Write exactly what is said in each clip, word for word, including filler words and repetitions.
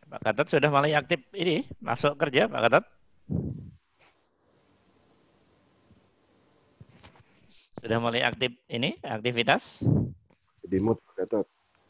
Pak Gatot sudah mulai aktif ini, masuk kerja Pak Gatot? Sudah mulai aktif ini, aktivitas? Di mute Pak Gatot.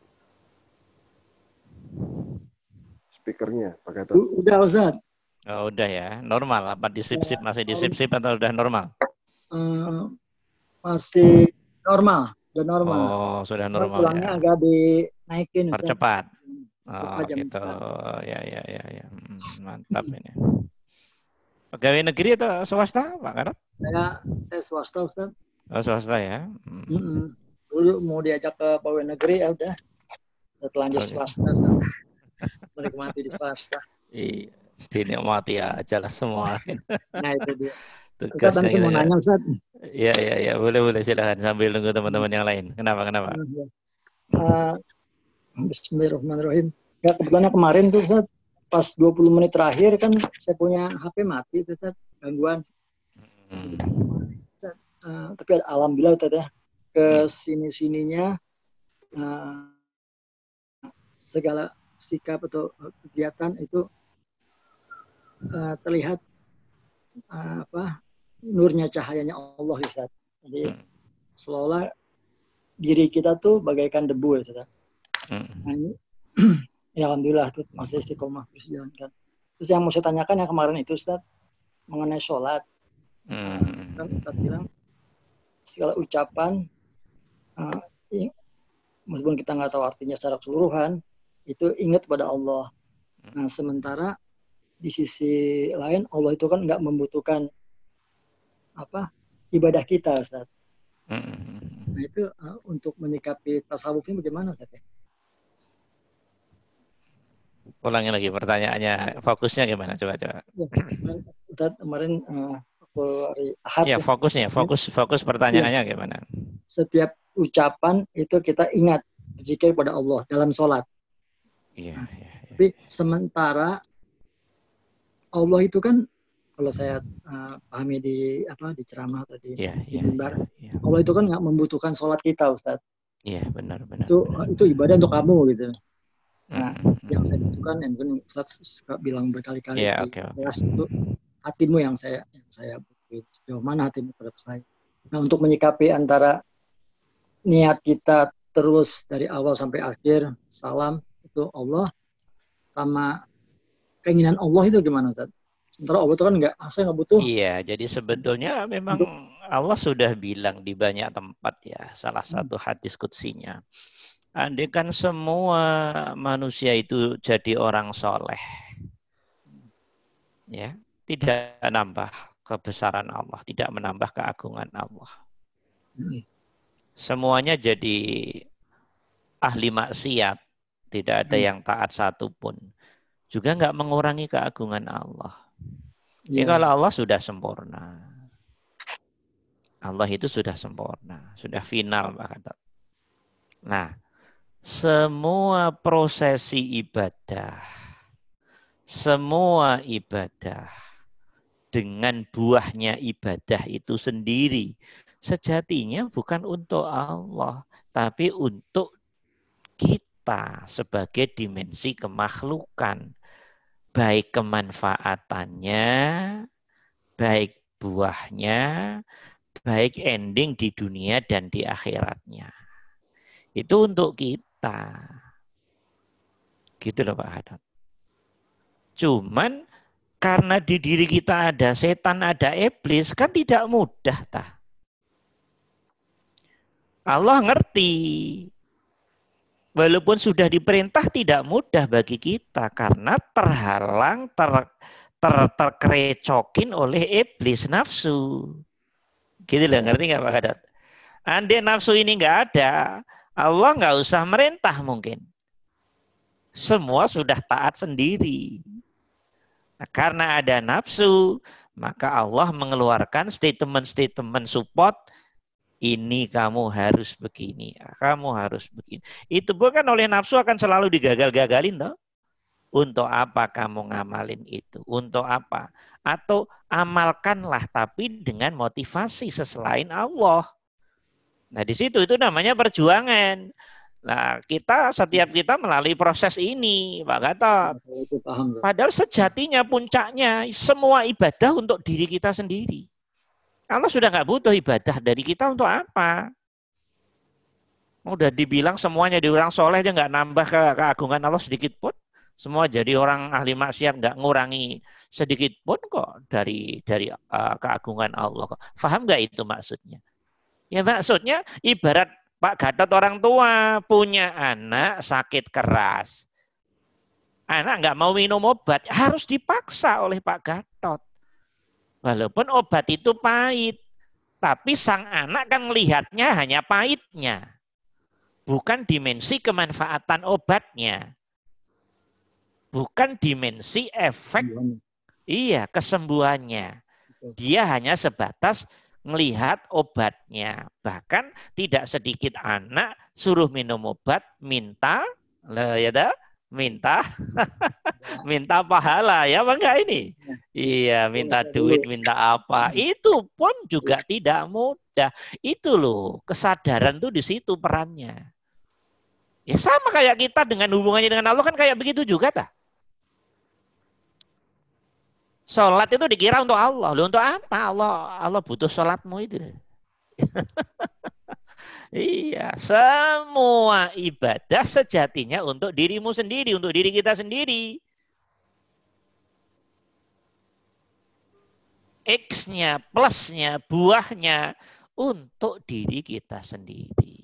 Speakernya Pak Gatot. Udah Ustaz. Oh, udah ya, normal. Apa di sip-sip, masih di sip-sip atau udah normal? Uh, masih normal, udah normal. Oh, sudah normal pulangnya ya. agak dinaikin. Percepat. Oh, jam gitu. empat. Ya, ya, ya, ya. Mantap ini. Pegawai negeri atau swasta, Pak Gatot? Saya, saya swasta, Ustaz. Oh, swasta ya. Hmm. Mm-mm. Dulu mau diajak ke pegawai negeri, ya udah. Udah telanjur Oh, swasta, Ustaz. Menikmati di swasta. Iya, dinikmati aja lah semua. Nah, itu dia. Tugas Ustaz, saya mau nanya, Ustaz. Iya, iya, iya. Boleh, boleh. Silahkan sambil nunggu teman-teman yang lain. Kenapa, kenapa? Uh, Bismillahirrahmanirrahim. Ya, kebetulan kemarin tuh, Ustaz, pas dua puluh menit terakhir kan saya punya H P mati, Ustaz, gangguan. Hmm. Uh, tapi alhamdulillah, Ustaz, ya, ke sini-sininya uh, segala sikap atau kegiatan itu uh, terlihat uh, apa nurnya, cahayanya Allah, Ustaz. Jadi hmm. seolah diri kita tuh bagaikan debu, ya, Ustaz. Hmm. Nah, ini, ya alhamdulillah tuh masih istiqomah terus jalankan. Terus yang mau saya tanyakan yang kemarin itu, Ustaz, mengenai sholat. Hmm. Kan Ustaz bilang segala ucapan uh, meskipun kita nggak tahu artinya secara keseluruhan, itu ingat pada Allah. Nah, sementara di sisi lain Allah itu kan nggak membutuhkan apa ibadah kita, Ustaz. Mm-hmm. Nah, itu uh, untuk menyikapi tasawuf ini bagaimana, Ustaz? Ulangi lagi pertanyaannya, fokusnya gimana? Coba coba. Ya, Ustaz, kemarin uh, hari Ahad. Ya, fokusnya, fokus fokus pertanyaannya ya. Gimana? Setiap ucapan itu kita ingat zikir pada Allah dalam sholat. Iya, nah, iya, iya. Tapi sementara Allah itu kan, kalau saya uh, pahami di apa di ceramah tadi yeah, di yeah, mimbar, yeah, yeah. Allah itu kan nggak membutuhkan sholat kita, Ustaz. Iya, yeah, benar, benar. Itu benar. itu ibadah untuk kamu gitu. Nah, mm-hmm. yang saya butuhkan, yang mungkin Ustaz suka bilang berkali-kali yeah, di okay, kelas okay. itu hatimu yang saya yang saya butuhin. Sejauh mana hatimu terhadap saya. Nah, untuk menyikapi antara niat kita terus dari awal sampai akhir salam itu Allah, sama keinginan Allah itu gimana, Ustaz? Sementara Allah itu kan nggak, saya nggak butuh. Iya, jadi sebetulnya memang untuk, Allah sudah bilang di banyak tempat ya, salah satu hadis qudsinya. Andai kan semua manusia itu jadi orang soleh, ya, tidak menambah kebesaran Allah, tidak menambah keagungan Allah. Semuanya jadi ahli maksiat, tidak ada yang taat satupun, juga nggak mengurangi keagungan Allah. Ya, ya kalau Allah sudah sempurna, Allah itu sudah sempurna, sudah final Pak Gatot. Nah, semua prosesi ibadah, semua ibadah dengan buahnya ibadah itu sendiri sejatinya bukan untuk Allah, tapi untuk kita sebagai dimensi kemakhlukan. Baik kemanfaatannya, baik buahnya, baik ending di dunia dan di akhiratnya. Itu untuk kita. Gitu loh Pak Gatot. Cuman karena di diri kita ada setan, ada iblis, kan tidak mudah. Tah. Allah ngerti. Walaupun sudah diperintah tidak mudah bagi kita karena terhalang, ter, ter, terkerecokin oleh iblis nafsu. Gitu loh, ngerti nggak Pak Gatot? Andai nafsu ini nggak ada, Allah nggak usah merintah mungkin. Semua sudah taat sendiri. Nah, karena ada nafsu, maka Allah mengeluarkan statement-statement support. Ini kamu harus begini, kamu harus begini. Itu bukan oleh nafsu akan selalu digagal-gagalin toh. Untuk apa kamu ngamalin itu? Untuk apa? Atau amalkanlah tapi dengan motivasi selain Allah. Nah di situ itu namanya perjuangan. Nah, kita setiap kita melalui proses ini, Pak Gatot. Itu paham. Padahal sejatinya puncaknya semua ibadah untuk diri kita sendiri. Allah sudah nggak butuh ibadah dari kita untuk apa? Udah dibilang semuanya di orang soleh aja nggak nambah ke keagungan Allah sedikit pun. Semua jadi orang ahli maksiat nggak ngurangi sedikit pun kok dari dari uh, keagungan Allah. Faham nggak itu maksudnya? Ya maksudnya ibarat Pak Gatot orang tua punya anak sakit keras. Anak nggak mau minum obat, harus dipaksa oleh Pak Gatot. Walaupun obat itu pahit. Tapi sang anak kan melihatnya hanya pahitnya. Bukan dimensi kemanfaatan obatnya. Bukan dimensi efek, iya, kesembuhannya. Dia hanya sebatas melihat obatnya. Bahkan tidak sedikit anak suruh minum obat, minta, ya dah, minta, minta pahala, ya apa enggak ini? Iya, minta duit, minta apa? Itu pun juga tidak mudah. Itu loh, kesadaran tuh di situ perannya. Ya sama kayak kita dengan hubungannya dengan Allah kan kayak begitu juga tak? Sholat itu dikira untuk Allah. Loh, untuk apa? Allah Allah butuh sholatmu itu. Iya, semua ibadah sejatinya untuk dirimu sendiri, untuk diri kita sendiri. X-nya, plusnya, buahnya untuk diri kita sendiri.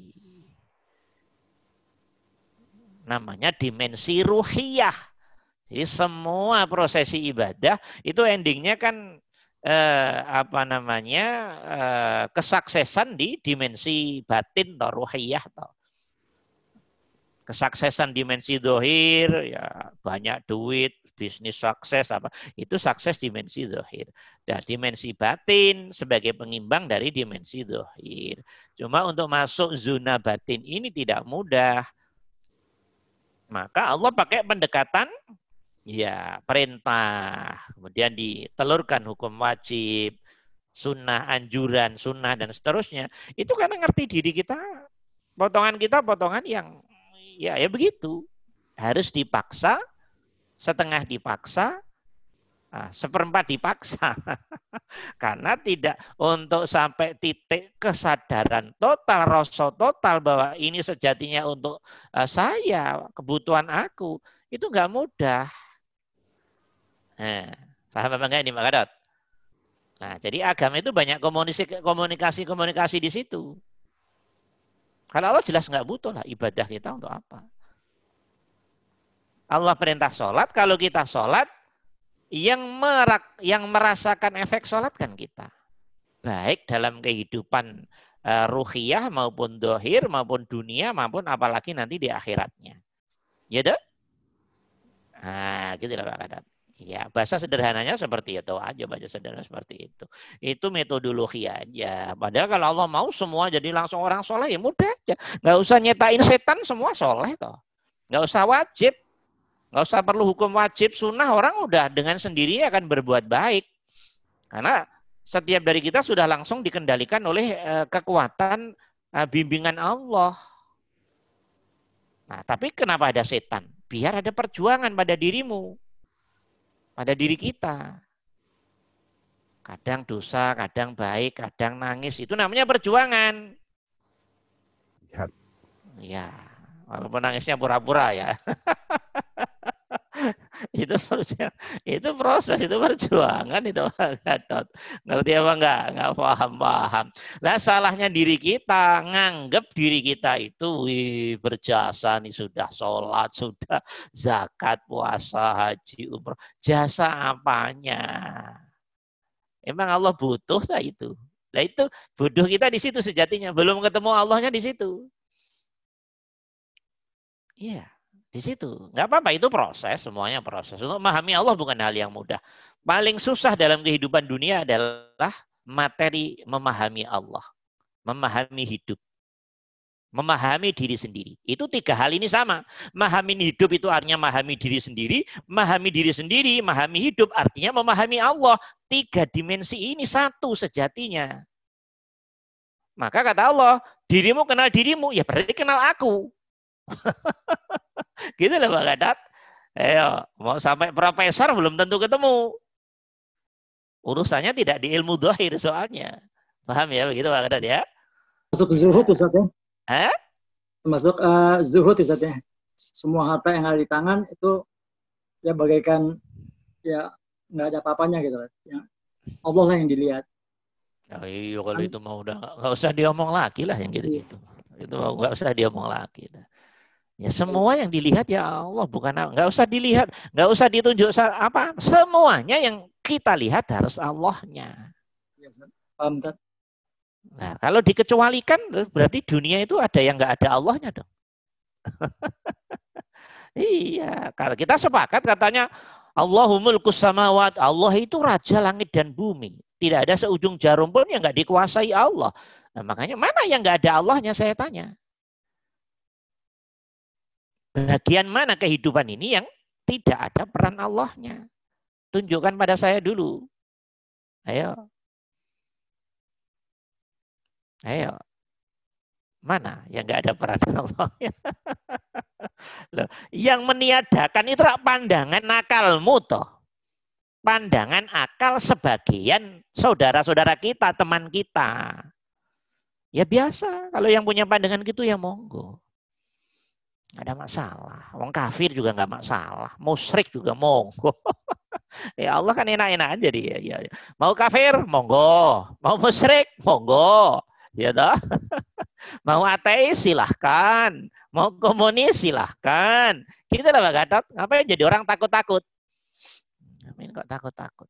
Namanya dimensi ruhiyah. Jadi semua prosesi ibadah itu endingnya kan eh, apa namanya eh, kesuksesan di dimensi batin atau ruhiyah atau kesuksesan dimensi dohir ya banyak duit bisnis sukses apa itu sukses dimensi dohir. Dan dimensi batin sebagai pengimbang dari dimensi dohir. Cuma untuk masuk zona batin ini tidak mudah. Maka Allah pakai pendekatan ya, perintah, kemudian ditelurkan hukum wajib, sunnah, anjuran, sunnah, dan seterusnya. Itu karena ngerti diri kita, potongan kita, potongan yang ya ya begitu. Harus dipaksa, setengah dipaksa, nah, seperempat dipaksa. Karena tidak untuk sampai titik kesadaran total, rasa total bahwa ini sejatinya untuk uh, saya, kebutuhan aku, itu nggak mudah. Nah, paham apa enggak ini Pak Gatot? Nah, jadi agama itu banyak komunikasi-komunikasi di situ. Kalau Allah jelas nggak butuh lah ibadah kita untuk apa. Allah perintah sholat, kalau kita sholat, yang, merak, yang merasakan efek sholat kan kita. Baik dalam kehidupan uh, ruhiyah maupun dohir, maupun dunia, maupun apalagi nanti di akhiratnya. Ya deh? Nah, gitu lah Pak Gatot. Ya, bahasa sederhananya seperti itu aja, bahasa sederhana seperti itu. Itu metodologi aja. Padahal kalau Allah mau semua jadi langsung orang soleh, ya mudah aja. Nggak usah nyetain setan, semua soleh toh. Nggak usah wajib. Nggak usah perlu hukum wajib, sunnah, orang udah dengan sendirinya akan berbuat baik. Karena setiap dari kita sudah langsung dikendalikan oleh uh, kekuatan uh, bimbingan Allah. Nah, tapi kenapa ada setan? Biar ada perjuangan pada dirimu. Pada diri kita. Kadang dosa, kadang baik, kadang nangis. Itu namanya perjuangan. Ya. Ya, walaupun nangisnya pura-pura ya. itu itu proses, itu perjuangan itu Gatot. Ngerti apa enggak? Enggak paham-paham. Nah, salahnya diri kita, nganggap diri kita itu wih, berjasa nih, sudah sholat, sudah zakat, puasa, haji, umroh. Jasa apanya? Emang Allah butuh tak itu? Nah itu bodoh kita di situ sejatinya. Belum ketemu Allahnya di situ. Iya. Di situ. Nggak apa-apa, itu proses, semuanya proses. Untuk memahami Allah bukan hal yang mudah. Paling susah dalam kehidupan dunia adalah materi memahami Allah. Memahami hidup. Memahami diri sendiri. Itu tiga hal ini sama. Memahami hidup itu artinya memahami diri sendiri. Memahami diri sendiri, memahami hidup artinya memahami Allah. Tiga dimensi ini satu sejatinya. Maka kata Allah, dirimu kenal dirimu, ya berarti kenal aku. Gitu loh Pak Gadat. Ayo, mau sampai profesor belum tentu ketemu. Urusannya tidak di ilmu dhahir soalnya. Paham ya begitu Pak Gadat ya? Masuk zuhud Ustaz ya. Eh? Termasuk uh, zuhud Ustaz ya. Semua harta yang ada di tangan itu ya bagaikan ya nggak ada apa-apanya gitu. Ya, Allah lah yang dilihat. Oh, iya kalau itu mau udah nggak usah diomong lagi lah yang gitu-gitu. Itu nggak usah diomong lagi. Ya semua yang dilihat ya Allah, bukan nggak usah dilihat, nggak usah ditunjuk apa, semuanya yang kita lihat harus Allahnya. Nah kalau dikecualikan berarti dunia itu ada yang nggak ada Allahnya dong. Iya, kalau kita sepakat katanya Allahumul kusamawat, Allah itu raja langit dan bumi. Tidak ada seujung jarum pun yang nggak dikuasai Allah. Nah, makanya mana yang nggak ada Allahnya saya tanya. Bagian mana kehidupan ini yang tidak ada peran Allahnya? Tunjukkan pada saya dulu. Ayo. Ayo. Mana yang nggak ada peran Allahnya? Loh, yang meniadakan itu pandangan akalmu toh. Pandangan akal sebagian saudara-saudara kita, teman kita. Ya biasa, kalau yang punya pandangan gitu ya monggo. Nggak ada masalah. Wong kafir juga nggak masalah. Musyrik juga monggo. Ya Allah kan enak-enak aja dia. Ya, ya. Mau kafir, monggo. Mau musyrik, monggo. Ya toh? Mau ateis, silahkan. Mau komunis, silahkan. Gitu lah Pak Gatot. Ngapain jadi orang takut-takut? Ngapain kok takut-takut?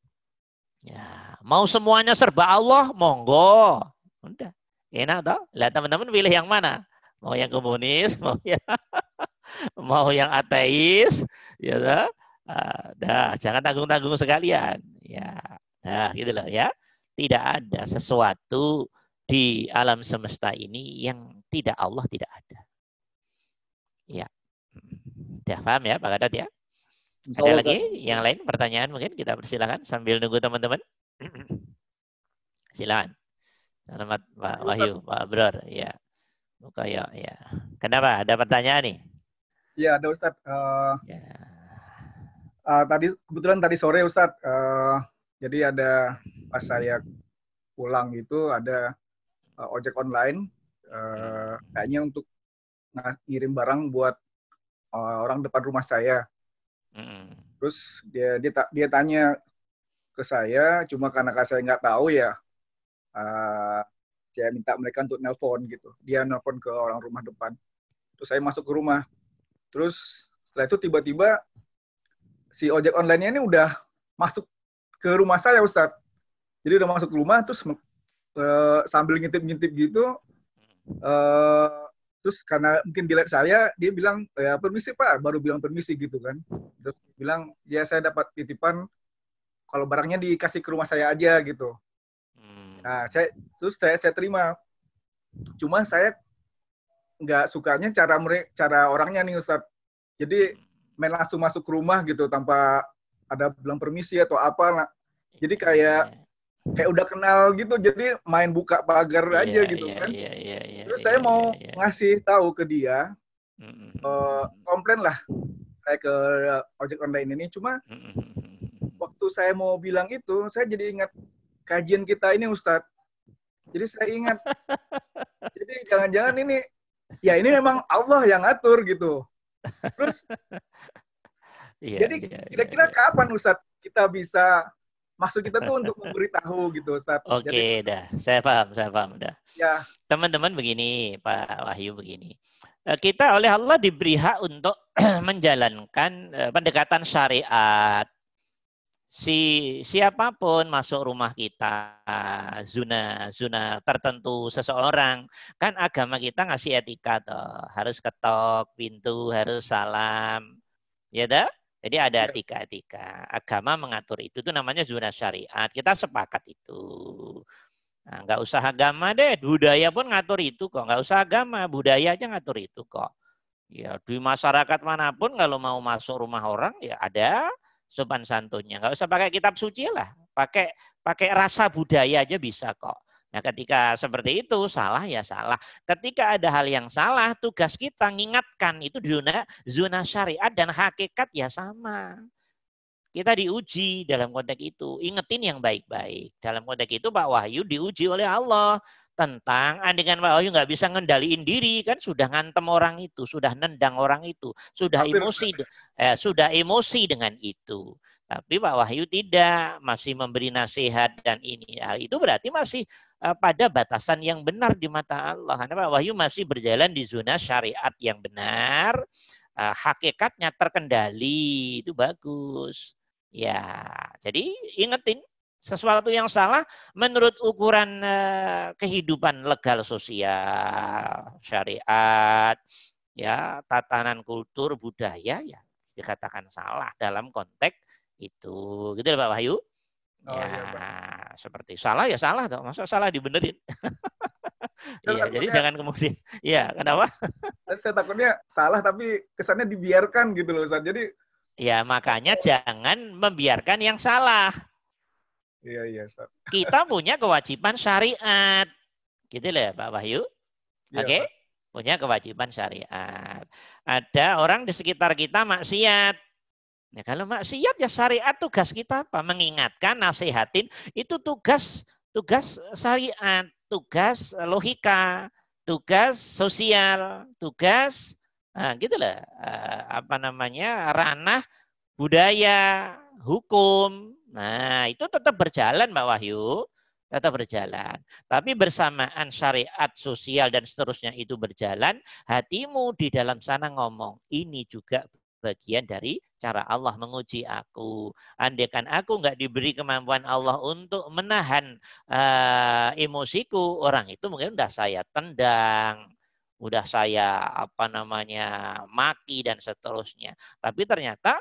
Ya, mau semuanya serba Allah, monggo. Udah. Enak toh? Lihat teman-teman pilih yang mana? Mau yang komunis, mau yang mau yang ateis, ya dah. Uh, dah, jangan tanggung-tanggung sekalian. Ya, nah gitu loh ya. Tidak ada sesuatu di alam semesta ini yang tidak Allah tidak ada. Ya, udah paham ya Pak Gatot ya? Ada lagi yang lain pertanyaan mungkin kita persilakan sambil nunggu teman-teman. Silakan. Selamat Pak Wahyu, Pak Bror. Ya. Buka ya, ya. Kenapa? Ada pertanyaan nih? Iya, ada Ustadz. Uh, ya. uh, tadi kebetulan tadi sore Ustadz, uh, jadi ada pas saya pulang gitu ada uh, ojek online, uh, kayaknya untuk ngirim barang buat uh, orang depan rumah saya. Mm. Terus dia dia dia tanya ke saya, cuma karena saya nggak tahu ya. Uh, saya minta mereka untuk nelpon gitu. Dia nelpon ke orang rumah depan. Terus saya masuk ke rumah. Terus setelah itu tiba-tiba si ojek online-nya ini udah masuk ke rumah saya, Ustadz. Jadi udah masuk ke rumah, terus uh, sambil ngintip-ngintip gitu. Uh, terus karena mungkin dilihat saya, dia bilang, ya permisi Pak, baru bilang permisi gitu kan. Terus bilang, ya saya dapat titipan, kalau barangnya dikasih ke rumah saya aja gitu. Nah, saya terus saya, saya terima. Cuma saya nggak sukanya cara mereka, cara orangnya nih Ustadz. Jadi main langsung masuk ke rumah gitu tanpa ada bilang permisi atau apa. Jadi kayak kayak udah kenal gitu. Jadi main buka pagar yeah, aja gitu yeah, kan. Yeah, yeah, yeah, terus yeah, saya mau yeah, yeah. ngasih tahu ke dia, mm-hmm. uh, komplain lah saya ke ojek online ini. Cuma mm-hmm. waktu saya mau bilang itu, saya jadi ingat kajian kita ini Ustadz. Jadi saya ingat. Jadi jangan-jangan ini, ya ini memang Allah yang ngatur gitu. Terus, yeah, jadi yeah, kira-kira yeah, yeah. kapan Ustadz kita bisa, maksud kita tuh untuk memberitahu gitu Ustadz. Oke, okay, dah. Saya paham, saya paham dah. Ya. Teman-teman begini, Pak Wahyu begini. Kita oleh Allah diberi hak untuk menjalankan pendekatan syariat. Si siapapun masuk rumah kita, zona zona tertentu seseorang, kan agama kita ngasih etika toh, harus ketok pintu, harus salam, ya dah. Jadi ada etika-etika. Agama mengatur itu, itu namanya zona syariat. Kita sepakat itu. Nah, nggak usah agama deh, budaya pun ngatur itu kok. Nggak usah agama, budaya aja ngatur itu kok. Ya di masyarakat manapun kalau mau masuk rumah orang ya ada sopan santunnya. Nggak usah pakai kitab suci lah. Pakai pakai rasa budaya aja bisa kok. Nah, ketika seperti itu, salah ya salah. Ketika ada hal yang salah, tugas kita mengingatkan. Itu zona, zona syariat dan hakikat ya sama. Kita diuji dalam konteks itu. Ingetin yang baik-baik. Dalam konteks itu Pak Wahyu diuji oleh Allah. Tentang dengan Pak Wahyu nggak bisa ngendaliin diri. Kan sudah ngantem orang itu. Sudah nendang orang itu. Sudah Hampir, emosi. Eh, sudah emosi dengan itu. Tapi Pak Wahyu tidak. Masih memberi nasihat dan ini. Nah, itu berarti masih pada batasan yang benar di mata Allah. Karena Pak Wahyu masih berjalan di zona syariat yang benar. Hakikatnya terkendali. Itu bagus. Ya, jadi ingetin sesuatu yang salah menurut ukuran uh, kehidupan legal sosial, syariat, ya, tatanan kultur, budaya, ya dikatakan salah dalam konteks itu. Gitu ya Pak Wahyu? Oh, ya, iya, seperti salah ya salah toh. Masa salah dibenerin? Iya, jadi jangan kemudian. Iya, kenapa? Saya, saya takutnya salah tapi kesannya dibiarkan gitu loh Ustaz. Jadi ya, makanya jangan membiarkan yang salah. Iya, iya, Ustaz. Kita punya kewajiban syariat. Gitu loh Pak Wahyu. Iya, Oke? Okay? Punya kewajiban syariat. Ada orang di sekitar kita maksiat. Ya, kalau maksiat ya syariat tugas kita apa? Mengingatkan, nasihatin. Itu tugas tugas syariat. Tugas logika. Tugas sosial. Tugas Nah, gitu lah, apa namanya, ranah budaya, hukum. Nah, itu tetap berjalan, Mbak Wahyu. Tetap berjalan. Tapi bersamaan syariat, sosial, dan seterusnya itu berjalan, hatimu di dalam sana ngomong, ini juga bagian dari cara Allah menguji aku. Andaikan aku nggak diberi kemampuan Allah untuk menahan uh, emosiku, orang itu mungkin udah saya tendang, udah saya apa namanya maki dan seterusnya. Tapi ternyata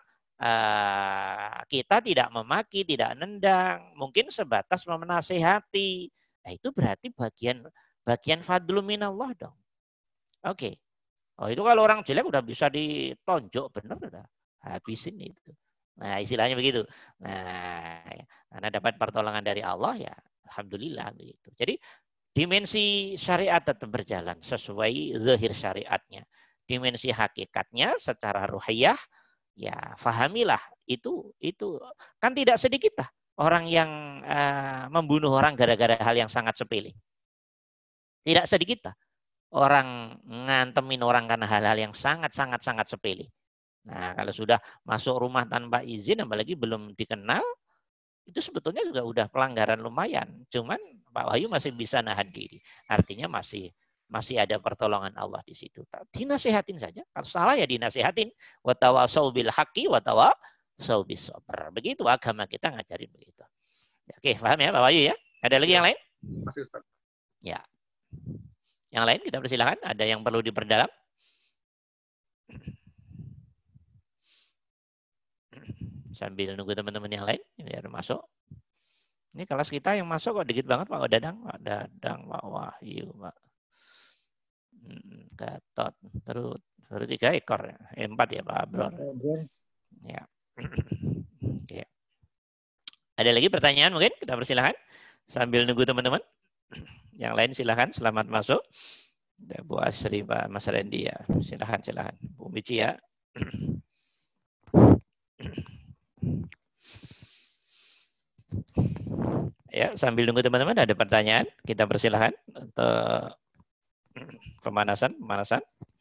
uh, kita tidak memaki, tidak nendang, mungkin sebatas menasehati. Nah, itu berarti bagian bagian fadlu minallah dong. Oke. Okay. Oh, itu kalau orang jelek udah bisa ditonjok bener udah habisin itu. Nah, istilahnya begitu. Nah, karena dapat pertolongan dari Allah ya alhamdulillah begitu. Jadi dimensi syariat tetap berjalan sesuai zahir syariatnya. Dimensi hakikatnya secara ruhiyah, ya fahamilah itu itu kan tidak sedikit lah orang yang uh, membunuh orang gara-gara hal yang sangat sepele. Tidak sedikit lah orang ngantemin orang karena hal-hal yang sangat-sangat-sangat sepele. Nah, kalau sudah masuk rumah tanpa izin, apalagi belum dikenal, itu sebetulnya juga udah pelanggaran lumayan. Cuman Pak Wahyu masih bisa nahan diri. Artinya masih masih ada pertolongan Allah di situ. Dinasihatin saja. Kalau salah ya dinasihatin. Wa tawasau bil haqqi wa tawasau bis sabr. Begitu agama kita ngajarin begitu. Oke, paham ya Pak Wahyu ya? Ada lagi yang lain? Masih Ustaz. Ya. Yang lain kita persilakan. Ada yang perlu diperdalam? Sambil nunggu teman-teman yang lain biar masuk. Ini kelas kita yang masuk kok dikit banget Pak Dadang, Pak Dadang, Pak Wahyu, Pak hmm, Gatot, baru baru tiga ekor ya, eh, empat ya Pak Abror. Ya. Oke. Ada lagi pertanyaan mungkin kita persilakan sambil nunggu teman-teman. Yang lain silakan, selamat masuk. Bu Asri, Pak Mas Randy ya, silakan silakan. Bu Mici ya. Ya, sambil nunggu teman-teman ada pertanyaan, kita persilahkan untuk pemanasan, pemanasan.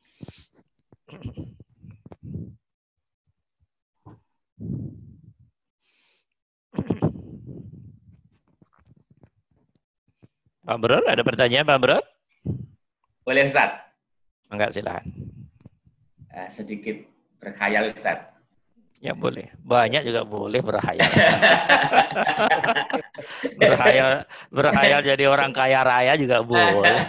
Pak Bro, ada pertanyaan Pak Bro? Boleh Ustaz? Enggak, silakan. Uh, sedikit berkhayal Ustaz. Ya boleh, banyak juga boleh berkhayal. berkhayal, berkhayal jadi orang kaya raya juga boleh.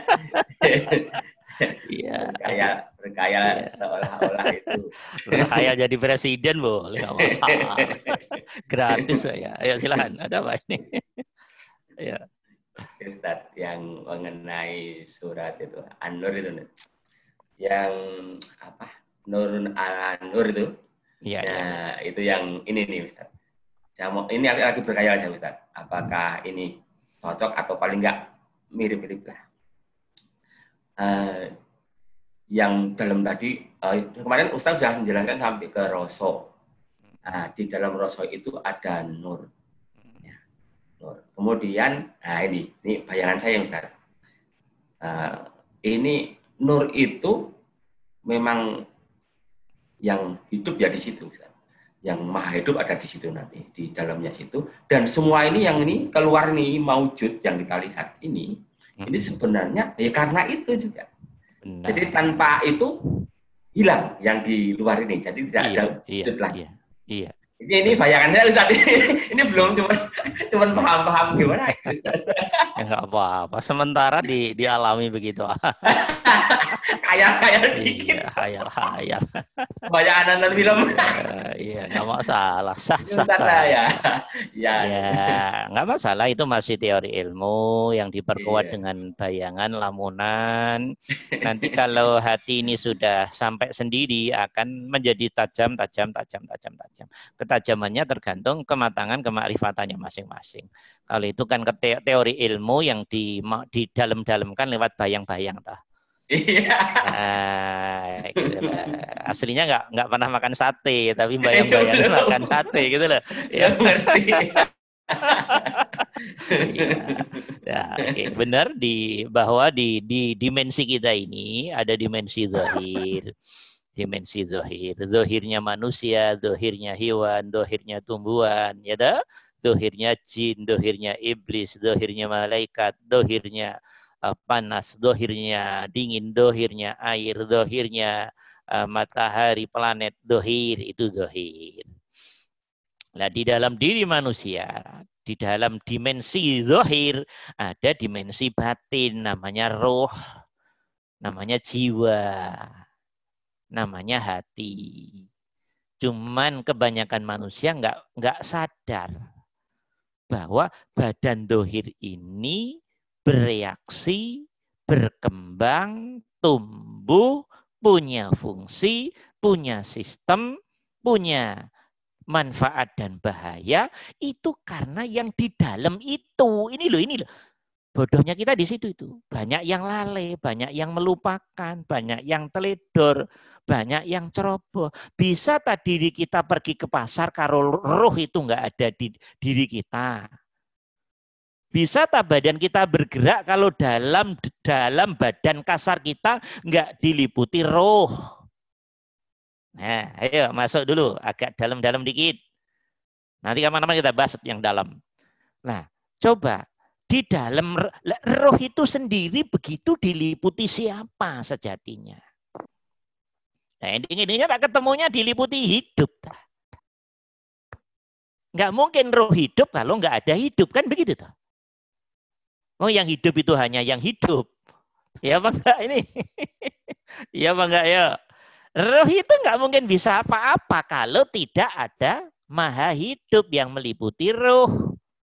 Iya. Berkhayal, berkhayal ya. Seolah-olah itu. Berkhayal jadi presiden boleh, nggak masalah. Gratis ya. Ayo silakan. Ada apa ini? Ya. Ustaz, yang mengenai surat itu An-Nur itu, yang apa? Nurun An-Nur itu. Ya, nah, ya. itu yang ini nih Ustaz. Saya mau, ini lagi berkhayal saya Ustaz. Apakah ini cocok atau paling enggak mirip-mirip lah. Uh, yang dalam tadi, uh, kemarin Ustaz sudah menjelaskan sampai ke roso. Nah, di dalam roso itu ada nur. Ya, nur. Kemudian, nah ini, ini bayangan saya Ustaz. Uh, ini nur itu memang yang hidup ya di situ Ustaz. Yang maha hidup ada di situ nanti, di dalamnya situ. Dan semua ini yang ini keluar nih maujud yang kita lihat ini, hmm. ini sebenarnya ya karena itu juga. Benar. Jadi tanpa itu hilang yang di luar ini, jadi tidak iya, ada wujud iya, lagi. Iya, iya. Ini, ini bayangan saya Ustaz. Ini belum cuma cuma paham-paham gimana itu. Ya nggak apa-apa. Sementara di dialami begitu. Khayal-khayal dikit. Iya, khayal-khayal. Bayangan nonton film. Uh, iya, nggak masalah. Sah-sah. Sah, ya. Ya. Ya, nggak masalah. Itu masih teori ilmu yang diperkuat iya. dengan bayangan lamunan. Nanti kalau hati ini sudah sampai sendiri akan menjadi tajam, tajam, tajam, tajam, tajam. Ketajamannya tergantung kematangan kemakrifatannya masing-masing. Kalau itu kan teori ilmu yang di di dalam-dalamkan lewat bayang-bayang tah. Iya. Nah, gitu lah. Aslinya nggak nggak pernah makan sate, tapi bayang-bayang makan sate gitu loh. Ya ngerti. Ya, ya okay. Benar di bahwa di di dimensi kita ini ada dimensi zahir. Dimensi zahir, zahirnya manusia, zahirnya hewan, zahirnya tumbuhan, ya dah, zahirnya jin, zahirnya iblis, zahirnya malaikat, zahirnya uh, panas, zahirnya dingin, zahirnya air, zahirnya uh, matahari, planet, zahir itu zahir. Nah, di dalam diri manusia, di dalam dimensi zahir ada dimensi batin, namanya roh, namanya jiwa. Namanya hati. Cuman kebanyakan manusia nggak nggak sadar bahwa badan dohir ini bereaksi, berkembang, tumbuh, punya fungsi, punya sistem, punya manfaat dan bahaya itu karena yang di dalam itu. Ini loh, ini loh. Bodohnya kita di situ itu. Banyak yang lalai, banyak yang melupakan, banyak yang teledor, banyak yang ceroboh. Bisa tadi diri kita pergi ke pasar kalau roh itu nggak ada di diri kita. Bisa tak badan kita bergerak kalau dalam dalam badan kasar kita nggak diliputi roh. Nah, ayo masuk dulu agak dalam-dalam dikit. Nanti kapan-kapan kita bahas yang dalam. Nah, coba. Di dalam roh itu sendiri begitu diliputi siapa sejatinya. Nah, ending-endingnya tak ketemunya diliputi hidup. Nggak mungkin roh hidup kalau nggak ada hidup, kan begitu toh. Oh, yang hidup itu hanya yang hidup. Ya apa enggak ini? Ya apa enggak ya? Roh itu nggak mungkin bisa apa-apa kalau tidak ada maha hidup yang meliputi roh.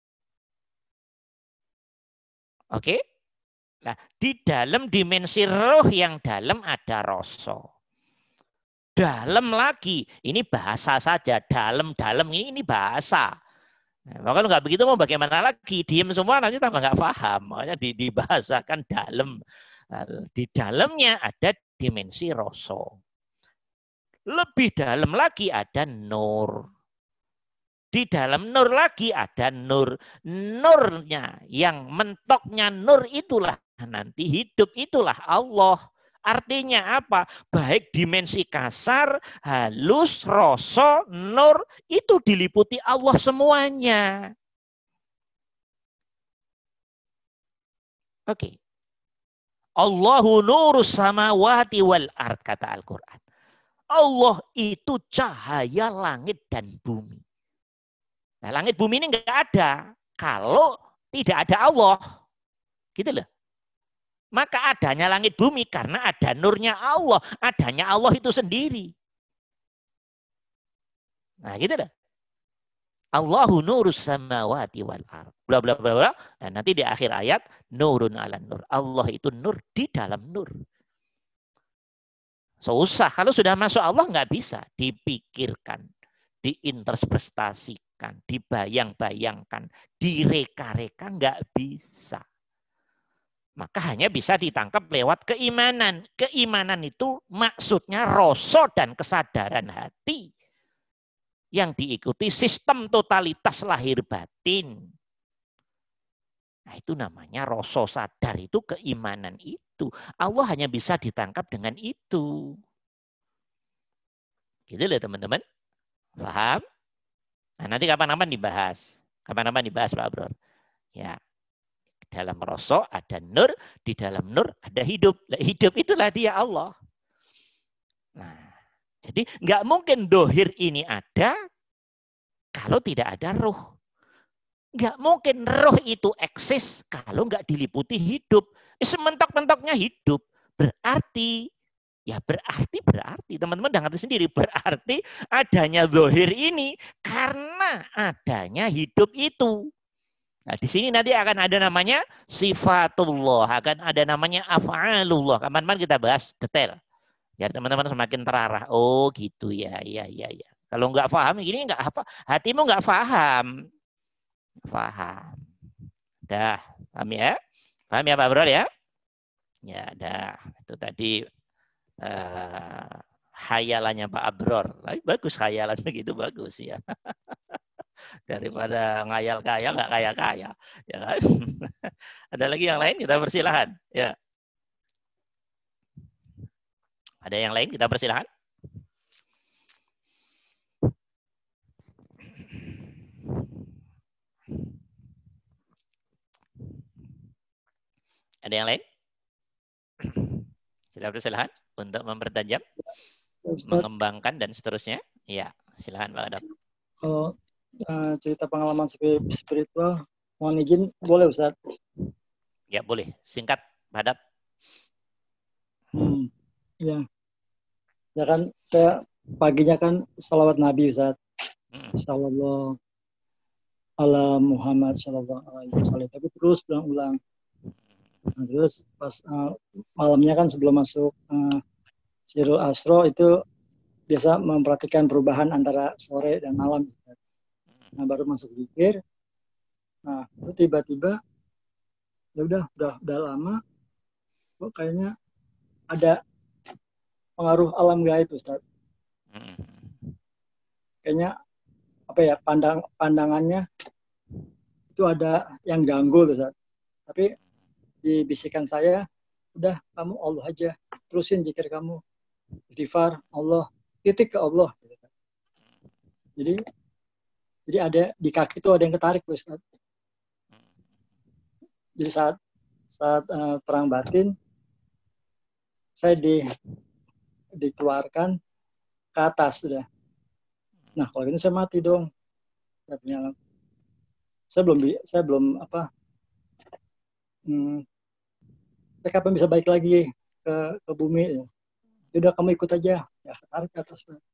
Oke? Nah, di dalam dimensi roh yang dalam ada rasa. Dalam lagi, ini bahasa saja. Dalam-dalam ini, ini bahasa. Nah, kalau nggak begitu mau bagaimana lagi? Diam semua nanti tambah nggak paham. Makanya dibahasakan dalam. Di dalamnya ada dimensi rasa. Lebih dalam lagi ada nur. Di dalam nur lagi ada nur. Nurnya, yang mentoknya nur itulah nanti hidup, itulah Allah. Artinya apa? Baik dimensi kasar, halus, rasa, nur, itu diliputi Allah semuanya. Oke. Allahu nurus samawati wal ard, kata Al-Quran. Allah itu cahaya langit dan bumi. Nah, langit bumi ini nggak ada kalau tidak ada Allah. Gitu loh. Maka adanya langit bumi karena ada nurnya Allah. Adanya Allah itu sendiri. Nah gitu loh. Allahu nurus samawati wal ard. Bla bla bla bla. Nah, nanti di akhir ayat nurun ala nur. Allah itu nur di dalam nur. Susah. Kalau sudah masuk Allah nggak bisa dipikirkan, diinterpretasikan, dibayang-bayangkan, direka-reka, nggak bisa. Maka hanya bisa ditangkap lewat keimanan. Keimanan itu maksudnya rasa dan kesadaran hati yang diikuti sistem totalitas lahir batin. Nah, itu namanya rasa sadar, itu keimanan itu. Allah hanya bisa ditangkap dengan itu. Gitu loh teman-teman. Paham? Nah, nanti kapan-kapan dibahas. Kapan-kapan dibahas Pak Bro. Ya. Dalam rasa ada nur, di dalam nur ada hidup. Nah, hidup itulah dia Allah. Nah, jadi nggak mungkin dohir ini ada kalau tidak ada roh. Nggak mungkin roh itu eksis kalau nggak diliputi hidup. Sementok-mentoknya hidup. Berarti, ya berarti, berarti. Teman-teman udah ngerti sendiri. Berarti adanya dohir ini karena adanya hidup itu. Nah, di sini nanti akan ada namanya sifatullah, akan ada namanya af'alullah. Kapan-kapan kita bahas detail. Biar teman-teman semakin terarah. Oh gitu ya, ya, ya, ya. Kalau nggak paham, gini nggak apa, hatimu nggak paham. Paham. Dah, paham ya? Paham ya Pak Bro ya? Ya, dah. Itu tadi uh, khayalannya Pak Abror. Bagus khayalannya gitu, bagus ya. Daripada ngayal kaya nggak kaya kaya, ya kan? Ada lagi yang lain, kita persilahkan. Ya. Ada yang lain, kita persilahkan. Ada yang lain? Kita persilahkan untuk mempertajam, Ustaz, mengembangkan dan seterusnya. Ya, silakan Pak Adab. Kalau Uh, cerita pengalaman spiritual, mohon izin boleh Ustaz? Ya boleh, singkat, padat. Hmm, ya, ya kan saya paginya kan salawat Nabi Ustaz, hmm. Sallallahu ala Muhammad Sallallahu alaihi wasallam, tapi terus berulang-ulang. Nah, terus pas uh, malamnya kan sebelum masuk uh, Sirul Asro itu biasa memperhatikan perubahan antara sore dan malam Ustaz. Nah baru masuk zikir, nah itu tiba-tiba ya udah udah udah lama, kok kayaknya ada pengaruh alam gaib Ustaz. Kayaknya apa ya pandang pandangannya itu ada yang ganggu Ustaz. Tapi di bisikan saya, udah kamu Allah aja, terusin zikir kamu, istighfar Allah, titik ke Allah. Jadi Jadi ada di kaki itu ada yang ketarik, Ustaz. Jadi saat saat uh, perang batin, saya di dikeluarkan ke atas sudah. Nah kalau ini saya mati dong. Saya punya, saya belum saya belum apa. Hmm, saya kapan bisa balik lagi ke ke bumi? Ya udah kamu ikut aja. Ya ketarik ke atas. Ustaz.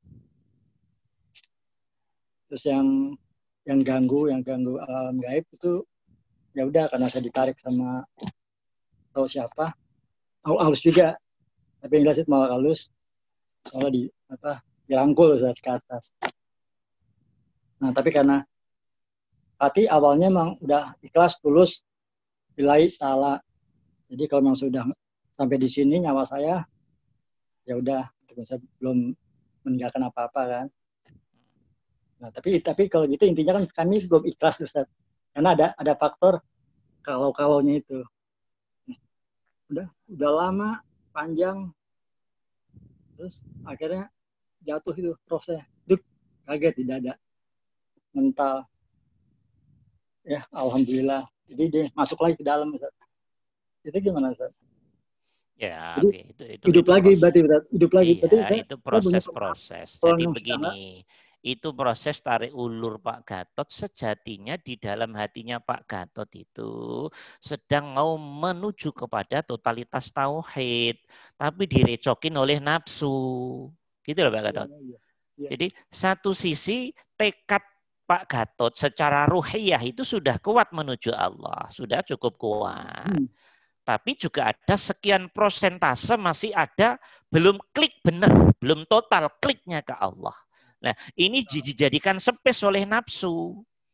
Terus yang yang ganggu, yang ganggu alam gaib itu ya udah karena saya ditarik sama tahu siapa, halus juga, tapi yang jelas itu malah halus, soalnya di apa dirangkul saat ke atas. Nah tapi karena hati awalnya memang udah ikhlas tulus, billahi ta'ala. Jadi kalau memang sudah sampai di sini nyawa saya, ya udah, saya belum meninggalkan apa-apa kan. Nah, tapi tapi kalau gitu intinya kan kami belum ikhlas Ustaz. Karena ada ada faktor kalau-kalaunya itu. Udah udah lama, panjang. Terus akhirnya jatuh itu prosesnya. Duk, kaget tidak ada mental. Ya, alhamdulillah. Jadi dia masuk lagi ke dalam Ustaz. Itu gimana Ustaz? Ya, Jadi, oke. Itu, itu, hidup itu lagi proses. berarti Ustaz. Hidup lagi Iya, berarti. itu proses-proses. Jadi begini. Itu proses tarik ulur Pak Gatot, sejatinya di dalam hatinya Pak Gatot itu sedang mau menuju kepada totalitas tauhid, tapi direcokin oleh nafsu. Gitu loh Pak Gatot. Ya, ya, ya. Jadi satu sisi tekad Pak Gatot secara ruhiyah itu sudah kuat menuju Allah, sudah cukup kuat. Hmm. Tapi juga ada sekian prosentase masih ada belum klik benar, belum total kliknya ke Allah. Nah, ini dijadikan space oleh nafsu.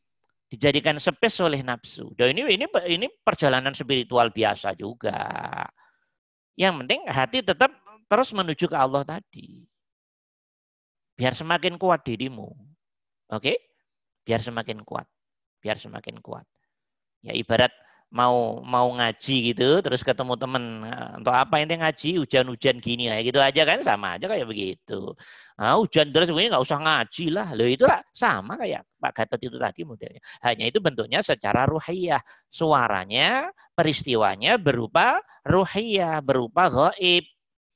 Dijadikan space oleh nafsu. Dan ini ini ini perjalanan spiritual biasa juga. Yang penting hati tetap terus menuju ke Allah tadi. Biar semakin kuat dirimu. Oke? Biar semakin kuat. Biar semakin kuat. Ya ibarat mau mau ngaji gitu, terus ketemu temen, untuk apa ini ngaji, hujan-hujan gini, kayak gitu aja kan, sama aja kayak begitu. Nah, hujan terus begini nggak usah ngaji lah, loh itu lah sama kayak Pak Gatot itu tadi modelnya. Hanya itu bentuknya secara ruhiyah, suaranya, peristiwanya berupa ruhiyah, berupa gaib.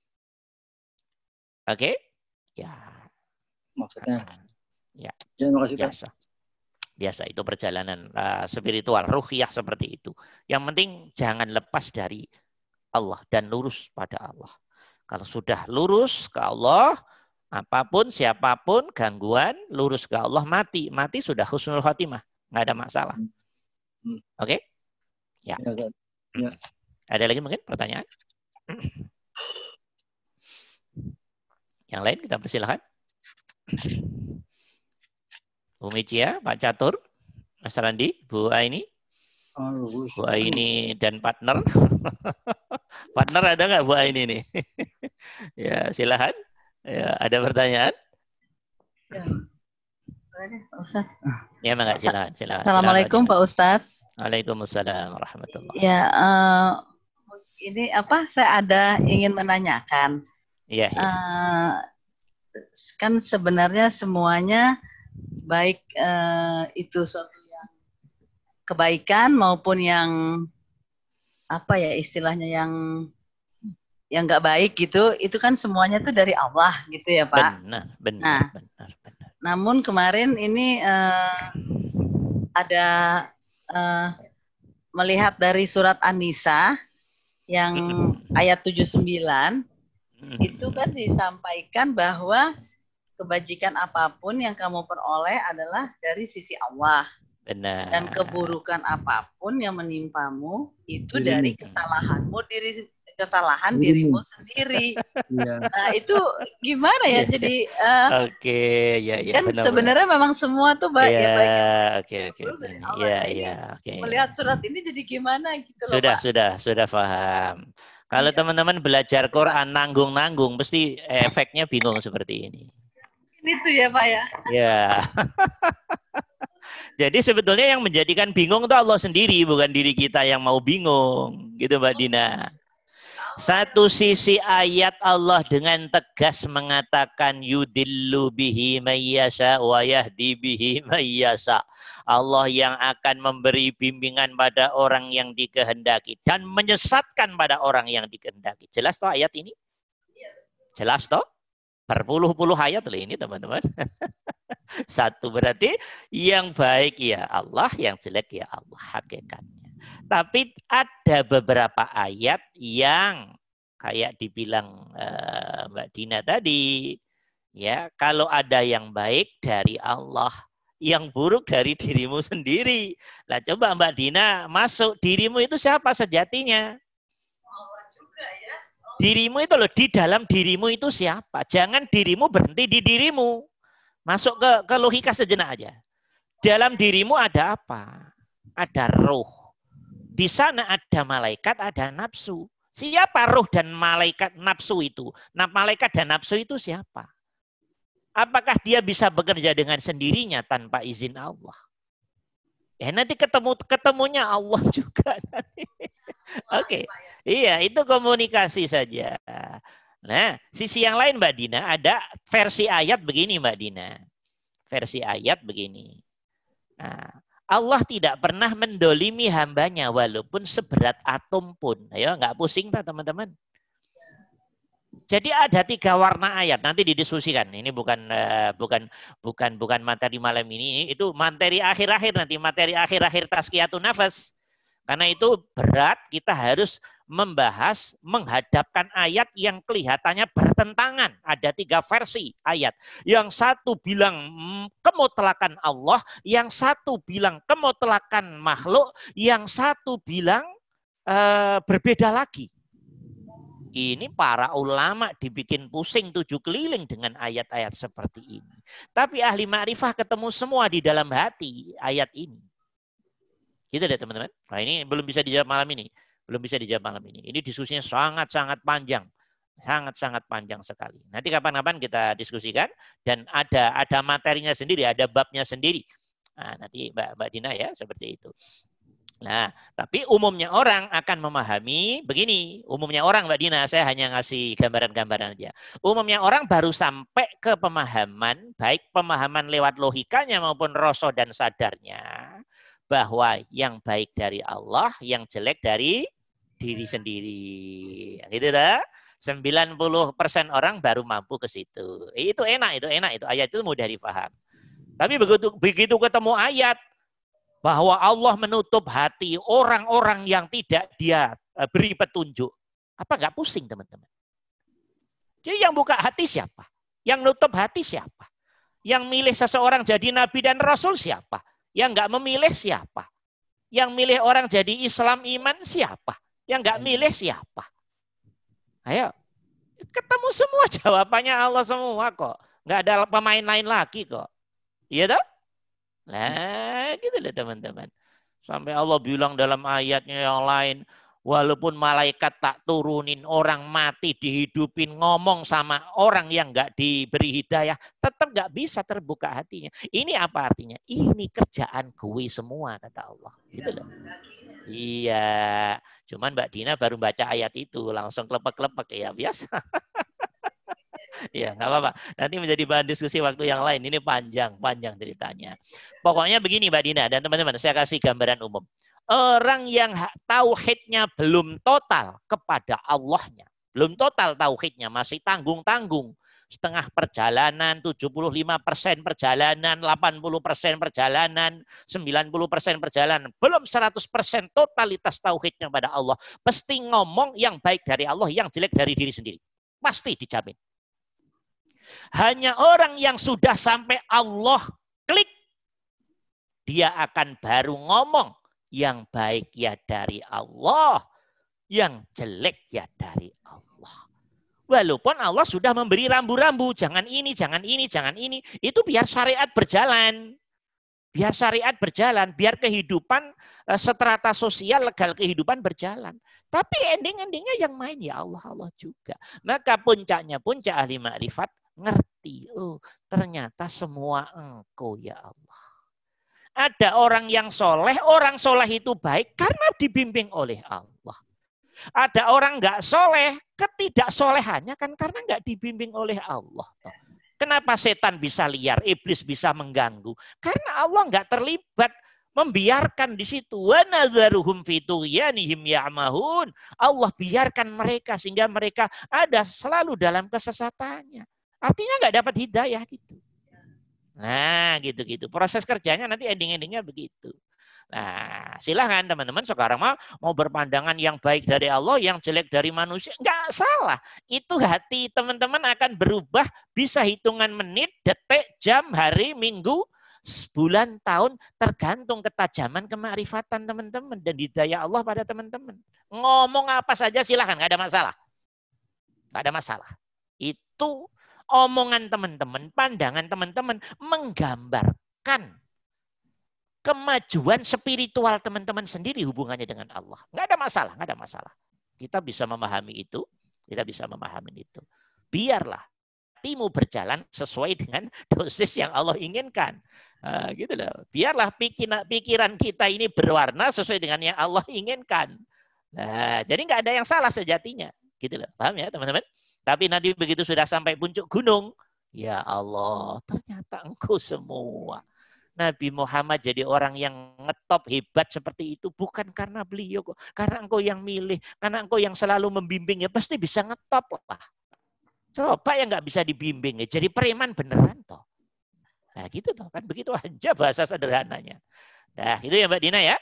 Oke? Ya. Maksudnya. Ya. Terima kasih, Pak. Biasa. Biasa itu perjalanan uh, spiritual, ruhiyah seperti itu. Yang penting jangan lepas dari Allah dan lurus pada Allah. Kalau sudah lurus ke Allah, apapun, siapapun, gangguan, lurus ke Allah, mati. Mati sudah husnul khotimah. Nggak ada masalah. Hmm. Oke? Okay? Ya. Ya, ya. Ada lagi mungkin pertanyaan? Yang lain kita persilahkan. Bu Micia, Pak Catur, Mas Randi, Bu Aini, Bu Aini dan partner. Partner ada nggak Bu Aini nih? Ya silahkan. Ya, ada pertanyaan? Ya, Pak Ustaz. Ya enggak, silahkan, silahkan. Assalamualaikum Pak Ustadz. Waalaikumsalam warahmatullahi. Ya, uh, ini apa? Saya ada ingin menanyakan. Iya. Ya. Uh, kan sebenarnya semuanya baik uh, itu suatu yang kebaikan maupun yang apa ya istilahnya yang yang nggak baik gitu, itu kan semuanya tuh dari Allah gitu ya Pak. Benar, benar, nah, benar, benar. Namun kemarin ini uh, ada uh, melihat dari surat An-Nisa yang ayat tujuh puluh sembilan itu kan disampaikan bahwa kebajikan apapun yang kamu peroleh adalah dari sisi Allah. Benar. Dan keburukan apapun yang menimpamu itu dirimu. Dari kesalahanmu, diri kesalahan dirimu, dirimu sendiri. Ya. Nah itu gimana ya? Jadi uh, oke, okay. ya, ya, kan benar, sebenarnya benar. Memang semua tuh baik ya, baik. Oke, oke. Ya, ya, oke. Melihat surat ini jadi gimana gitu loh, Sudah, Pak. sudah, sudah paham. Kalau ya. Teman-teman belajar Quran nanggung-nanggung, pasti efeknya bingung seperti ini. Itu ya Pak ya. Ya. Jadi sebetulnya yang menjadikan bingung itu Allah sendiri, bukan diri kita yang mau bingung, gitu Mbak Dina. Satu sisi ayat Allah dengan tegas mengatakan yudillu bihi mayyasha wa yahdi bihi mayyasha. Allah yang akan memberi bimbingan pada orang yang dikehendaki dan menyesatkan pada orang yang dikehendaki. Jelas toh ayat ini? Jelas toh? Berpuluh-puluh ayat loh ini teman-teman. Satu berarti yang baik ya Allah, yang jelek ya Allah hakikatnya. Tapi ada beberapa ayat yang kayak dibilang uh, Mbak Dina tadi, ya kalau ada yang baik dari Allah, yang buruk dari dirimu sendiri. Lah coba Mbak Dina masuk, dirimu itu siapa sejatinya? Allah juga ya. Dirimu itu loh, di dalam dirimu itu siapa? Jangan dirimu berhenti di dirimu. Masuk ke, ke logika sejenak aja. Dalam dirimu ada apa? Ada roh. Di sana ada malaikat, ada nafsu. Siapa roh dan malaikat nafsu itu? Nah, malaikat dan nafsu itu siapa? Apakah dia bisa bekerja dengan sendirinya tanpa izin Allah? Ya nanti ketemu ketemunya Allah juga nanti. Oke. Okay. Iya, itu komunikasi saja. Nah, sisi yang lain Mbak Dina, ada versi ayat begini Mbak Dina. Versi ayat begini. Nah, Allah tidak pernah mendolimi hambanya walaupun seberat atom pun. Ayo, nggak pusing tak teman-teman? Jadi ada tiga warna ayat, nanti didiskusikan. Ini bukan uh, bukan bukan bukan materi malam ini, itu materi akhir-akhir nanti, materi akhir-akhir Tazkiyatun Nafas. Karena itu berat, kita harus membahas, menghadapkan ayat yang kelihatannya bertentangan. Ada tiga versi ayat. Yang satu bilang kemutlakan Allah, yang satu bilang kemutlakan makhluk, yang satu bilang uh, berbeda lagi. Ini para ulama dibikin pusing tujuh keliling dengan ayat-ayat seperti ini. Tapi ahli ma'rifah ketemu semua di dalam hati ayat ini. Gitu deh teman-teman. Nah ini belum bisa dijawab malam ini. Belum bisa dijawab malam ini. Ini diskusinya sangat-sangat panjang. Sangat-sangat panjang sekali. Nanti kapan-kapan kita diskusikan. Dan ada ada materinya sendiri, ada babnya sendiri. Nah, nanti Mbak, Mbak Dina ya, seperti itu. Nah, tapi umumnya orang akan memahami begini. Umumnya orang, Mbak Dina, saya hanya ngasih gambaran-gambaran aja. Umumnya orang baru sampai ke pemahaman, baik pemahaman lewat logikanya maupun rasa dan sadarnya, bahwa yang baik dari Allah, yang jelek dari diri sendiri. Gitu dah. sembilan puluh persen orang baru mampu ke situ. Itu enak, itu enak, itu ayat itu mudah difaham. Tapi begitu begitu ketemu ayat bahwa Allah menutup hati orang-orang yang tidak dia beri petunjuk. Apa nggak pusing teman-teman? Jadi yang buka hati siapa? Yang nutup hati siapa? Yang milih seseorang jadi nabi dan rasul siapa? Yang nggak memilih siapa? Yang milih orang jadi Islam iman siapa? Yang nggak milih siapa? Ayo, ketemu semua jawabannya Allah semua kok. Nggak ada pemain lain lagi kok. Iya toh? Nah, gitu loh teman-teman. Sampai Allah bilang dalam ayatnya yang lain, walaupun malaikat tak turunin, orang mati dihidupin, ngomong sama orang yang nggak diberi hidayah, tetap nggak bisa terbuka hatinya. Ini apa artinya? Ini kerjaan gue semua, kata Allah. Gitu loh. Iya. Cuman Mbak Dina baru baca ayat itu, langsung klepek-klepek. Ya biasa. Ya, nggak apa-apa. Nanti menjadi bahan diskusi waktu yang lain. Ini panjang, panjang ceritanya. Pokoknya begini Mbak Dina dan teman-teman, saya kasih gambaran umum. Orang yang tauhidnya belum total kepada Allahnya, belum total tauhidnya, masih tanggung-tanggung. Setengah perjalanan, tujuh puluh lima persen perjalanan, delapan puluh persen perjalanan, sembilan puluh persen perjalanan. Belum seratus persen totalitas tauhidnya pada Allah. Pasti ngomong yang baik dari Allah, yang jelek dari diri sendiri. Pasti dijamin. Hanya orang yang sudah sampai Allah klik, dia akan baru ngomong yang baik ya dari Allah, yang jelek ya dari Allah. Walaupun Allah sudah memberi rambu-rambu, jangan ini, jangan ini, jangan ini. Itu biar syariat berjalan. Biar syariat berjalan, biar kehidupan strata sosial, legal kehidupan berjalan. Tapi ending-endingnya yang main ya Allah, Allah juga. Maka puncaknya, puncak ahli ma'rifat, ngerti, oh ternyata semua engkau ya Allah. Ada orang yang soleh, orang soleh itu baik karena dibimbing oleh Allah. Ada orang nggak soleh, ketidaksolehannya kan karena nggak dibimbing oleh Allah. Kenapa setan bisa liar, iblis bisa mengganggu? Karena Allah nggak terlibat, membiarkan di situ. Wa nadzaruhum fi tughyanihim ya'mahun. Allah biarkan mereka sehingga mereka ada selalu dalam kesesatannya. Artinya nggak dapat hidayah gitu. Nah, gitu-gitu. Proses kerjanya nanti ending-endingnya begitu. Nah, silahkan teman-teman sekarang mau mau berpandangan yang baik dari Allah, yang jelek dari manusia. Nggak salah. Itu hati teman-teman akan berubah, bisa hitungan menit, detik, jam, hari, minggu, bulan, tahun, tergantung ketajaman kemakrifatan teman-teman dan hidayah Allah pada teman-teman. Ngomong apa saja silahkan, nggak ada masalah. Nggak ada masalah. Itu omongan teman-teman, pandangan teman-teman menggambarkan kemajuan spiritual teman-teman sendiri hubungannya dengan Allah. Nggak ada masalah, nggak ada masalah. Kita bisa memahami itu, kita bisa memahami itu. Biarlah hatimu berjalan sesuai dengan dosis yang Allah inginkan. Nah, gitu loh. Biarlah pikiran kita ini berwarna sesuai dengan yang Allah inginkan. Nah, jadi nggak ada yang salah sejatinya. Gitu loh. Paham ya teman-teman? Tapi nanti begitu sudah sampai puncak gunung, ya Allah, ternyata engkau semua. Nabi Muhammad jadi orang yang ngetop hebat seperti itu bukan karena beliau kok, karena engkau yang milih, karena engkau yang selalu membimbing, ya pasti bisa ngetop lah. Coba yang nggak bisa dibimbing, ya jadi preman beneran toh. Nah gitu toh kan, begitu aja bahasa sederhananya. Nah itu ya Mbak Dina ya.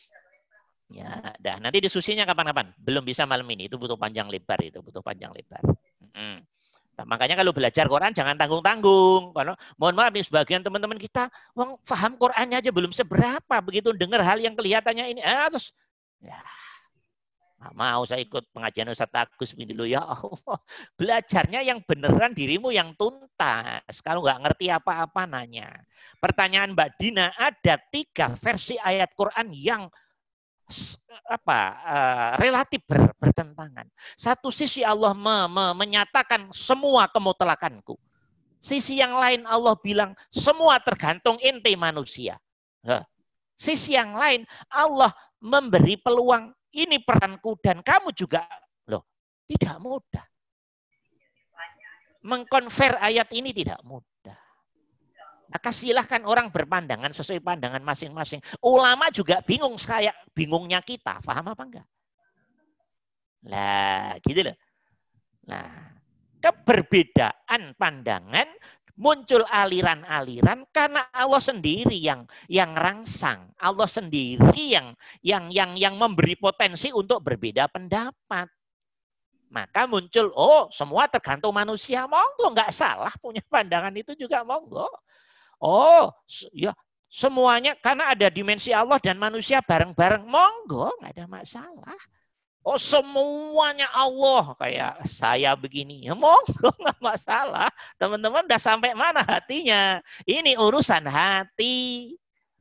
Ya, dah nanti diskusinya kapan-kapan. Belum bisa malam ini, itu butuh panjang lebar, itu butuh panjang lebar. Hmm. Nah, makanya kalau belajar Quran jangan tanggung-tanggung. Karena mohon maaf nih sebagian teman-teman kita, wong paham Qurannya aja belum seberapa. Begitu dengar hal yang kelihatannya ini, ah, terus ya nggak mau saya ikut pengajian Ustaz Agus ini dulu ya Allah. Belajarnya yang beneran, dirimu yang tuntas. Kalau nggak ngerti apa-apa nanya. Pertanyaan Mbak Dina, ada tiga versi ayat Quran yang apa uh, relatif ber, bertentangan. Satu sisi Allah me, me, menyatakan semua kemutlakanku. Sisi yang lain Allah bilang semua tergantung ente manusia. Nah, sisi yang lain Allah memberi peluang ini peranku dan kamu juga. Loh, tidak mudah. Mengkonver ayat ini tidak mudah. Maka silahkan orang berpandangan sesuai pandangan masing-masing. Ulama juga bingung kayak bingungnya kita. Paham apa enggak? Lah, gitu loh. Nah, keberbedaan pandangan muncul aliran-aliran karena Allah sendiri yang yang rangsang. Allah sendiri yang yang yang yang memberi potensi untuk berbeda pendapat. Maka muncul, oh semua tergantung manusia. Monggo, nggak salah punya pandangan itu juga monggo. Oh, ya semuanya karena ada dimensi Allah dan manusia bareng-bareng. Monggo, nggak ada masalah. Oh, semuanya Allah kayak saya begini. Ya monggo, nggak masalah. Teman-teman udah sampai mana hatinya? Ini urusan hati.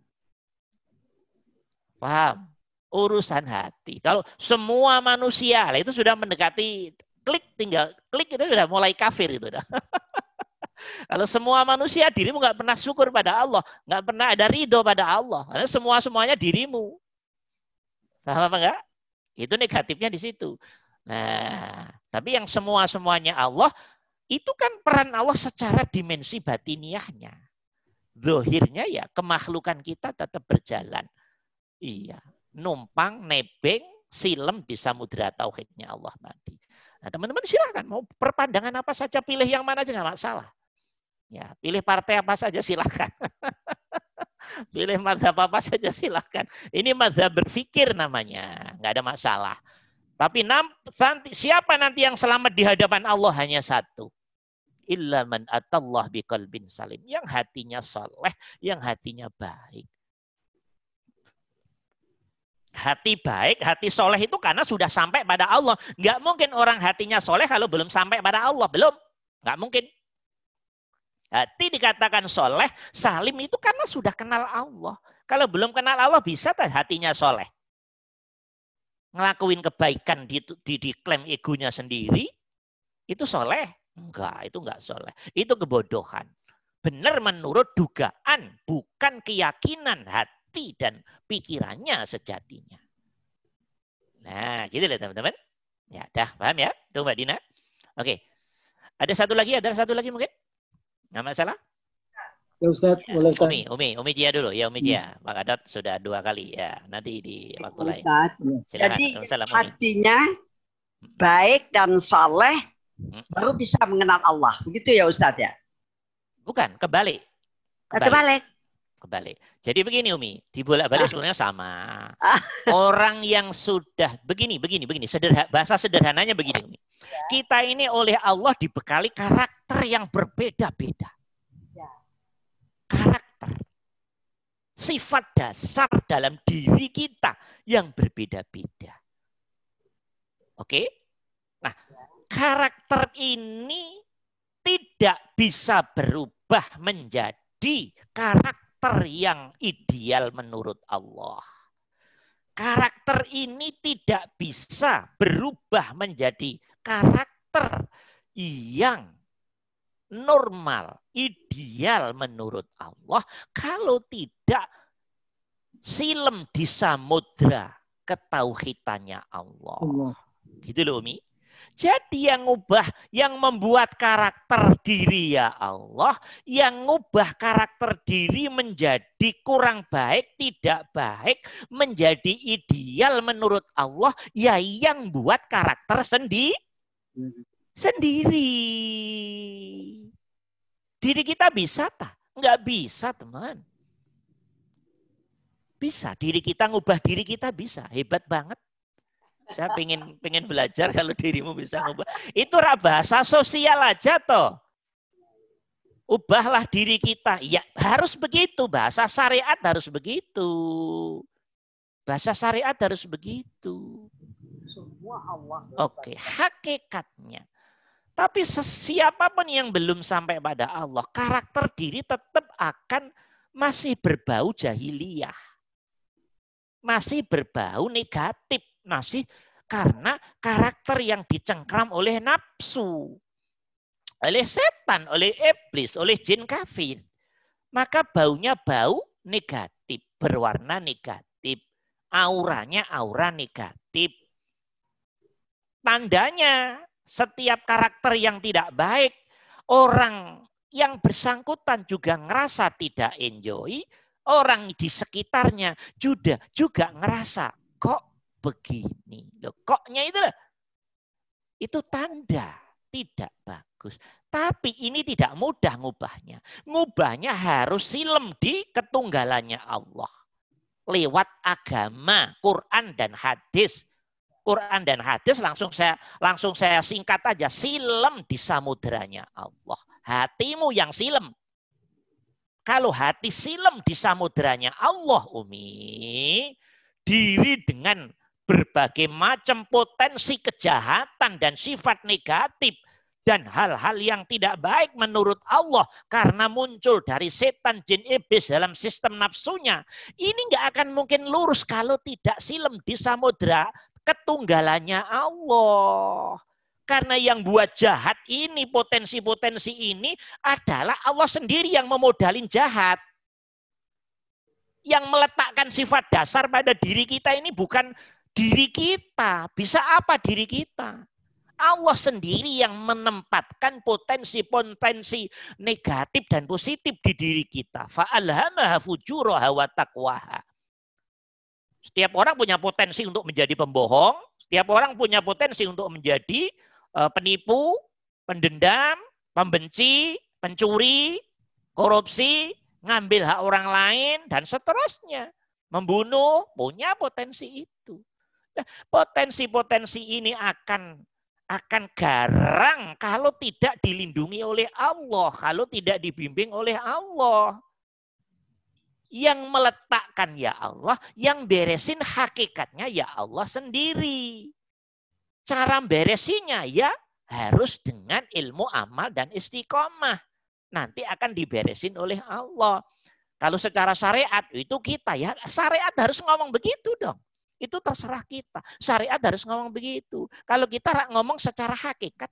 Paham? Urusan hati. Kalau semua manusia, lah itu sudah mendekati klik, tinggal klik itu sudah mulai kafir itu. Kalau semua manusia, dirimu nggak pernah syukur pada Allah, nggak pernah ada ridho pada Allah, karena semua semuanya dirimu. Paham apa enggak? Itu negatifnya di situ. Nah, tapi yang semua semuanya Allah, itu kan peran Allah secara dimensi batiniahnya. Zahirnya ya kemaklukan kita tetap berjalan. Iya, numpang, nebeng, silem di samudera tauhidnya Allah tadi. Nah, teman-teman silakan mau perpandangan apa saja, pilih yang mana aja nggak masalah. Ya, pilih partai apa saja silakan. Pilih mazhab apa saja silakan. Ini mazhab berpikir namanya, nggak ada masalah. Tapi nanti, siapa nanti yang selamat di hadapan Allah hanya satu. Illa man atallah biqalbin salim. Yang hatinya soleh, yang hatinya baik. Hati baik, hati soleh itu karena sudah sampai pada Allah. Nggak mungkin orang hatinya soleh kalau belum sampai pada Allah. Belum. Nggak mungkin. Hati dikatakan soleh, salim itu karena sudah kenal Allah. Kalau belum kenal Allah, bisa tak hatinya soleh? Ngelakuin kebaikan di, di, di klaim egonya sendiri, itu soleh? Enggak, itu enggak soleh. Itu kebodohan. Benar menurut dugaan, bukan keyakinan hati dan pikirannya sejatinya. Nah, gitu lah teman-teman. Ya, dah paham ya? Tuh Mbak Dina. Oke. Ada satu lagi, ada satu lagi mungkin? Nggak masalah? Ya Ustaz, Ya, boleh Ustaz. Umi, Umi, Umi Jia dulu. Ya Umi Jia. Pak Gadot sudah dua kali. Ya, nanti di waktu lain. Ustaz. Silakan. Jadi Salam, Umi. hatinya baik dan saleh Hmm. baru bisa mengenal Allah. Begitu ya Ustaz ya? Bukan, kebalik. Kebalik. Kebalik. Jadi begini Umi, dibolak-balik Ah. sebenarnya sama. Ah. Orang yang sudah begini, begini, begini. Sederhana, bahasa sederhananya begini Umi. Kita ini oleh Allah dibekali karakter yang berbeda-beda. Ya. Karakter. Sifat dasar dalam diri kita yang berbeda-beda. Oke? Nah, karakter ini tidak bisa berubah menjadi karakter yang ideal menurut Allah. Karakter ini tidak bisa berubah menjadi karakter yang normal, ideal menurut Allah kalau tidak silem di samudra ketauhidannya Allah. Allah. Gitu loh Umi. Jadi yang ngubah, yang membuat karakter diri ya Allah, yang ngubah karakter diri menjadi kurang baik, tidak baik, menjadi ideal menurut Allah, ya yang buat karakter sendi sendiri. Diri kita bisa tak? Enggak bisa teman. Bisa, diri kita ngubah diri kita bisa, hebat banget. Saya pengen pengen belajar kalau dirimu bisa ngubah. Itu bahasa sosial aja toh. Ubahlah diri kita. Ya harus begitu. Bahasa syariat harus begitu. Bahasa syariat harus begitu. Semua Allah. Oke, hakikatnya. Tapi siapapun yang belum sampai pada Allah, karakter diri tetap akan masih berbau jahiliyah. masih berbau negatif, masih karena karakter yang dicengkram oleh nafsu, oleh setan, oleh iblis, oleh jin kafir. Maka baunya bau negatif, berwarna negatif, auranya aura negatif. Tandanya setiap karakter yang tidak baik, orang yang bersangkutan juga ngerasa tidak enjoy, orang di sekitarnya juga juga ngerasa kok begini. Loh, koknya itu loh. Itu tanda tidak bagus. Tapi ini tidak mudah ngubahnya. Ngubahnya harus silem di ketunggalannya Allah. Lewat agama, Quran dan hadis. Quran dan hadis langsung saya langsung saya singkat aja. Silem di samudranya Allah. Hatimu yang silem. Kalau hati silem di samudranya Allah, Umi, diri dengan berbagai macam potensi kejahatan dan sifat negatif dan hal-hal yang tidak baik menurut Allah karena muncul dari setan jin iblis dalam sistem nafsunya, ini nggak akan mungkin lurus kalau tidak silem di samudra ketunggalannya Allah. Karena yang buat jahat ini, potensi-potensi ini adalah Allah sendiri yang memodalin jahat. Yang meletakkan sifat dasar pada diri kita ini bukan diri kita. Bisa apa diri kita? Allah sendiri yang menempatkan potensi-potensi negatif dan positif di diri kita. Fa'alhamaha fujuraha wa taqwaha. Setiap orang punya potensi untuk menjadi pembohong. Setiap orang punya potensi untuk menjadi uh, penipu, pendendam, pembenci, pencuri, korupsi, ngambil hak orang lain, dan seterusnya. Membunuh, punya potensi itu. Nah, potensi-potensi ini akan akan garang kalau tidak dilindungi oleh Allah, kalau tidak dibimbing oleh Allah. Yang meletakkan ya Allah, yang beresin hakikatnya ya Allah sendiri. Cara beresinnya ya harus dengan ilmu amal dan istiqomah. Nanti akan diberesin oleh Allah. Kalau secara syariat itu kita ya, syariat harus ngomong begitu dong. Itu terserah kita. Syariat harus ngomong begitu. Kalau kita ngomong secara hakikat.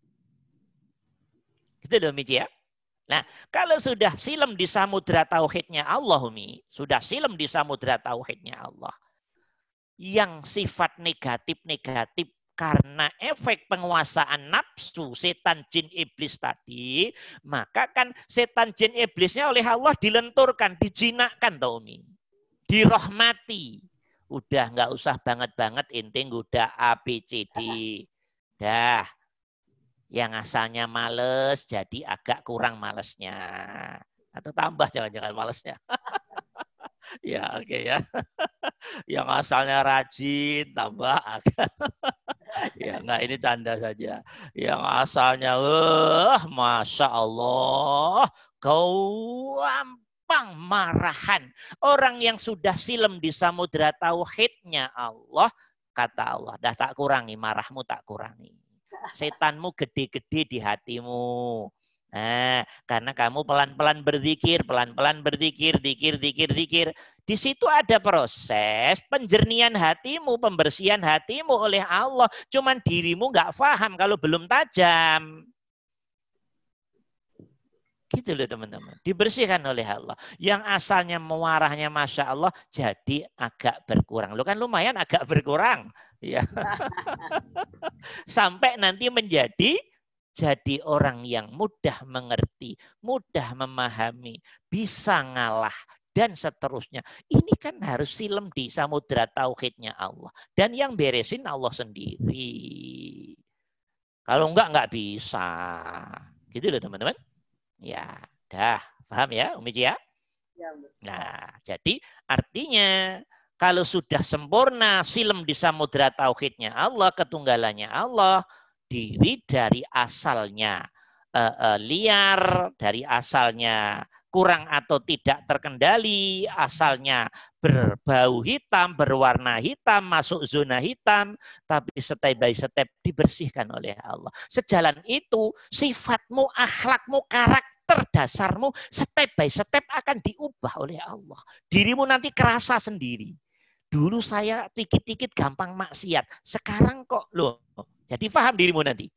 Gitu loh Miji ya. Nah, kalau sudah silem di samudra tauhidnya Allah, Umi, sudah silem di samudra tauhidnya Allah, yang sifat negatif-negatif karena efek penguasaan nafsu setan jin iblis tadi, maka kan setan jin iblisnya oleh Allah dilenturkan, dijinakkan, tau Umi, dirahmati. Udah nggak usah banget-banget inting udah A B C D, dah. Yang asalnya males jadi agak kurang malesnya. Atau tambah jangan-jangan malesnya. Ya oke okay, ya. Yang asalnya rajin tambah agak. Ya enggak, ini canda saja. Yang asalnya wah Masya Allah kau gampang marahan. Orang yang sudah silem di samudra tauhidnya Allah, kata Allah, dah tak kurangi, marahmu tak kurangi. Setanmu gede-gede di hatimu. Nah, karena kamu pelan-pelan berzikir, pelan-pelan berzikir, zikir, zikir, zikir. Di situ ada proses penjernihan hatimu, pembersihan hatimu oleh Allah. Cuman dirimu nggak paham kalau belum tajam. Gitu loh teman-teman. Dibersihkan oleh Allah. Yang asalnya mewarahnya Masya Allah jadi agak berkurang. Lo kan lumayan agak berkurang. Ya. Sampai nanti menjadi jadi orang yang mudah mengerti, mudah memahami, bisa ngalah, dan seterusnya. Ini kan harus silem di samudra tauhidnya Allah. Dan yang beresin Allah sendiri. Kalau enggak, enggak bisa. Gitu loh teman-teman. Ya, dah. Paham ya Umi Cia? Ya, nah, jadi artinya kalau sudah sempurna silem di samudra tauhidnya Allah, ketunggalannya Allah, diri dari asalnya uh, uh, liar, dari asalnya kurang atau tidak terkendali, asalnya berbau hitam, berwarna hitam, masuk zona hitam, tapi step by step dibersihkan oleh Allah. Sejalan itu sifatmu, akhlakmu, karakter dasarmu step by step akan diubah oleh Allah. Dirimu nanti kerasa sendiri. dulu saya dikit-dikit gampang maksiat. Sekarang kok, loh, jadi paham dirimu nanti.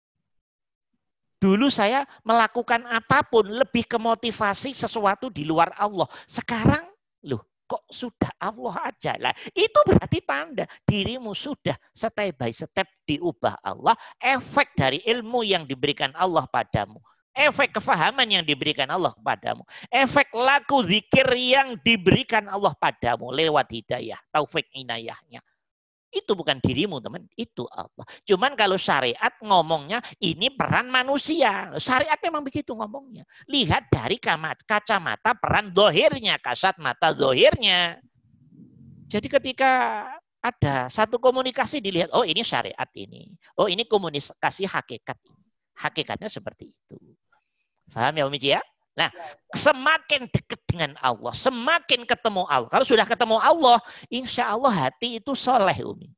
Dulu saya melakukan apapun lebih ke motivasi sesuatu di luar Allah. Sekarang, loh, kok sudah Allah aja lah. Itu berarti tanda dirimu sudah step by step diubah Allah. Efek dari ilmu yang diberikan Allah padamu. Efek kefahaman yang diberikan Allah kepadamu. Efek laku zikir yang diberikan Allah padamu lewat hidayah, taufik inayahnya. Itu bukan dirimu, teman. Itu Allah. Cuman kalau syariat ngomongnya ini peran manusia. Syariat memang begitu ngomongnya. Lihat dari kacamata peran zohirnya, kasat mata zohirnya. Jadi ketika ada satu komunikasi dilihat, oh ini syariat ini. Oh ini komunikasi hakikat ini. Hakikatnya seperti itu. Paham ya Umi Cia? Nah, semakin dekat dengan Allah, semakin ketemu Allah. Kalau sudah ketemu Allah, insya Allah hati itu soleh, Umi.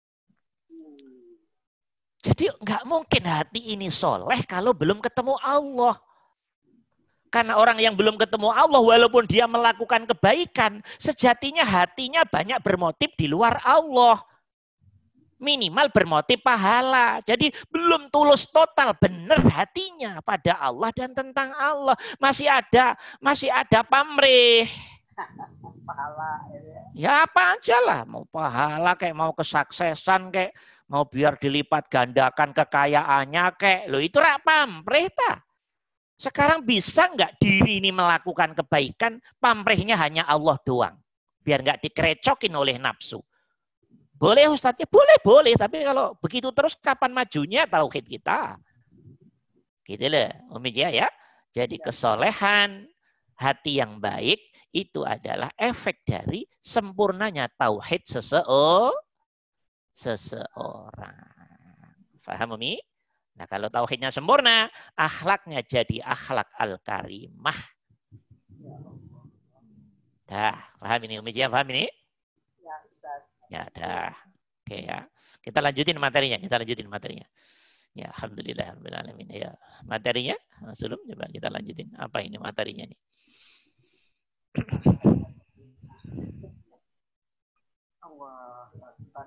Jadi nggak mungkin hati ini soleh kalau belum ketemu Allah. Karena orang yang belum ketemu Allah, walaupun dia melakukan kebaikan, sejatinya hatinya banyak bermotif di luar Allah. Minimal bermotif pahala. Jadi belum tulus total benar hatinya pada Allah dan tentang Allah. Masih ada masih ada pamrih. Pahala. Ya apa aja lah. Mau pahala kayak mau kesuksesan kayak mau biar dilipat gandakan kekayaannya kayak. Loh itu rak pamrih ta. Sekarang bisa nggak diri ini melakukan kebaikan, pamrihnya hanya Allah doang. Biar nggak dikerecokin oleh nafsu. Boleh Ustadznya? Boleh, boleh. Tapi kalau begitu terus kapan majunya tauhid kita? Gitu loh, Umi Jia ya. Jadi kesolehan, hati yang baik, itu adalah efek dari sempurnanya tauhid seseo, seseorang. Faham Umi? Nah kalau tauhidnya sempurna, akhlaknya jadi akhlak al-karimah. Dah, paham ini Umi Jia? Paham ini? Ya Ustaz. Ya, dah. Oke ya. Kita lanjutin materinya, kita lanjutin materinya. Ya, alhamdulillah rabbil alamin. Ya, materinya sebelum coba kita lanjutin. Apa ini materinya nih? Allah Akbar.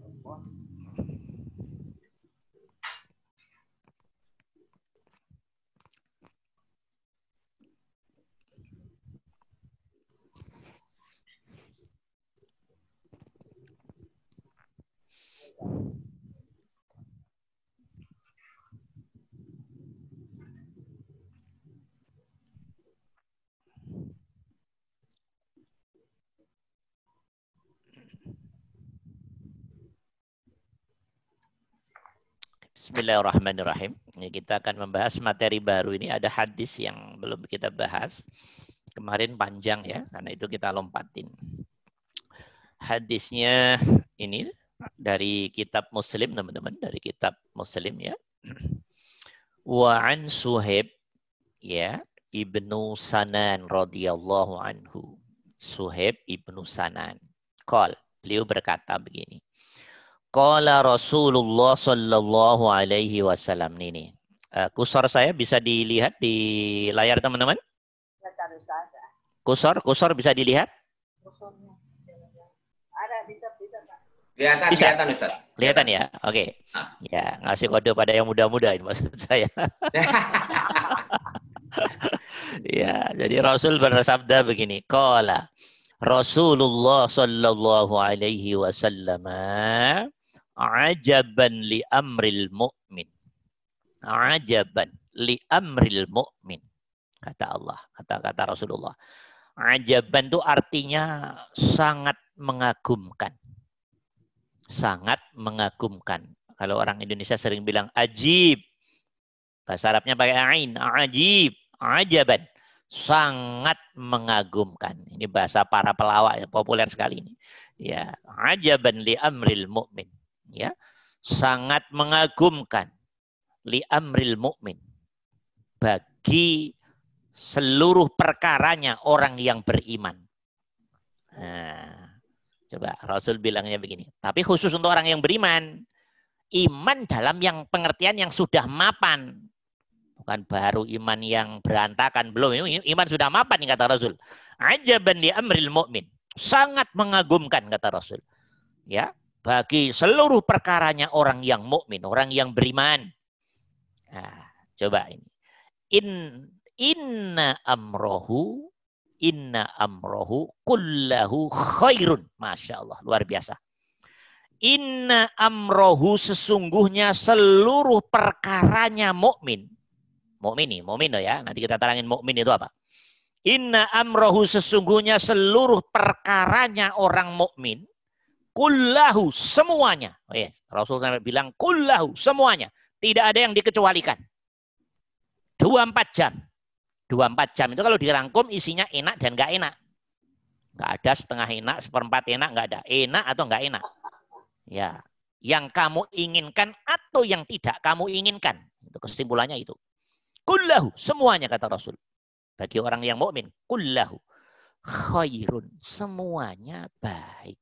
Bismillahirrahmanirrahim. Ini kita akan membahas materi baru ini. Ada hadis yang belum kita bahas. Kemarin panjang ya, karena itu kita lompatin. Hadisnya ini dari kitab Muslim, teman-teman. Dari kitab Muslim ya. Wa an Suhaib ya, Ibnu Sanan radhiyallahu anhu. Suhaib Ibnu Sanan. Qol, beliau berkata begini. Qala Rasulullah sallallahu alaihi wasallam. Ini uh, kusor saya bisa dilihat di layar teman-teman? Kusor, kusor bisa dilihat? Ada, bisa, bisa, Pak. Kelihatan, bisa. kelihatan Ustaz. Kelihatan ya? Oke. Okay. Ah. Ya, ngasih kode pada yang muda-muda ini maksud saya. Ya, jadi Rasul bersabda begini. Qala Rasulullah sallallahu alaihi wasallam. Ajaban li amril mu'min. Ajaban li amril mu'min. Kata Allah, kata-kata Rasulullah. Ajaban itu artinya sangat mengagumkan. Sangat mengagumkan. Kalau orang Indonesia sering bilang ajib. Bahasa Arabnya pakai ain, ajib, ajaban. Sangat mengagumkan. Ini bahasa para pelawak yang populer sekali ini. Ya, ajaban li amril mu'min. Ya, sangat mengagumkan li amril mu'min bagi seluruh perkaranya orang yang beriman. Nah, coba Rasul bilangnya begini. Tapi khusus untuk orang yang beriman, iman dalam yang pengertian yang sudah mapan, bukan baru iman yang berantakan belum. Iman sudah mapan kata Rasul. Ajaban li amril mu'min. Sangat mengagumkan kata Rasul. Ya, bagi seluruh perkaranya orang yang mukmin, orang yang beriman. Nah, coba ini. In inna amrohu inna amrohu kullahu khairun. Masya Allah, luar biasa. Inna amrohu sesungguhnya seluruh perkaranya mukmin. Mukmin nih, mukmin loh ya. Nanti kita terangin mukmin itu apa. Inna amrohu sesungguhnya seluruh perkaranya orang mukmin. Kullahu semuanya. Oh ya, Rasul sampai bilang kullahu semuanya. Tidak ada yang dikecualikan. dua puluh empat jam. dua puluh empat jam itu kalau dirangkum isinya enak dan nggak enak. Nggak ada setengah enak, seperempat enak, nggak ada. Enak atau nggak enak. Ya, yang kamu inginkan atau yang tidak kamu inginkan. Itu kesimpulannya itu. Kullahu, semuanya kata Rasul. Bagi orang yang mukmin, kullahu khairun, semuanya baik.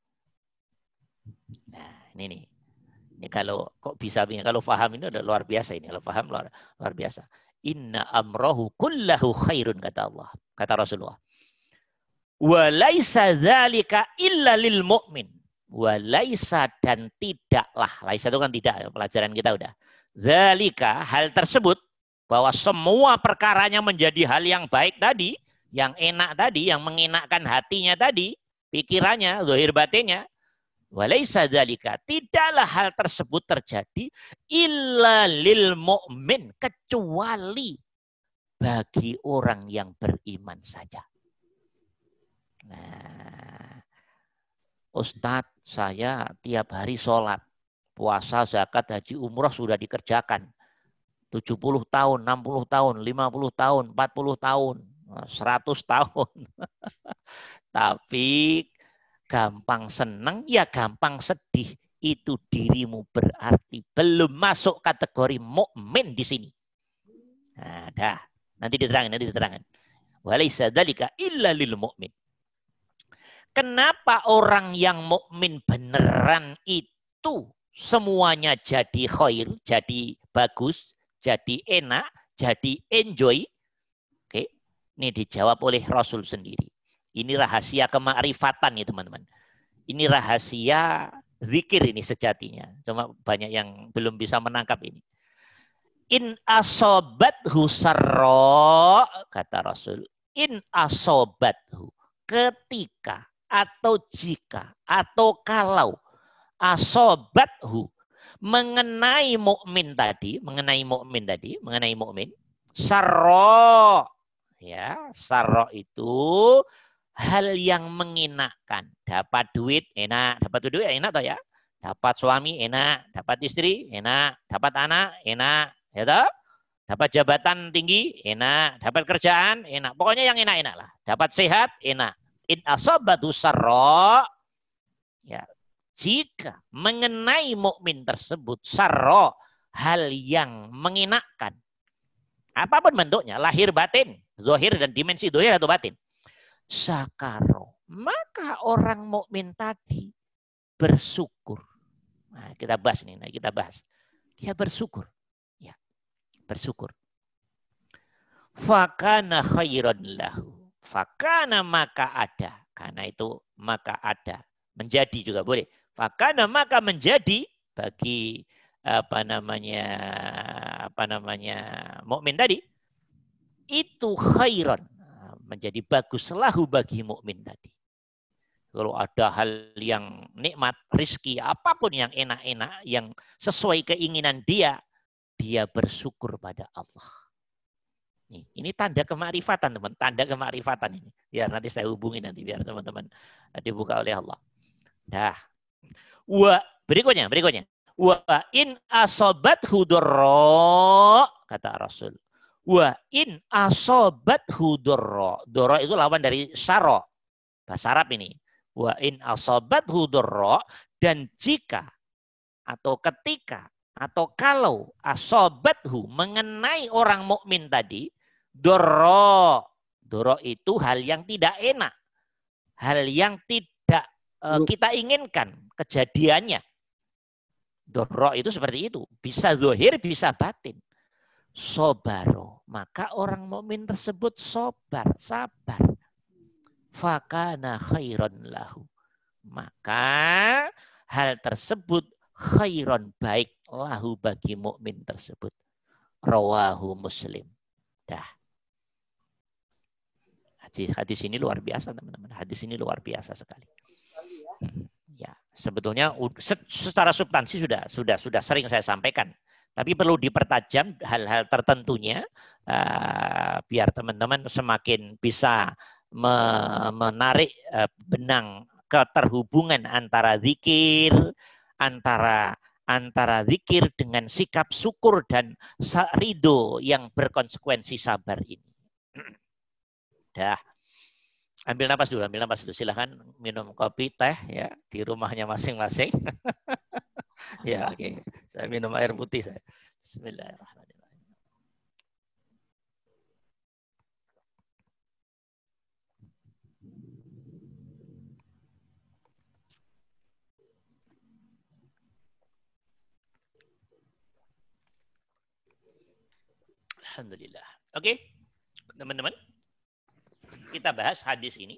Nah, ini nih. Ini kalau kok bisa begini, kalau paham ini udah luar biasa ini. Kalau paham luar, luar biasa. Inna amrohu kullahu khairun kata Allah, kata Rasulullah. Wa laisa dzalika illa lil mu'min. Wa laisa dan tidaklah. Laisa itu kan tidak, pelajaran kita udah. Dzalika hal tersebut bahwa semua perkaranya menjadi hal yang baik tadi, yang enak tadi, yang mengenakkan hatinya tadi, pikirannya, zahir batinnya. Wa laisa dzalika tidaklah hal tersebut terjadi illa lil mu'min kecuali bagi orang yang beriman saja. Nah, Ustadz, saya tiap hari sholat, puasa, zakat, haji, umroh sudah dikerjakan. tujuh puluh tahun, enam puluh tahun, lima puluh tahun, empat puluh tahun, seratus tahun. Tapi gampang senang, ya gampang sedih. Itu dirimu berarti belum masuk kategori mukmin di sini. Nah, dah. Nanti diterangin, nanti diterangin. Walaysa dzalika illa lil mu'min. Kenapa orang yang mukmin beneran itu semuanya jadi khair, jadi bagus, jadi enak, jadi enjoy? Oke, ini dijawab oleh Rasul sendiri. Ini rahasia kemakrifatan ya teman-teman. Ini rahasia zikir ini sejatinya. Cuma banyak yang belum bisa menangkap ini. In asobathu sarro, kata Rasul. In asobathu, ketika atau jika atau kalau asobathu mengenai mukmin tadi, mengenai mukmin tadi, mengenai mukmin sarro, ya sarro itu hal yang mengenakan. Dapat duit enak, dapat duit enak toh ya. Dapat suami enak, dapat istri enak, dapat anak enak, ya toh? Dapat jabatan tinggi enak, dapat kerjaan enak. Pokoknya yang enak-enak lah. Dapat sehat enak. In asabatu sarra, ya, jika mengenai mukmin tersebut sarra, hal yang mengenakan. Apapun bentuknya, lahir batin, zahir dan dimensi zahir atau batin. Sakaro, maka orang mukmin tadi bersyukur. Nah, kita bahas nih, nah kita bahas. Dia bersyukur. Ya, bersyukur. Fakana khairan lahu. Fakana maka ada. Karena itu maka ada. Menjadi juga boleh. Fakana maka menjadi bagi apa namanya apa namanya mukmin tadi itu khairan, menjadi bagus lahu bagi mukmin tadi. Kalau ada hal yang nikmat, rizki, apapun yang enak-enak, yang sesuai keinginan dia, dia bersyukur pada Allah. Nih, ini tanda kemakrifatan, teman. Tanda kemakrifatan ini. Biar nanti saya hubungi nanti, biar teman-teman dibuka oleh Allah. Dah. Wa, berikutnya, berikutnya. Wa in asobathu dorro, kata Rasul. Wa in asobathu dorro. Dorro itu lawan dari syaro. Bahasa Arab ini. Wa in asobathu dorro. Dan jika atau ketika atau kalau asobathu mengenai orang mukmin tadi, dorro. Dorro itu hal yang tidak enak. Hal yang tidak uh, kita inginkan kejadiannya. Dorro itu seperti itu. Bisa zahir, bisa batin. Sobaro. Maka orang mukmin tersebut sobar, sabar. fakana khairan lahu. Maka hal tersebut khairan baik lahu bagi mukmin tersebut. Rawahu Muslim. Dah. Hadis, hadis ini luar biasa teman-teman. Hadis ini luar biasa sekali. Hmm, ya, sebetulnya secara substansi sudah sudah sudah sering saya sampaikan. Tapi perlu dipertajam hal-hal tertentunya uh, biar teman-teman semakin bisa me menarik uh, benang keterhubungan antara zikir, antara antara zikir dengan sikap syukur dan ridho yang berkonsekuensi sabar ini. Dah. Ambil napas dulu, ambil napas dulu. Silahkan minum kopi, teh ya di rumahnya masing-masing. Ya, oke. Okay. Saya minum air putih saya. Bismillahirrahmanirrahim. Alhamdulillah. Oke, okay. Teman-teman. Kita bahas hadis ini.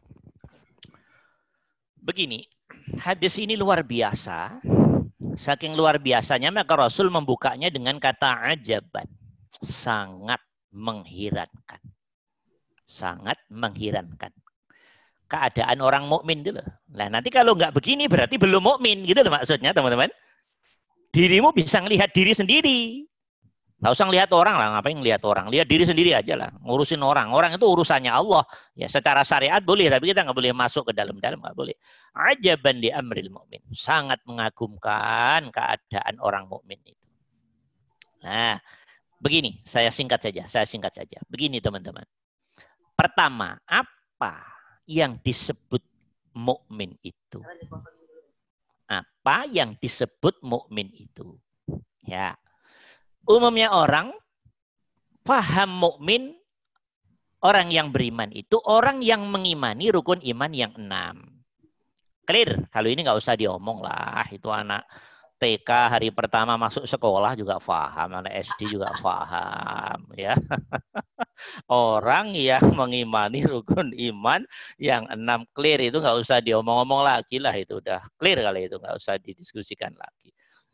Begini, hadis ini luar biasa. Saking luar biasanya, maka Rasul membukanya dengan kata ajaban. Sangat mengherankan. Sangat mengherankan. Keadaan orang mukmin dulu. Nah, nanti kalau nggak begini berarti belum mukmin gitu loh maksudnya, teman-teman. Dirimu bisa ngelihat diri sendiri. Nggak usah ngelihat orang lah, ngapain ngelihat orang? Lihat diri sendiri aja lah, ngurusin orang. Orang itu urusannya Allah. Ya, secara syariat boleh, tapi kita nggak boleh masuk ke dalam-dalam, nggak boleh. Ajaban di amril mukmin, sangat mengagumkan keadaan orang mukmin itu. Nah, begini, saya singkat saja, saya singkat saja. Begini teman-teman. Pertama, apa yang disebut mukmin itu? Apa yang disebut mukmin itu? Ya. Umumnya orang paham mukmin, orang yang beriman itu orang yang mengimani rukun iman yang enam. Clear? Kalau ini nggak usah diomong lah. Itu anak T K hari pertama masuk sekolah juga paham, anak S D juga paham, ya. Orang yang mengimani rukun iman yang enam clear itu nggak usah diomong-omong lagi lah, itu udah clear kali itu, nggak usah didiskusikan lagi.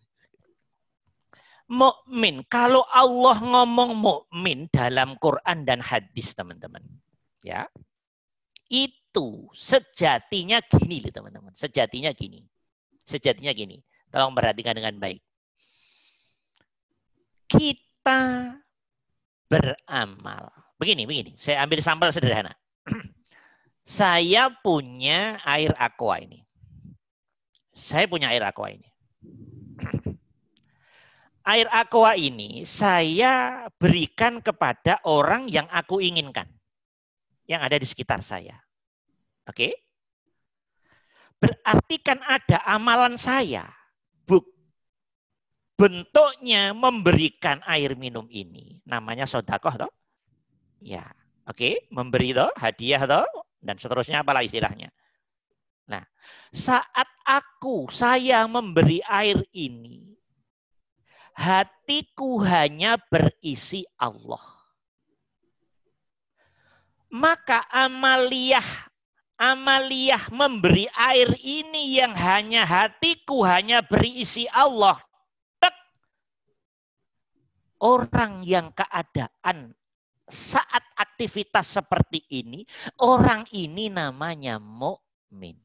Mukmin, kalau Allah ngomong mukmin dalam Quran dan hadis teman-teman, ya, itu sejatinya gini loh teman-teman, sejatinya gini, sejatinya gini, tolong perhatikan dengan baik. Kita beramal, begini, begini, saya ambil sampel sederhana. Saya punya air aqua ini, saya punya air aqua ini. Air aqua ini saya berikan kepada orang yang aku inginkan. Yang ada di sekitar saya. Oke? Berarti kan ada amalan saya. Buk. Bentuknya memberikan air minum ini. Namanya sodakoh toh? Ya. Oke? Memberi toh, hadiah toh, dan seterusnya apalah istilahnya. Nah, saat aku, saya memberi air ini, hatiku hanya berisi Allah. Maka amaliyah, amaliyah memberi air ini yang hanya hatiku hanya berisi Allah. Tek. Orang yang keadaan saat aktivitas seperti ini, orang ini namanya mukmin.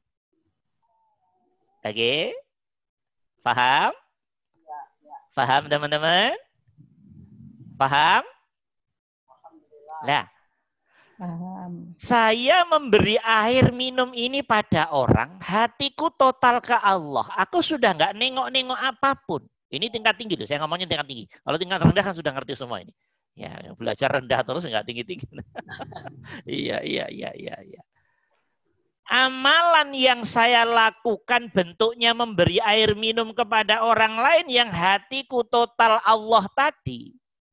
Oke? Paham? Paham teman-teman? Paham? Nah, paham. Saya memberi air minum ini pada orang, hatiku total ke Allah. Aku sudah nggak nengok-nengok apapun. Ini tingkat tinggi loh, saya ngomongnya tingkat tinggi. Kalau tingkat rendah kan sudah ngerti semua ini. Ya, belajar rendah terus nggak tinggi-tinggi. Iya, iya, iya, iya, iya. Amalan yang saya lakukan bentuknya memberi air minum kepada orang lain yang hatiku total Allah tadi.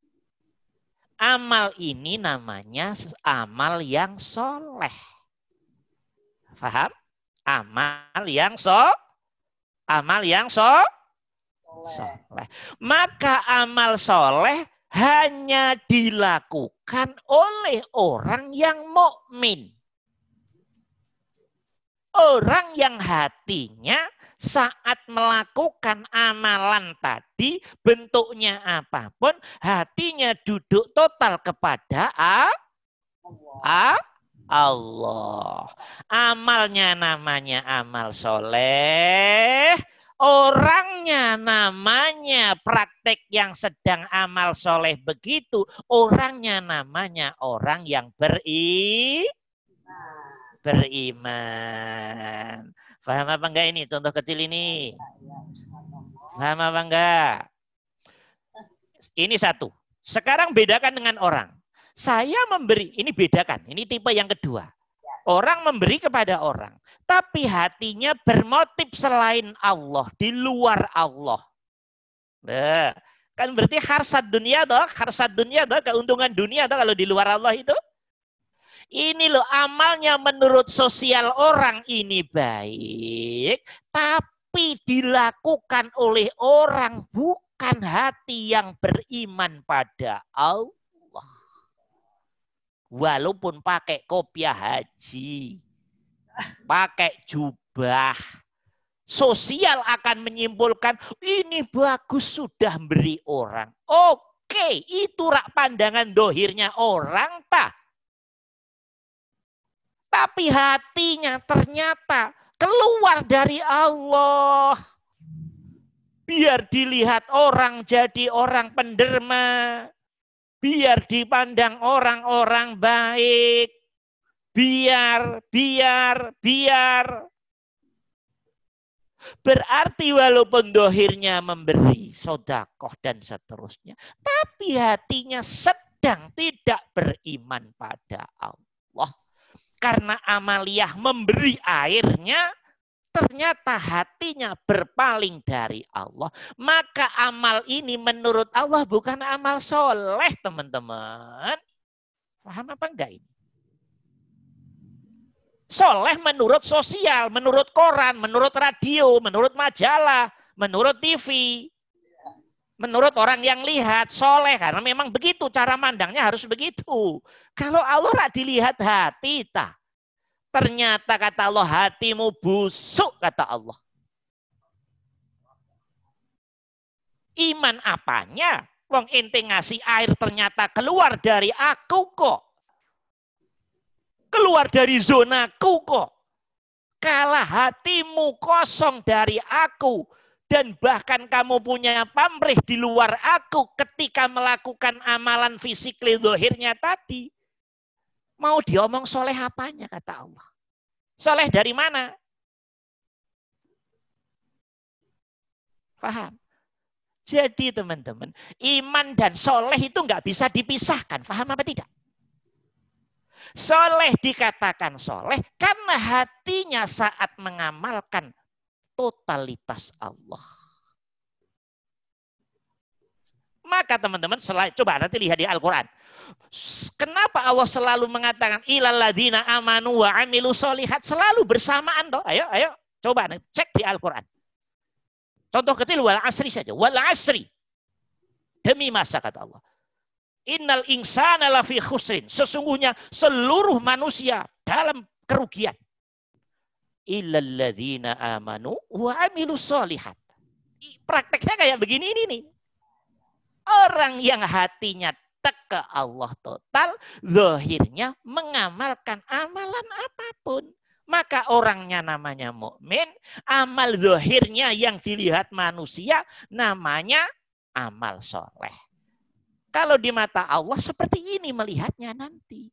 Amal ini namanya amal yang soleh. Paham? Amal yang so, amal yang so, soleh. Maka amal soleh hanya dilakukan oleh orang yang mukmin. Orang yang hatinya saat melakukan amalan tadi, bentuknya apapun, hatinya duduk total kepada A, A, Allah. Amalnya namanya amal soleh. Orangnya namanya praktek yang sedang amal soleh begitu. Orangnya namanya orang yang beri, beriman. Paham apa enggak ini? Contoh kecil ini. Paham apa enggak? Ini satu. Sekarang bedakan dengan orang. Saya memberi, ini bedakan. Ini tipe yang kedua. Orang memberi kepada orang. Tapi hatinya bermotif selain Allah. Di luar Allah. Nah, kan berarti harsat dunia toh. Harsat dunia toh. Keuntungan dunia toh kalau di luar Allah itu. Ini loh amalnya menurut sosial orang ini baik. Tapi dilakukan oleh orang bukan hati yang beriman pada Allah. Walaupun pakai kopiah haji, pakai jubah, sosial akan menyimpulkan ini bagus sudah beri orang. Oke, itu rak pandangan dohirnya orang tak. Tapi hatinya ternyata keluar dari Allah. Biar dilihat orang jadi orang penderma. Biar dipandang orang-orang baik. Biar, biar, biar. Berarti walaupun dohirnya memberi sodakoh dan seterusnya. Tapi hatinya sedang tidak beriman pada Allah. Karena amaliyah memberi airnya. Ternyata hatinya berpaling dari Allah. Maka amal ini menurut Allah bukan amal soleh, teman-teman. Paham apa enggak ini? Soleh menurut sosial, menurut koran, menurut radio, menurut majalah, menurut T V. Menurut orang yang lihat, soleh. Karena memang begitu, cara mandangnya harus begitu. Kalau Allah tak dilihat hati, tak. Ternyata kata Allah, hatimu busuk, kata Allah. Iman apanya? Wong ente ngasih air ternyata keluar dari aku kok. Keluar dari zonaku kok. Kala hatimu kosong dari aku. Dan bahkan kamu punya pamrih di luar aku ketika melakukan amalan fisik lidhohirnya tadi. Mau diomong soleh apanya kata Allah. Soleh dari mana? Paham? Jadi teman-teman, iman dan soleh itu nggak bisa dipisahkan. Paham apa tidak? Soleh dikatakan soleh karena hatinya saat mengamalkan totalitas Allah. Maka teman-teman, coba nanti lihat di Al-Quran. Kenapa Allah selalu mengatakan ilal ladzina amanu wa amilu sholihat, selalu bersamaan toh? Ayo, ayo, coba cek di Al-Quran. Contoh kecil wal asri saja. Wal asri. Demi masa kata Allah. Innal insana lafi khusrin. Sesungguhnya seluruh manusia dalam kerugian. Illal ladzina amanu wa amilu sholihat. Prakteknya kayak begini ini nih. Orang yang hatinya ke Allah total, zahirnya mengamalkan amalan apapun. Maka orangnya namanya mukmin, amal zahirnya yang dilihat manusia namanya amal soleh. Kalau di mata Allah seperti ini melihatnya nanti.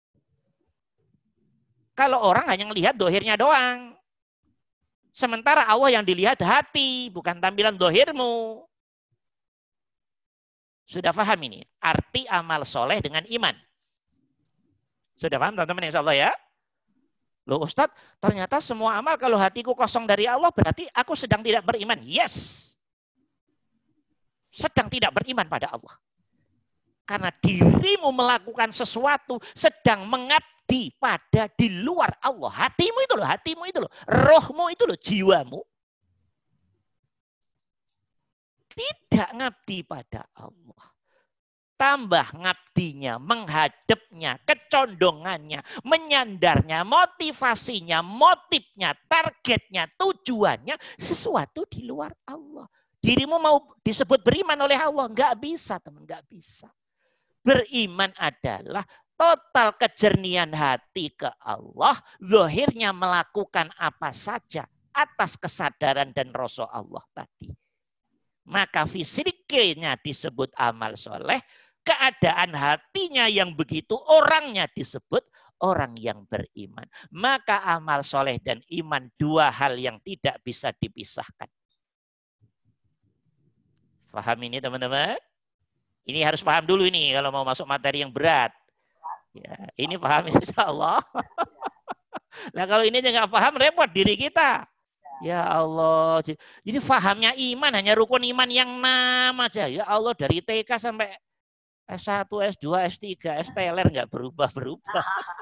Kalau orang hanya melihat zahirnya doang. Sementara Allah yang dilihat hati, bukan tampilan zahirmu. Sudah paham ini? Arti amal soleh dengan iman. Sudah paham teman-teman insya Allah ya? Loh Ustadz, ternyata semua amal kalau hatiku kosong dari Allah berarti aku sedang tidak beriman. Yes. Sedang tidak beriman pada Allah. Karena dirimu melakukan sesuatu sedang mengabdi pada di luar Allah. Hatimu itu loh, hatimu itu loh. Rohmu itu loh, jiwamu. Tidak ngabdi pada Allah. tambah ngabdinya, menghadapnya, kecondongannya, menyandarnya, motivasinya, motifnya, targetnya, tujuannya sesuatu di luar Allah. Dirimu mau disebut beriman oleh Allah? Enggak bisa, teman, enggak bisa. Beriman adalah total kejernihan hati ke Allah, zahirnya melakukan apa saja atas kesadaran dan rasa Allah tadi. Maka fisiknya disebut amal soleh, keadaan hatinya yang begitu, orangnya disebut orang yang beriman. Maka amal soleh dan iman dua hal yang tidak bisa dipisahkan. Paham ini teman-teman? Ini harus paham dulu ini kalau mau masuk materi yang berat. Ya, ini paham insya Allah. Nah kalau ini aja nggak paham, repot diri kita. Ya Allah. Jadi fahamnya iman hanya rukun iman yang enam aja. Ya Allah, dari T K sampai S satu, S dua, S tiga, S T L R nggak berubah-berubah.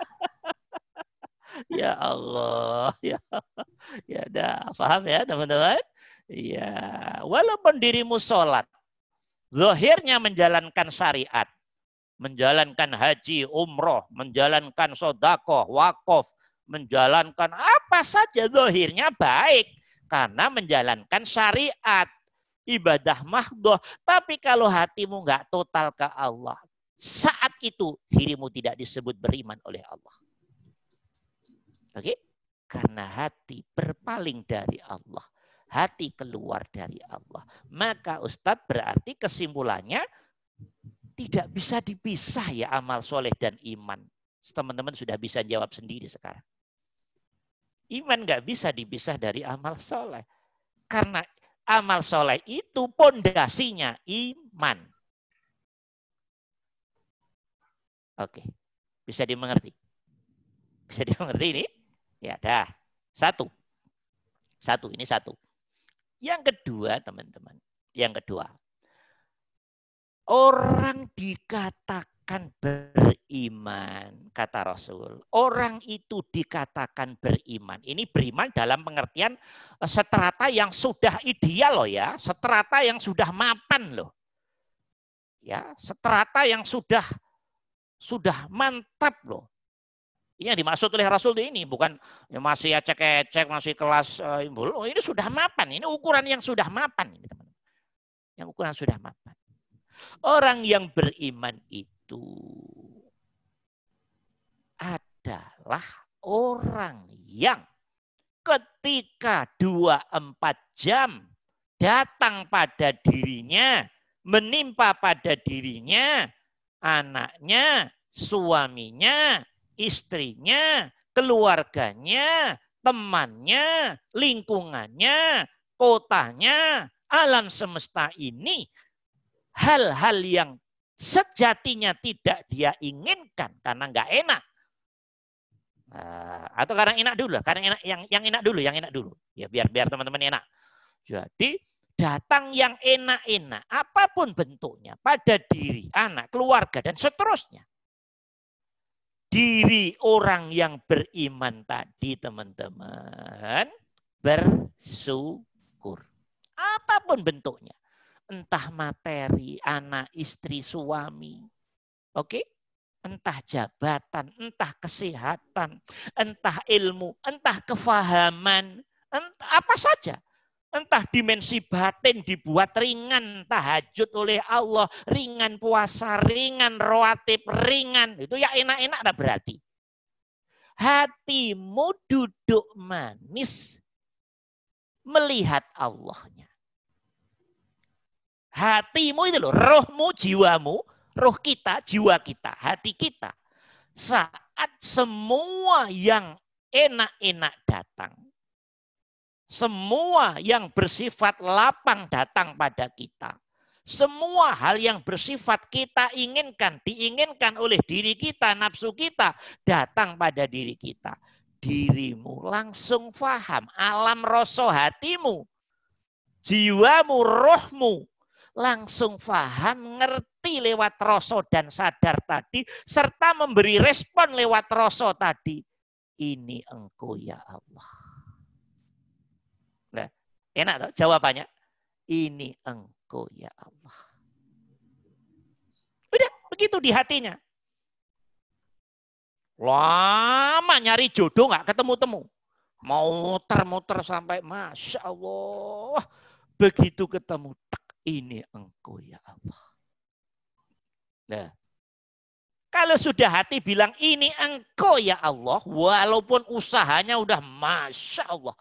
Ya Allah. Ya, ya dah, paham ya teman-teman? Ya, walaupun dirimu sholat, zahirnya menjalankan syariat, menjalankan haji, umroh, menjalankan sodakoh, wakaf, menjalankan apa saja zahirnya baik. Karena menjalankan syariat, ibadah mahdoh. Tapi kalau hatimu nggak total ke Allah, saat itu dirimu tidak disebut beriman oleh Allah. Oke? Karena hati berpaling dari Allah. Hati keluar dari Allah. Maka Ustadz berarti kesimpulannya tidak bisa dipisah ya amal soleh dan iman. Teman-teman sudah bisa jawab sendiri sekarang. Iman nggak bisa dipisah dari amal soleh. Karena amal soleh itu pondasinya iman. Oke, bisa dimengerti? Bisa dimengerti ini? Ya dah, satu. Satu, ini satu. Yang kedua teman-teman, yang kedua. Orang dikatakan beriman, kata Rasul. Orang itu dikatakan beriman. Ini beriman dalam pengertian strata yang sudah ideal loh ya. Strata yang sudah mapan loh. Ya, strata yang sudah sudah mantap loh. Ini yang dimaksud oleh Rasul ini bukan ya masih ecek-ecek, masih kelas uh, ini sudah mapan. Ini ukuran yang sudah mapan ini teman-teman. Yang ukuran sudah mapan. Orang yang beriman itu adalah orang yang ketika dua puluh empat jam datang pada dirinya, menimpa pada dirinya, anaknya, suaminya, istrinya, keluarganya, temannya, lingkungannya, kotanya, alam semesta ini, hal-hal yang sejatinya tidak dia inginkan karena nggak enak. Nah, atau karena enak dulu, karena enak yang yang enak dulu, yang enak dulu. Ya biar biar teman-teman enak. Jadi datang yang enak-enak, apapun bentuknya pada diri, anak, keluarga dan seterusnya. Diri orang yang beriman tadi teman-teman bersyukur. Apapun bentuknya. Entah materi, anak, istri, suami. Oke? Entah jabatan, entah kesehatan, entah ilmu, entah kefahaman, entah apa saja. Entah dimensi batin dibuat ringan, tahajud oleh Allah, ringan puasa, ringan rawatib, ringan. Itu ya enak-enak lah berarti. Hatimu duduk manis melihat Allahnya. Hatimu itu loh, rohmu, jiwamu, roh kita, jiwa kita, hati kita. Saat semua yang enak-enak datang, semua yang bersifat lapang datang pada kita. Semua hal yang bersifat kita inginkan, diinginkan oleh diri kita, nafsu kita, datang pada diri kita. Dirimu langsung faham, alam rasa hatimu, jiwamu, rohmu, langsung faham, ngerti lewat rasa dan sadar tadi, serta memberi respon lewat rasa tadi. Ini engkau ya Allah. Nah, enak toh jawabannya? Ini engkau ya Allah. Udah. Begitu di hatinya. Lama nyari jodoh nggak ketemu-temu. Mau muter-muter sampai Masya Allah. Begitu ketemu, tak ini engkau ya Allah. Nah, kalau sudah hati bilang ini engkau ya Allah, walaupun usahanya udah Masya Allah.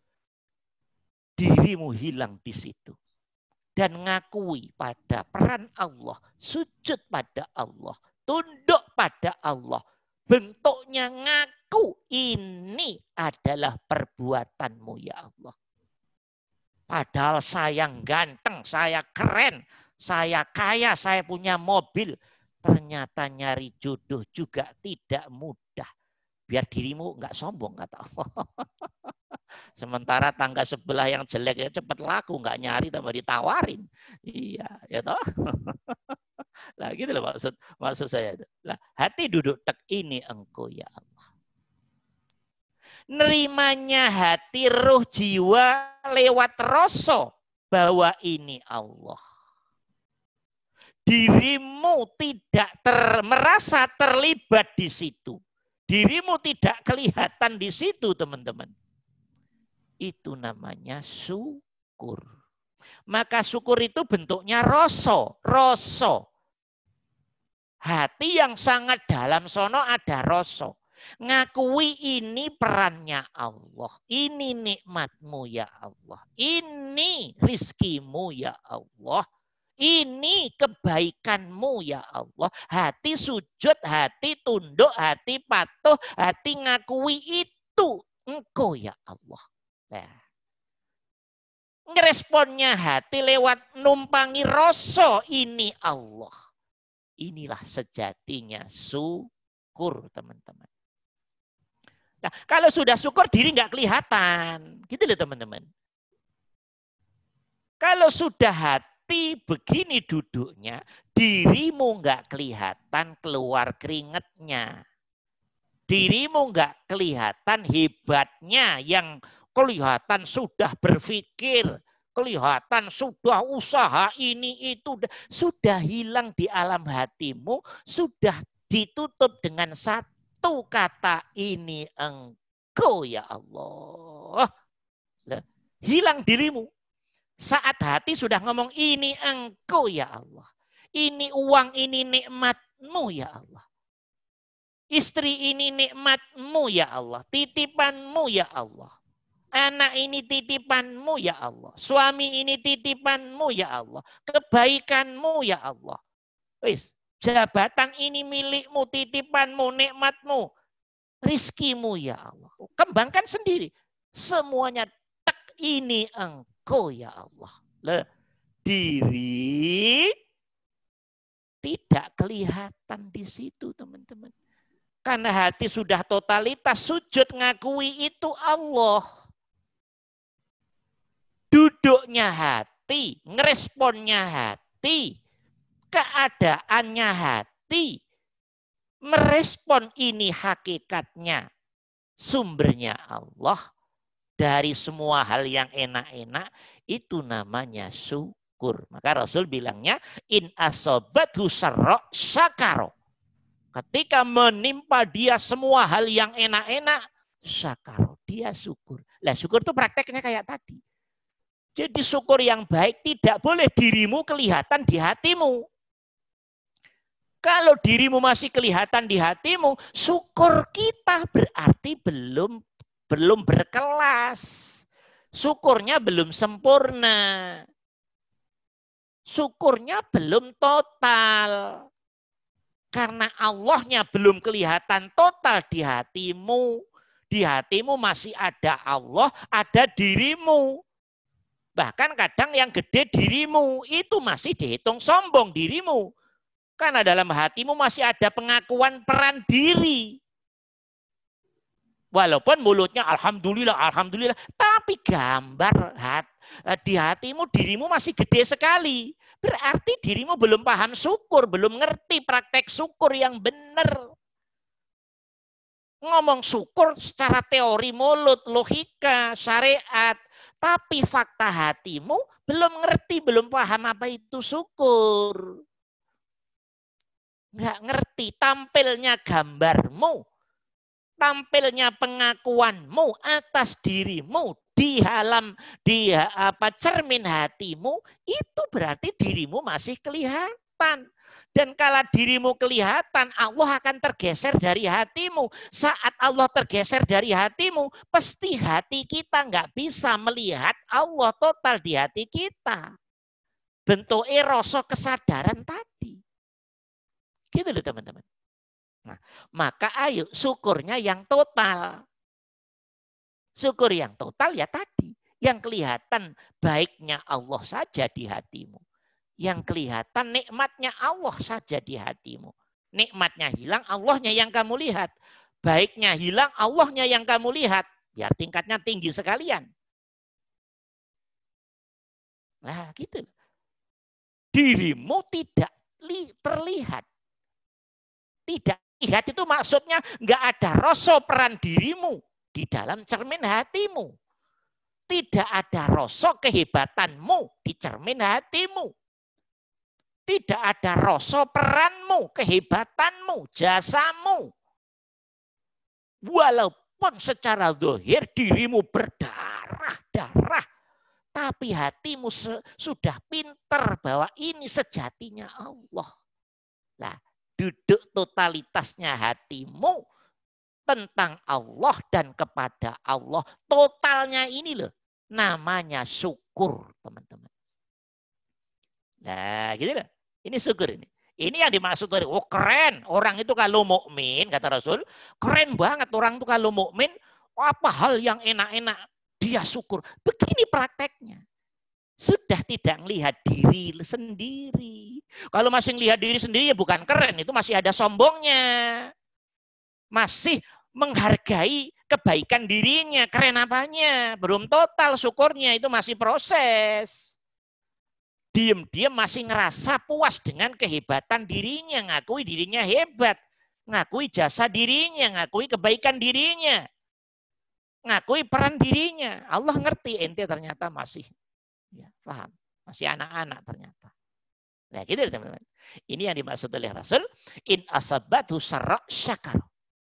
Dirimu hilang di situ. Dan ngakui pada peran Allah, sujud pada Allah, tunduk pada Allah. Bentuknya ngaku ini adalah perbuatanmu ya Allah. Padahal saya ganteng, saya keren, saya kaya, saya punya mobil. Ternyata nyari jodoh juga tidak mudah. Biar dirimu nggak sombong kata Allah. Sementara tangga sebelah yang jelek ya cepat laku, nggak nyari tambah ditawarin. Iya, ya toh. Lah gitu loh maksud maksud saya itu. Lah hati duduk tek ini engkau ya Allah. Nerimanya hati ruh jiwa lewat rasa bahwa ini Allah. Dirimu tidak ter, merasa terlibat di situ. Dirimu tidak kelihatan di situ, teman-teman. Itu namanya syukur. Maka syukur itu bentuknya rasa, rasa. Hati yang sangat dalam sono ada rasa. Ngakui ini perannya Allah. Ini nikmatmu ya Allah. Ini rizkimu ya Allah. Ini kebaikanmu ya Allah. Hati sujud, hati tunduk, hati patuh, hati ngakui itu engkau ya Allah. Nah. Ngeresponnya hati lewat numpangi rasa ini Allah. Inilah sejatinya syukur teman-teman. Nah, kalau sudah syukur diri nggak kelihatan. Gitu loh teman-teman. Kalau sudah hati begini duduknya, dirimu nggak kelihatan keluar keringetnya. Dirimu nggak kelihatan hebatnya yang kelihatan sudah berpikir, kelihatan sudah usaha ini itu, sudah hilang di alam hatimu, sudah ditutup dengan satu kata ini engkau ya Allah. Hilang dirimu. Saat hati sudah ngomong ini engkau ya Allah. Ini uang, ini nikmatmu ya Allah. Istri ini nikmatmu ya Allah. Titipanmu ya Allah. Anak ini titipanmu ya Allah. Suami ini titipanmu ya Allah. Kebaikanmu ya Allah. Wis, jabatan ini milikmu, titipanmu, nikmatmu. Rizkimu ya Allah. Kembangkan sendiri. Semuanya tak ini engkau ya Allah. Le, diri tidak kelihatan di situ teman-teman. Karena hati sudah totalitas sujud ngakui itu Allah. Duduknya hati, ngeresponnya hati, keadaannya hati. Merespon ini hakikatnya. Sumbernya Allah. Dari semua hal yang enak-enak, itu namanya syukur. Maka Rasul bilangnya, in asobathu sarra syakaro. Ketika menimpa dia semua hal yang enak-enak, syakaro, dia syukur. Lah syukur itu prakteknya kayak tadi. Jadi syukur yang baik tidak boleh dirimu kelihatan di hatimu. Kalau dirimu masih kelihatan di hatimu, syukur kita berarti belum belum berkelas. Syukurnya belum sempurna. Syukurnya belum total. Karena Allahnya belum kelihatan total di hatimu. Di hatimu masih ada Allah, ada dirimu. Bahkan kadang yang gede dirimu, itu masih dihitung sombong dirimu. Karena dalam hatimu masih ada pengakuan peran diri. Walaupun mulutnya Alhamdulillah, Alhamdulillah. Tapi gambar hat, di hatimu, dirimu masih gede sekali. Berarti dirimu belum paham syukur, belum ngerti praktek syukur yang benar. Ngomong syukur secara teori mulut, logika, syariat. Tapi fakta hatimu belum ngerti, belum paham apa itu syukur. nggak ngerti. Tampilnya gambarmu, tampilnya pengakuanmu atas dirimu di dalam di apa cermin hatimu, itu berarti dirimu masih kelihatan. Dan kalau dirimu kelihatan, Allah akan tergeser dari hatimu. Saat Allah tergeser dari hatimu, pasti hati kita nggak bisa melihat Allah total di hati kita. Bentuknya rasa kesadaran tadi. Gitu loh teman-teman. Nah, maka ayo syukurnya yang total. Syukur yang total ya tadi. Yang kelihatan baiknya Allah saja di hatimu. Yang kelihatan nikmatnya Allah saja di hatimu. Nikmatnya hilang, Allahnya yang kamu lihat. Baiknya hilang, Allahnya yang kamu lihat. Biar tingkatnya tinggi sekalian. Nah gitu. Dirimu tidak terlihat. Tidak lihat itu maksudnya nggak ada rasa peran dirimu di dalam cermin hatimu. Tidak ada rasa kehebatanmu di cermin hatimu. Tidak ada rasa peranmu, kehebatanmu, jasamu. Walaupun secara zahir dirimu berdarah-darah, tapi hatimu sudah pinter bahwa ini sejatinya Allah. Nah, duduk totalitasnya hatimu tentang Allah dan kepada Allah. Totalnya ini loh, namanya syukur, teman-teman. Nah, gitu loh. Ini syukur ini. Ini yang dimaksud dari, oh keren. Orang itu kalau mukmin, kata Rasul, keren banget orang itu kalau mukmin, apa hal yang enak-enak, dia syukur. Begini prakteknya. Sudah tidak melihat diri sendiri. Kalau masih melihat diri sendiri ya bukan keren, itu masih ada sombongnya. Masih menghargai kebaikan dirinya, keren apanya. Belum total syukurnya, itu masih proses. Diam-diam masih ngerasa puas dengan kehebatan dirinya, ngakui dirinya hebat, ngakui jasa dirinya, ngakui kebaikan dirinya, ngakui peran dirinya. Allah ngerti, ente ternyata masih ya, paham, masih anak-anak ternyata. Nah gitu teman-teman. Ini yang dimaksud oleh Rasul, in asabatu sarra syakar.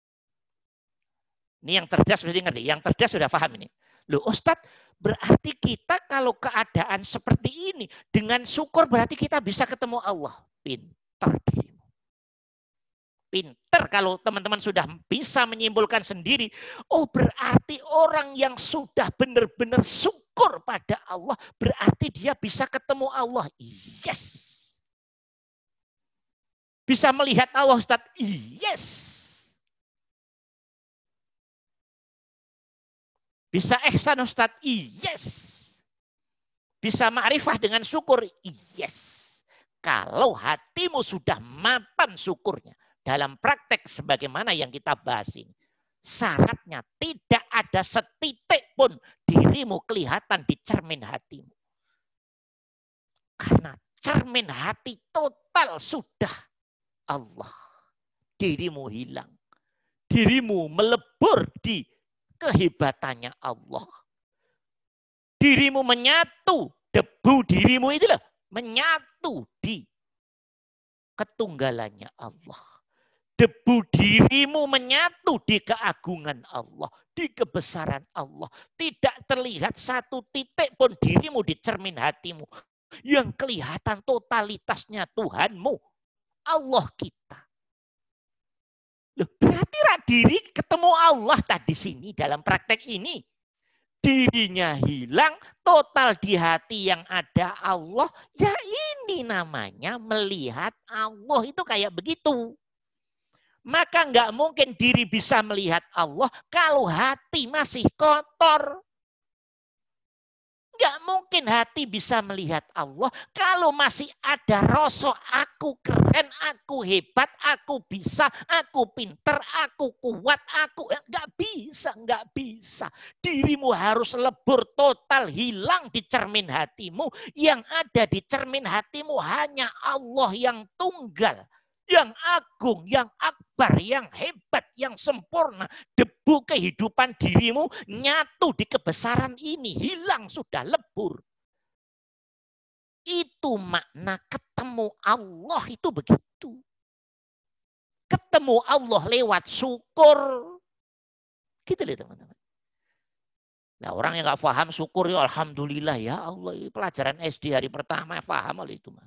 Ini yang cerdas sudah ngerti, yang cerdas sudah paham ini. Loh Ustadz, berarti kita kalau keadaan seperti ini, dengan syukur berarti kita bisa ketemu Allah. Pinter dirimu. Pinter kalau teman-teman sudah bisa menyimpulkan sendiri. Oh berarti orang yang sudah benar-benar syukur pada Allah, berarti dia bisa ketemu Allah. Yes. Bisa melihat Allah Ustadz. Yes. Bisa ihsan Ustadz? Yes. Bisa ma'rifah dengan syukur? Yes. Kalau hatimu sudah mapan syukurnya dalam praktek sebagaimana yang kita bahas ini. Syaratnya tidak ada setitik pun dirimu kelihatan di cermin hatimu. Karena cermin hati total sudah Allah. Dirimu hilang. Dirimu melebur di kehebatannya Allah. Dirimu menyatu, debu dirimu itulah menyatu di ketunggalannya Allah. Debu dirimu menyatu di keagungan Allah, di kebesaran Allah. Tidak terlihat satu titik pun dirimu di cermin hatimu. Yang kelihatan totalitasnya Tuhanmu, Allah kita. Loh, berarti diri ketemu Allah tadi sini dalam praktek ini. Dirinya hilang, total di hati yang ada Allah. Ya ini namanya melihat Allah itu kayak begitu. Maka nggak mungkin diri bisa melihat Allah kalau hati masih kotor. Nggak mungkin hati bisa melihat Allah kalau masih ada rasa aku keren, aku hebat, aku bisa, aku pinter, aku kuat, aku nggak bisa, nggak bisa. Dirimu harus lebur total, hilang di cermin hatimu. Yang ada di cermin hatimu hanya Allah yang tunggal, yang agung, yang akbar, yang hebat, yang sempurna. Debu kehidupan dirimu nyatu di kebesaran ini. Hilang sudah lebur. Itu makna ketemu Allah itu begitu. ketemu Allah lewat syukur. Gitu loh teman-teman. Nah orang yang nggak paham syukur ya alhamdulillah ya Allah. Pelajaran S D hari pertama paham oleh itu mah.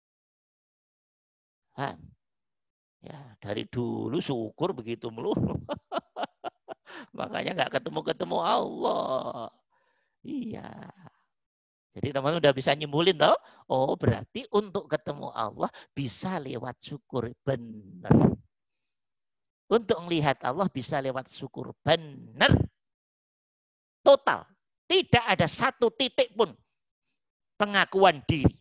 Paham? Ya dari dulu syukur begitu melulu. Makanya nggak ketemu-ketemu Allah. Iya. Jadi teman-teman udah bisa nyimpulin toh? Oh berarti untuk ketemu Allah bisa lewat syukur. Benar. Untuk melihat Allah bisa lewat syukur. Benar. Total. Tidak ada satu titik pun pengakuan diri.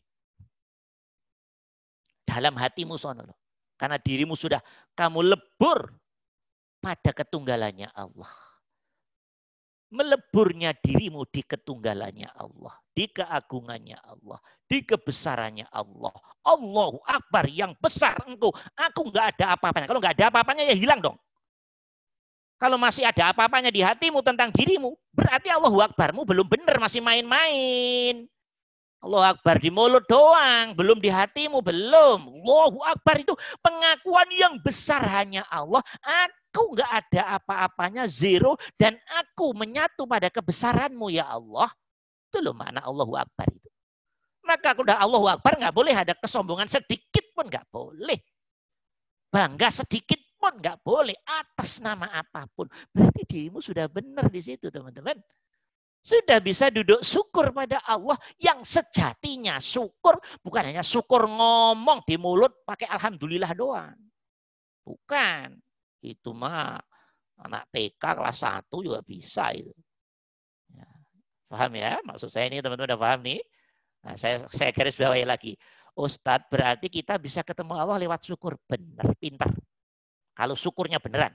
Dalam hatimu sono. Karena dirimu sudah kamu lebur pada ketunggalannya Allah. Meleburnya dirimu di ketunggalannya Allah. Di keagungannya Allah. Di kebesarannya Allah. Allahu Akbar yang besar engkau. Aku nggak ada apa-apanya. Kalau nggak ada apa-apanya ya hilang dong. Kalau masih ada apa-apanya di hatimu tentang dirimu. Berarti Allahu Akbarmu belum benar. Masih main-main. Allahu Akbar di mulut doang. Belum di hatimu. Belum. Allahu Akbar itu pengakuan yang besar hanya Allah. Aku nggak ada apa-apanya, zero, dan aku menyatu pada kebesaranmu ya Allah. Itu loh makna Allahu Akbar itu. Maka kalau udah Allahu Akbar nggak boleh ada kesombongan sedikit pun nggak boleh. Bangga sedikit pun nggak boleh atas nama apapun. Berarti dirimu sudah benar di situ teman-teman. Sudah bisa duduk syukur pada Allah yang sejatinya syukur bukan hanya syukur ngomong di mulut pakai alhamdulillah doang. Bukan. Itu mah anak T K kelas satu juga bisa itu. Ya. Paham ya? Maksud saya ini teman-teman udah paham nih? Nah, saya saya garis bawahi lagi. Ustadz berarti kita bisa ketemu Allah lewat syukur. Benar, pintar. Kalau syukurnya beneran.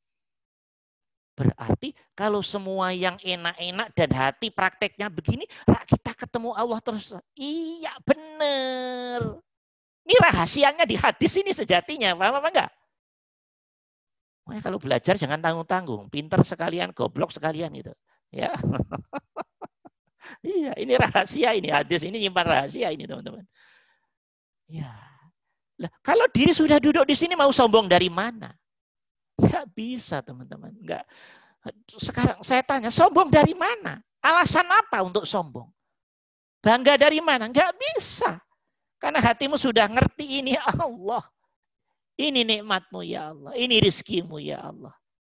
Berarti kalau semua yang enak-enak dan hati prakteknya begini, kita ketemu Allah terus. Iya benar. Ini rahasianya di hadis ini sejatinya. Paham apa enggak? Makanya kalau belajar jangan tanggung-tanggung, pinter sekalian, goblok sekalian gitu. Ya. Iya, ini rahasia ini hadis ini nyimpan rahasia ini teman-teman. Ya. Lah, kalau diri sudah duduk di sini mau sombong dari mana? Enggak bisa teman-teman. Enggak. Sekarang saya tanya, sombong dari mana? Alasan apa untuk sombong? Bangga dari mana? Enggak bisa. Karena hatimu sudah ngerti ini Allah. Ini nikmatmu ya Allah. Ini rizkimu ya Allah.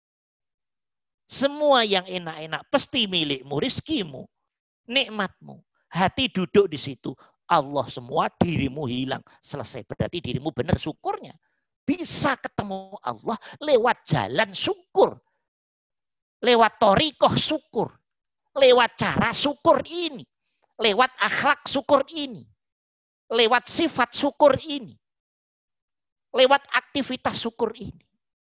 Semua yang enak-enak pasti milikmu, rizkimu, nikmatmu. Hati duduk di situ. Allah semua, dirimu hilang. Selesai. Berarti dirimu benar syukurnya. Bisa ketemu Allah lewat jalan syukur. Lewat torikoh syukur. Lewat cara syukur ini. Lewat akhlak syukur ini. Lewat sifat syukur ini. Lewat aktivitas syukur ini.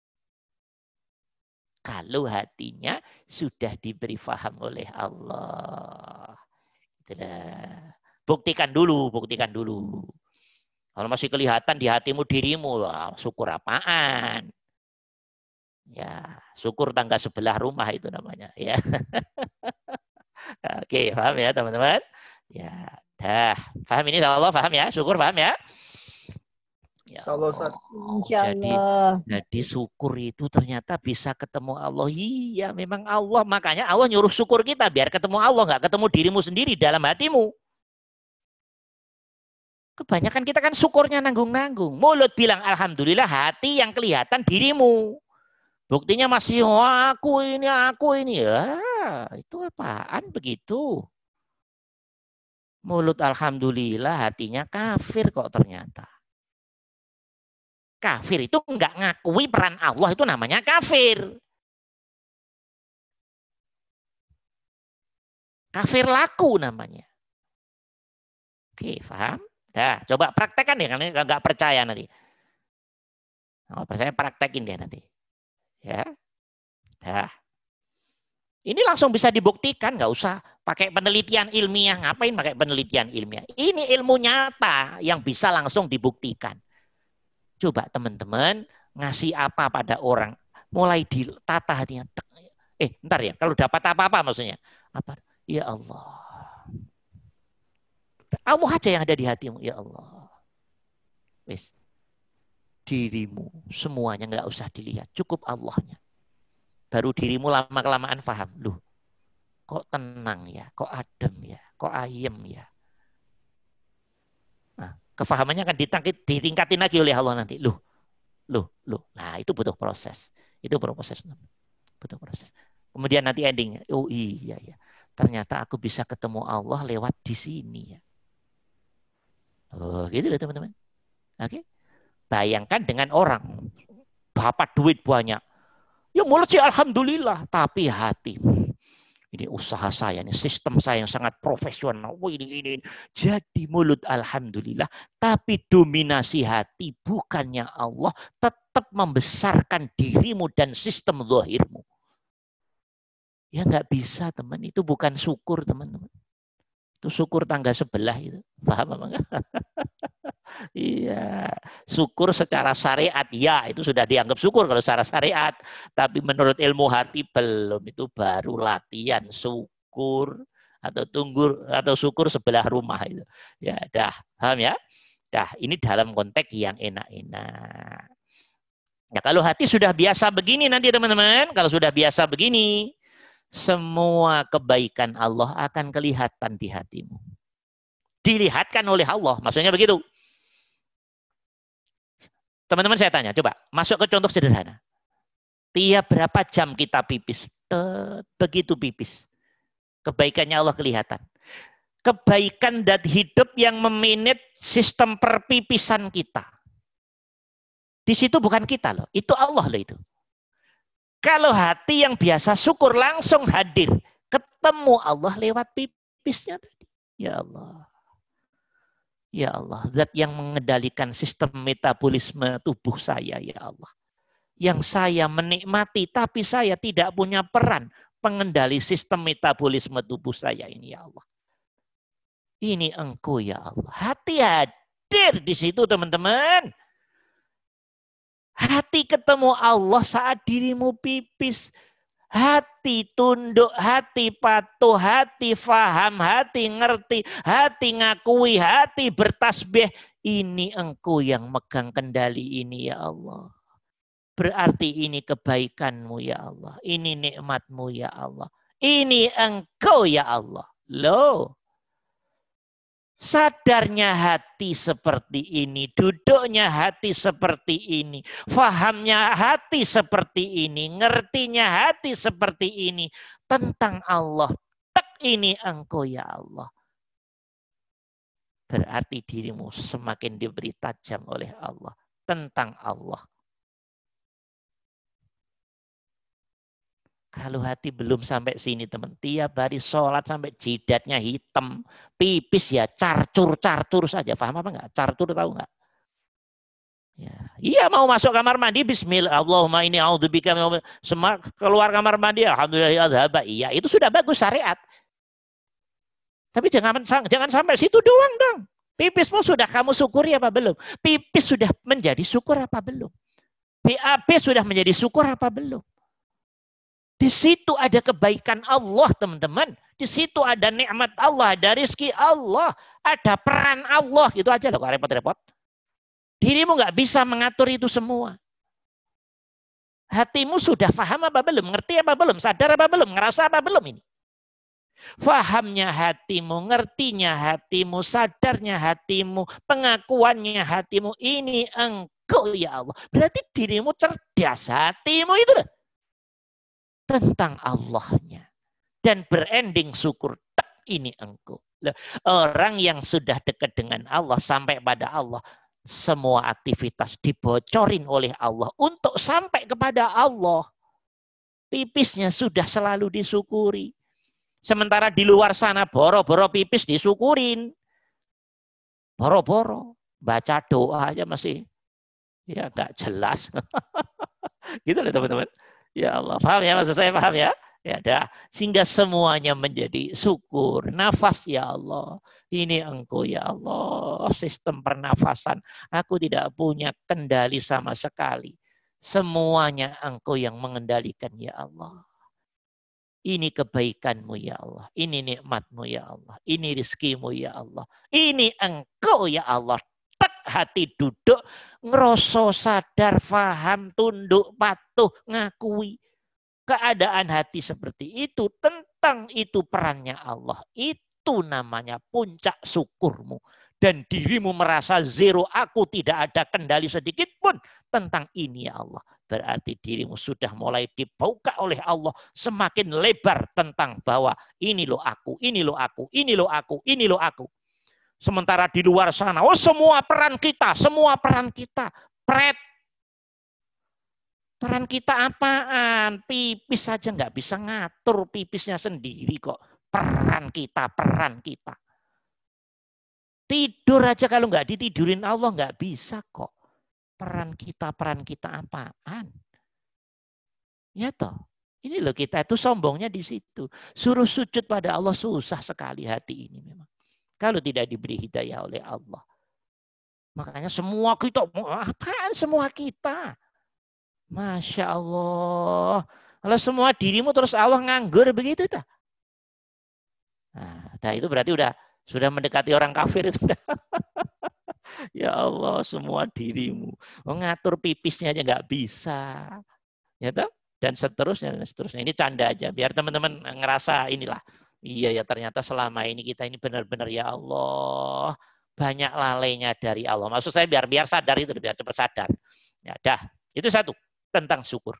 Kalau hatinya sudah diberi faham oleh Allah. Itulah. Buktikan dulu, buktikan dulu. Kalau masih kelihatan di hatimu dirimu, wah, syukur apaan? Ya, syukur tangga sebelah rumah itu namanya. Ya. Oke, paham ya teman-teman? Ya, dah. Paham ini Allah, paham ya? Syukur paham ya? Ya Allah. Insya Jadi, Allah. jadi syukur itu ternyata bisa ketemu Allah. Iya, memang Allah. Makanya Allah nyuruh syukur kita biar ketemu Allah, nggak ketemu dirimu sendiri dalam hatimu. Kebanyakan kita kan syukurnya nanggung-nanggung. Mulut bilang alhamdulillah, hati yang kelihatan dirimu. Buktinya masih oh, aku ini, aku ini. Ya, itu apaan begitu? Mulut alhamdulillah, hatinya kafir kok ternyata. Kafir itu enggak ngakui peran Allah, itu namanya kafir. Kafir laku namanya. Oke, paham? Dah, coba praktekkan deh, karena enggak percaya nanti. Oh, percaya praktekin deh nanti. Ya, dah. Ini langsung bisa dibuktikan, nggak usah pakai penelitian ilmiah. Ngapain pakai penelitian ilmiah? Ini ilmu nyata yang bisa langsung dibuktikan. Coba teman-teman ngasih apa pada orang, mulai ditata hatinya. Eh, ntar ya, kalau dapat apa-apa maksudnya. Apa? Ya Allah. Allah aja yang ada di hatimu, ya Allah. Wis. dirimu. Semuanya nggak usah dilihat. Cukup Allahnya. Baru dirimu lama-kelamaan paham. Loh, kok tenang ya? Kok adem ya? Kok ayem ya? Nah, kefahamannya akan ditingkatin lagi oleh Allah nanti. Loh, loh, loh. Nah, itu butuh proses. Itu proses. Butuh proses. Kemudian nanti ending. Oh iya ya. Ternyata aku bisa ketemu Allah lewat di sini ya. Oh, gitu ya teman-teman. Oke. Bayangkan dengan orang dapat duit banyak. Ya mulut sih alhamdulillah, tapi hati. Ini usaha saya, ini sistem saya yang sangat profesional. Oh, ini, ini. Jadi mulut alhamdulillah, tapi dominasi hati bukannya Allah tetap membesarkan dirimu dan sistem zahirmu. Ya nggak bisa teman, itu bukan syukur teman-teman. Itu syukur tangga sebelah itu. Paham apa enggak? Iya, syukur secara syariat ya itu sudah dianggap syukur kalau secara syariat. Tapi menurut ilmu hati belum, itu baru latihan syukur atau tunggu atau syukur sebelah rumah itu. Ya, dah, paham ya? Dah, ini dalam konteks yang enak-enak. Nah, kalau hati sudah biasa begini nanti teman-teman, kalau sudah biasa begini, semua kebaikan Allah akan kelihatan di hatimu. Dilihatkan oleh Allah, maksudnya begitu. Teman-teman saya tanya, coba masuk ke contoh sederhana. Tiap berapa jam kita pipis? Begitu pipis. Kebaikannya Allah kelihatan. Kebaikan dan hidup yang memanage sistem perpipisan kita. Di situ bukan kita loh, itu Allah loh itu. Kalau hati yang biasa syukur langsung hadir. Ketemu Allah lewat pipisnya tadi. Ya Allah. Ya Allah. Zat yang mengendalikan sistem metabolisme tubuh saya. Ya Allah. Yang saya menikmati tapi saya tidak punya peran pengendali sistem metabolisme tubuh saya ini. Ya Allah. Ini Engkau ya Allah. Hati hadir di situ teman-teman. Hati ketemu Allah saat dirimu pipis. Hati tunduk, hati patuh, hati faham, hati ngerti, hati ngakui, hati bertasbih. Ini Engkau yang megang kendali ini ya Allah. Berarti ini kebaikanmu ya Allah. Ini nikmatmu ya Allah. Ini Engkau ya Allah. Loh. Sadarnya hati seperti ini, duduknya hati seperti ini, fahamnya hati seperti ini, ngertinya hati seperti ini tentang Allah. Tak ini Engkau ya Allah. Berarti dirimu semakin diberi tajam oleh Allah tentang Allah. Kalau hati belum sampai sini teman, tiap hari sholat sampai jidatnya hitam, pipis ya carcur-carcur saja. Paham apa enggak? Carcur tahu enggak? Ya. Iya mau masuk kamar mandi, bismillah, Allahumma ini a'udzubika min semua keluar kamar mandi, alhamdulillah, iya itu sudah bagus syariat. Tapi jangan jangan sampai situ doang dong. Pipismu sudah kamu syukuri apa belum? Pipis sudah menjadi syukur apa belum? B A B sudah menjadi syukur apa belum? Di situ ada kebaikan Allah, teman-teman. Di situ ada nikmat Allah, ada rezeki Allah, ada peran Allah. Itu aja loh, kok repot-repot. Dirimu nggak bisa mengatur itu semua. Hatimu sudah paham apa belum? Ngerti apa belum? Sadar apa belum? Ngerasa apa belum ini? Fahamnya hatimu, ngertinya hatimu, sadarnya hatimu, pengakuannya hatimu. Ini Engkau ya Allah. Berarti dirimu cerdas, hatimu itu loh. Tentang Allahnya. Dan berending syukur. Tak ini Engkau. Orang yang sudah dekat dengan Allah sampai pada Allah. Semua aktivitas dibocorin oleh Allah. Untuk sampai kepada Allah. Pipisnya sudah selalu disyukuri. Sementara di luar sana boro-boro pipis disyukurin. Boro-boro. Baca doa aja masih. Ya nggak jelas. Gitu loh teman-teman. Ya Allah, paham ya maksud saya, paham ya? Ya dah, sehingga semuanya menjadi syukur. Nafas ya Allah, ini Engkau ya Allah, sistem pernafasan. Aku tidak punya kendali sama sekali. Semuanya Engkau yang mengendalikan ya Allah. Ini kebaikanmu ya Allah, ini nikmatmu ya Allah, ini rizkimu ya Allah. Ini Engkau ya Allah. Tak hati duduk, ngeroso sadar, faham, tunduk, patuh, ngakui. Keadaan hati seperti itu, tentang itu perannya Allah. Itu namanya puncak syukurmu. Dan dirimu merasa zero, aku tidak ada kendali sedikit pun tentang ini ya Allah. Berarti dirimu sudah mulai dibuka oleh Allah semakin lebar tentang bahwa ini loh aku, ini loh aku, ini loh aku, ini loh aku. Sementara di luar sana, oh semua peran kita, semua peran kita. Pret. Peran kita apaan? Pipis saja nggak bisa ngatur pipisnya sendiri kok. Peran kita, peran kita. Tidur aja kalau nggak ditidurin Allah nggak bisa kok. Peran kita, peran kita apaan? Ya toh. Ini loh kita itu sombongnya di situ. Suruh sujud pada Allah susah sekali hati ini memang. Kalau tidak diberi hidayah oleh Allah. Makanya semua kita, apaan semua kita? Masya Allah. Kalau semua dirimu terus Allah nganggur begitu dah. Nah, nah itu berarti udah sudah mendekati orang kafir itu. Ya Allah, semua dirimu. Mengatur pipisnya aja nggak bisa. Ya toh? Dan seterusnya dan seterusnya. Ini canda aja biar teman-teman ngerasa inilah. Iya ya ternyata selama ini kita ini benar-benar ya Allah banyak lalainya dari Allah. Maksud saya biar biar sadar itu biar cepat sadar. Ya dah, itu satu tentang syukur.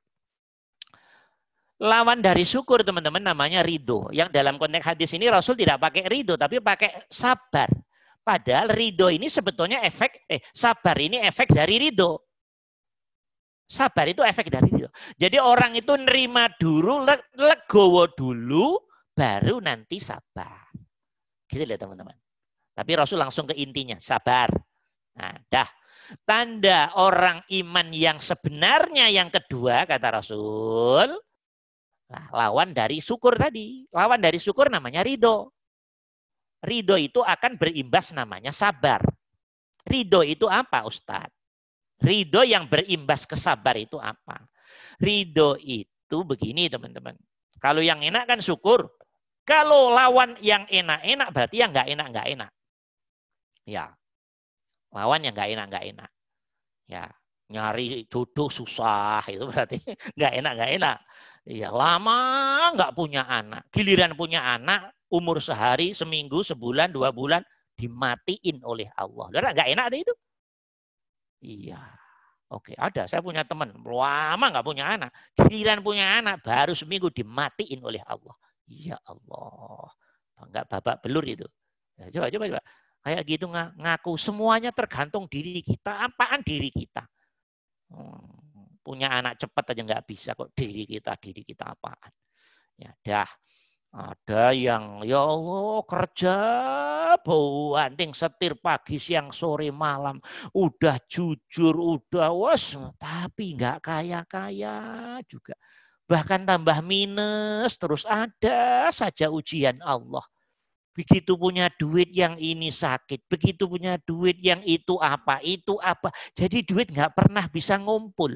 Lawan dari syukur teman-teman namanya ridho. Yang dalam konteks hadis ini Rasul tidak pakai ridho tapi pakai sabar. Padahal ridho ini sebetulnya efek eh sabar ini efek dari ridho. Sabar itu efek dari ridho. Jadi orang itu nerima dulu, legowo dulu, baru nanti sabar. Gitu ya teman-teman. Tapi Rasul langsung ke intinya, sabar. Nah, dah. Tanda orang iman yang sebenarnya yang kedua, kata Rasul, nah, lawan dari syukur tadi. Lawan dari syukur namanya ridho. Ridho itu akan berimbas namanya sabar. Ridho itu apa Ustadz? Ridho yang berimbas ke sabar itu apa? Ridho itu begini teman-teman. Kalau yang enak kan syukur. Kalau lawan yang enak-enak berarti yang nggak enak-nggak enak. Ya, lawan yang nggak enak-nggak enak. Ya, nyari jodoh susah itu berarti nggak enak-nggak enak. Ya, lama nggak punya anak. Giliran punya anak, umur sehari, seminggu, sebulan, dua bulan, dimatiin oleh Allah. Udah nggak enak ada itu? Iya. Oke, ada. Saya punya teman, lama nggak punya anak. Giliran punya anak, baru seminggu dimatiin oleh Allah. Ya Allah. Enggak babak belur itu. Ya, coba, coba, coba. Kayak gitu ngaku. Semuanya tergantung diri kita. Apaan diri kita? Hmm, punya anak cepat aja nggak bisa kok. Diri kita, diri kita apaan? Ya dah. Ada yang ya Allah kerja banting setir pagi siang sore malam udah jujur udah was tapi nggak kaya-kaya juga bahkan tambah minus terus ada saja ujian Allah. Begitu punya duit yang ini sakit, begitu punya duit yang itu apa, itu apa. Jadi duit nggak pernah bisa ngumpul.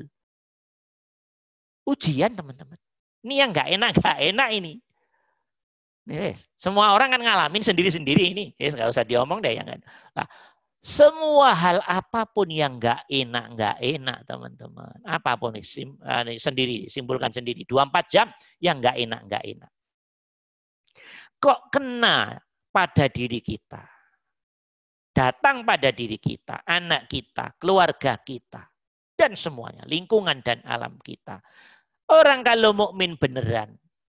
Ujian teman-teman. Ini yang nggak enak, nggak enak ini. Yes. Semua orang kan ngalamin sendiri-sendiri ini. Yes, nggak usah diomong deh yang kan. Nah, semua hal apapun yang nggak enak, nggak enak teman-teman. Apapun sim, uh, sendiri, simpulkan sendiri. dua puluh empat jam yang nggak enak, nggak enak. Kok kena pada diri kita? Datang pada diri kita, anak kita, keluarga kita, dan semuanya, lingkungan dan alam kita. Orang kalau mukmin beneran,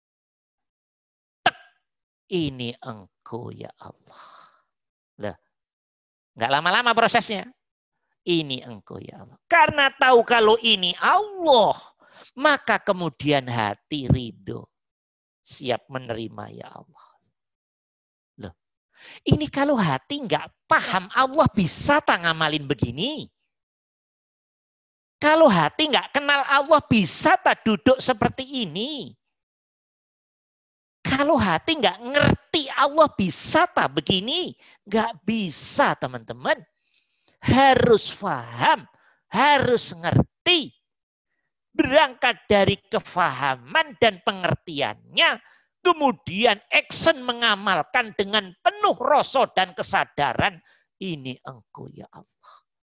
ini engkau ya Allah. Lah, nggak lama-lama prosesnya. Ini engkau ya Allah. Karena tahu kalau ini Allah, maka kemudian hati ridho. Siap menerima ya Allah. Loh, ini kalau hati nggak paham Allah bisa tak ngamalin begini? Kalau hati nggak kenal Allah bisa tak duduk seperti ini? Kalau hati nggak ngerti Allah bisa tak begini? Nggak bisa teman-teman. Harus paham, harus ngerti. Berangkat dari kefahaman dan pengertiannya, kemudian action mengamalkan dengan penuh rasa dan kesadaran. Ini engkau ya Allah.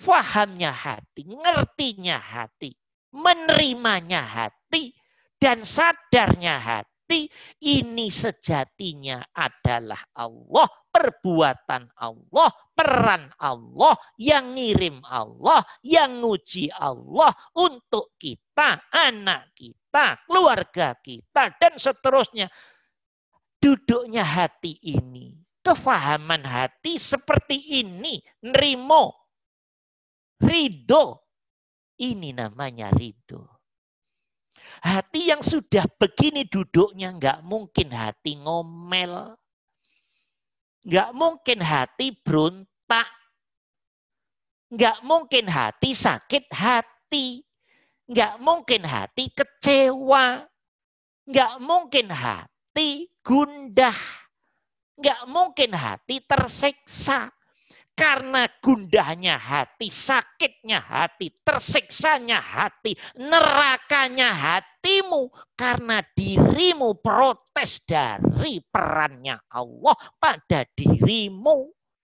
fahamnya hati, ngertinya hati, menerimanya hati, dan sadarnya hati, ini sejatinya adalah Allah, perbuatan Allah, peran Allah, yang ngirim Allah, yang nguji Allah untuk kita, anak kita, keluarga kita, dan seterusnya. Duduknya hati ini, kefahaman hati seperti ini, nerimo, ridho, ini namanya ridho. Hati yang sudah begini duduknya, nggak mungkin hati ngomel, nggak mungkin hati berontak, nggak mungkin hati sakit hati, nggak mungkin hati kecewa, nggak mungkin hati gundah, nggak mungkin hati tersiksa. Karena gundahnya hati, sakitnya hati, tersiksanya hati, nerakanya hatimu. Karena dirimu protes dari perannya Allah pada dirimu.